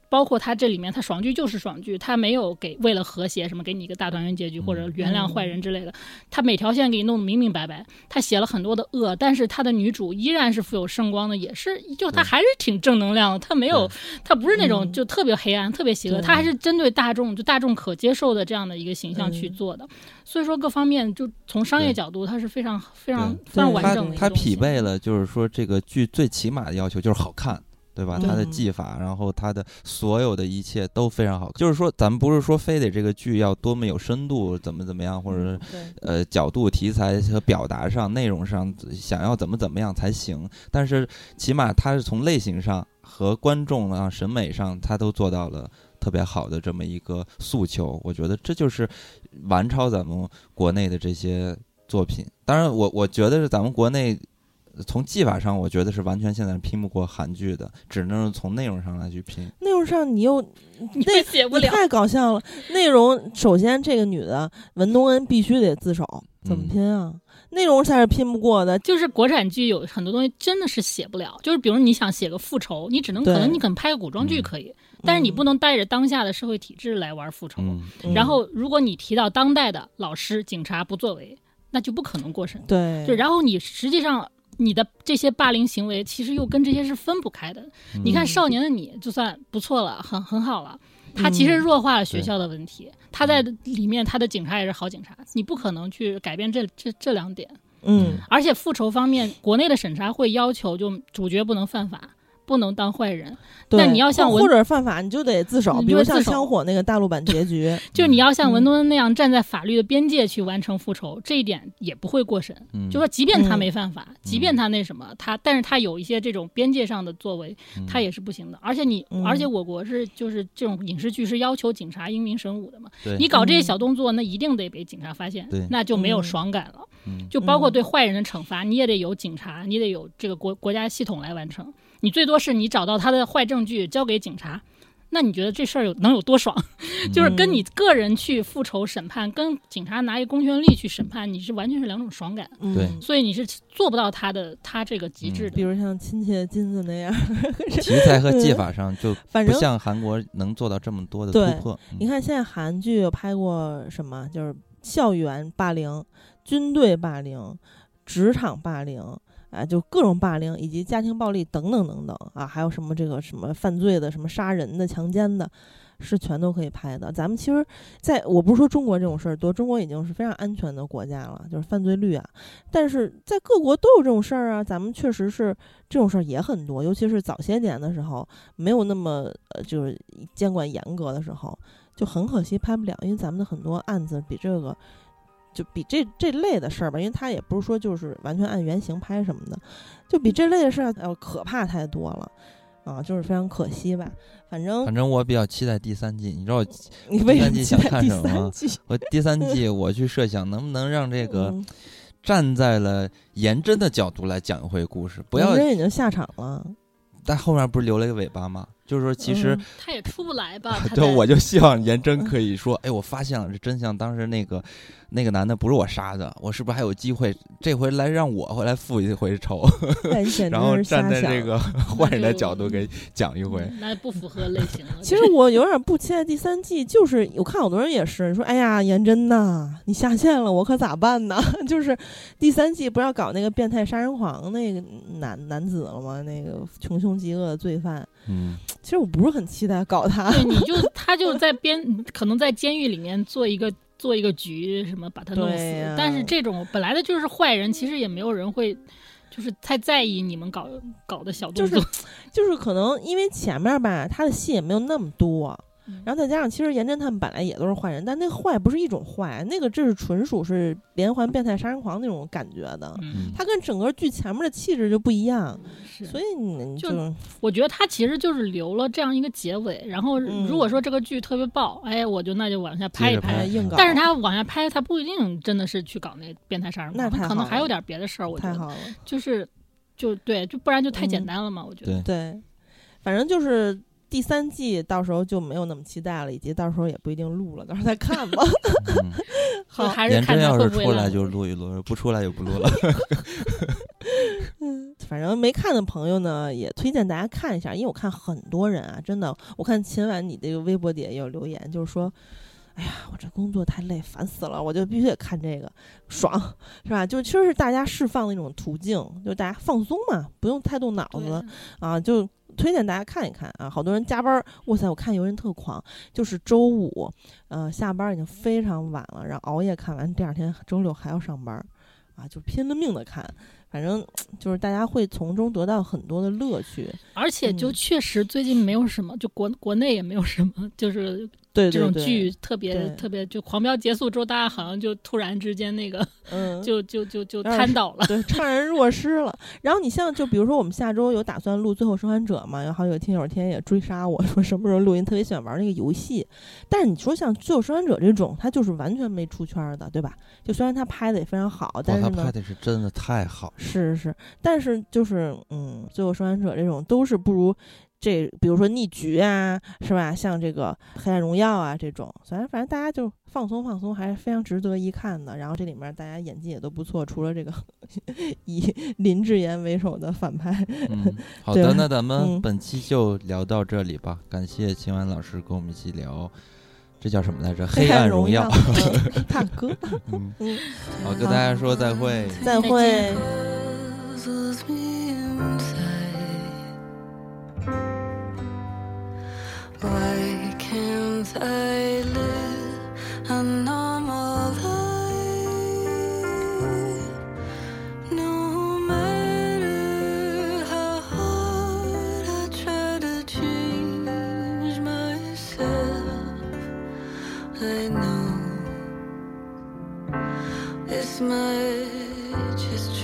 包括他这里面他爽剧就是爽剧，他没有给为了和谐什么给你一个大团圆结局或者原谅坏人之类的，他每条线给你弄得明明白白，他写了很多的恶，但是他的女主依然是富有圣光的，也是就他还是挺正能量的，他没有他不是那种就特别黑暗、嗯、特别邪恶，他还是针对大众就大众可接受的这样的一个形象去做的、嗯、所以说各方面就从商业角度它是非常非常非常完整的一个东西。 他匹配了就是说这个剧最起码的要求就是好看，对吧？他的技法，然后他的所有的一切都非常好。就是说，咱们不是说非得这个剧要多么有深度，怎么怎么样，或者呃角度、题材和表达上、内容上想要怎么怎么样才行。但是起码他是从类型上和观众啊审美上，他都做到了特别好的这么一个诉求。我觉得这就是完超咱们国内的这些作品。当然我，我我觉得是咱们国内。从技法上我觉得是完全现在拼不过韩剧的，只能从内容上来去拼。 内容上你又那写不了， 太搞笑了。内容首先这个女的文东恩必须得自首，怎么拼啊、嗯、内容才是拼不过的。 就是国产剧有很多东西真的是写不了，就是比如你想写个复仇，你只能可能你可能拍个古装剧可以、嗯、但是你不能带着当下的社会体制来玩复仇、嗯、然后如果你提到当代的老师警察不作为，那就不可能过审。 对， 就然后你实际上你的这些霸凌行为其实又跟这些是分不开的、嗯、你看少年的你就算不错了，很很好了，他其实弱化了学校的问题、嗯、他在里面他的警察也是好警察，你不可能去改变这这这两点。 嗯， 而且复仇方面国内的审查会要求就主角不能犯法，不能当坏人。但你要像文或者犯法你就得自首，比如像枪火那个大陆版结局就是你要像文东恩那样站在法律的边界去完成复仇、嗯、这一点也不会过审、嗯、就说即便他没犯法、嗯、即便他那什么他但是他有一些这种边界上的作为、嗯、他也是不行的。而且你、嗯、而且我国是就是这种影视剧是要求警察英明神武的嘛，你搞这些小动作、嗯、那一定得被警察发现，那就没有爽感了、嗯、就包括对坏人的惩罚、嗯、你也得有警察，你得有这个国国家系统来完成，你最多是你找到他的坏证据交给警察，那你觉得这事儿有能有多爽、嗯、就是跟你个人去复仇审判跟警察拿一个公权力去审判，你是完全是两种爽感。 对、 嗯，所以你是做不到他的他这个极致的、 嗯、比如像亲切金子那样题材和技法上就不像韩国能做到这么多的突破、 嗯、你看现在韩剧有拍过什么，就是校园霸凌、军队霸凌、职场霸凌啊，就各种霸凌以及家庭暴力等等等等啊，还有什么这个什么犯罪的、什么杀人的、强奸的，是全都可以拍的。咱们其实在我不是说中国这种事儿多，中国已经是非常安全的国家了，就是犯罪率啊，但是在各国都有这种事儿啊。咱们确实是这种事儿也很多，尤其是早些年的时候没有那么呃就是监管严格的时候，就很可惜拍不了，因为咱们的很多案子比这个。就比这这类的事儿吧，因为他也不是说就是完全按原型拍什么的，就比这类的事儿要可怕太多了啊，就是非常可惜吧。反正反正我比较期待第三季，你知道我你第三季想看什么吗？我第三季我去设想能不能让这个站在了颜真的角度来讲一回故事，不要颜真已经下场了， 但后面不是留了一个尾巴吗？就是说其实、 嗯、他也出不来吧。 对，我就希望颜真可以说哎，我发现了这真相，当时那个那个男的不是我杀的，我是不是还有机会这回来让我回来复一回仇然后站在这个坏人的角度给讲一回、 嗯、那不符合类型了其实我有点不期待第三季，就是我看好多人也是说哎呀颜真呐你下线了我可咋办呢就是第三季不是要搞那个变态杀人狂那个男男子了吗，那个穷凶极恶的罪犯。 嗯， 其实我不是很期待搞他。 对，你就他就在边可能在监狱里面做一个做一个局，什么把他弄死、啊。但是这种本来的就是坏人，其实也没有人会，就是太在意你们搞搞的小动作。 就是就是可能因为前面吧，他的戏也没有那么多。然后再加上其实颜真他们本来也都是坏人，但那个坏不是一种坏，那个这是纯属是连环变态杀人狂那种感觉的、嗯、他跟整个剧前面的气质就不一样，所以你 就, 就我觉得他其实就是留了这样一个结尾，然后如果说这个剧特别爆、嗯、哎我就那就往下拍一拍硬搞，但是他往下拍他不一定真的是去搞那变态杀人狂，他可能还有点别的事儿，我觉得太好了， 就是就对，就不然就太简单了嘛、嗯、我觉得对, 对反正就是第三季到时候就没有那么期待了，以及到时候也不一定录了，到时候再看吧。 嗯、 好，还是看颜真要是出来就录一录，不出来就不录了。 反正没看的朋友呢，也推荐大家看一下，因为我看很多人啊，真的，我看秦晚你这个微博底下也有留言，就是说，哎呀，我这工作太累，烦死了，我就必须得看这个，爽，是吧？就其实是大家释放的一种途径，就大家放松嘛，不用太动脑子啊，就推荐大家看一看啊。好多人加班，哇塞，我看有人特狂，就是周五，呃，下班已经非常晚了，然后熬夜看完，第二天周六还要上班，啊，就拼了命的看。反正就是大家会从中得到很多的乐趣， 而且就确实最近没有什么，嗯、就国国内也没有什么，就是这种剧特别特别，就狂飙结束之后，大家好像就突然之间那个，嗯，就就就就瘫倒了， 对，怅然若失了。然后你像就比如说我们下周有打算录《最后生还者》嘛，有好几个听友天也追杀我说什么时候录音，特别喜欢玩那个游戏。但是你说像《最后生还者》这种，它就是完全没出圈的，对吧？就虽然他拍的也非常好，但是呢， 他拍的是真的太好。 是是，但是就是嗯，最后生还者这种都是不如这，比如说逆局啊，是吧？像这个黑暗荣耀啊这种，反正反正大家就放松放松，还是非常值得一看的。然后这里面大家演技也都不错，除了这个以林志妍为首的反派。 嗯，好的，那咱们本期就聊到这里吧。嗯、感谢秦晚老师跟我们一起聊。这叫什么来着？黑暗荣耀， 大哥。 嗯，好，跟大家说再会， 再会。 Why can't I live a normal life? No matter how hard I try to change myself, I know this much is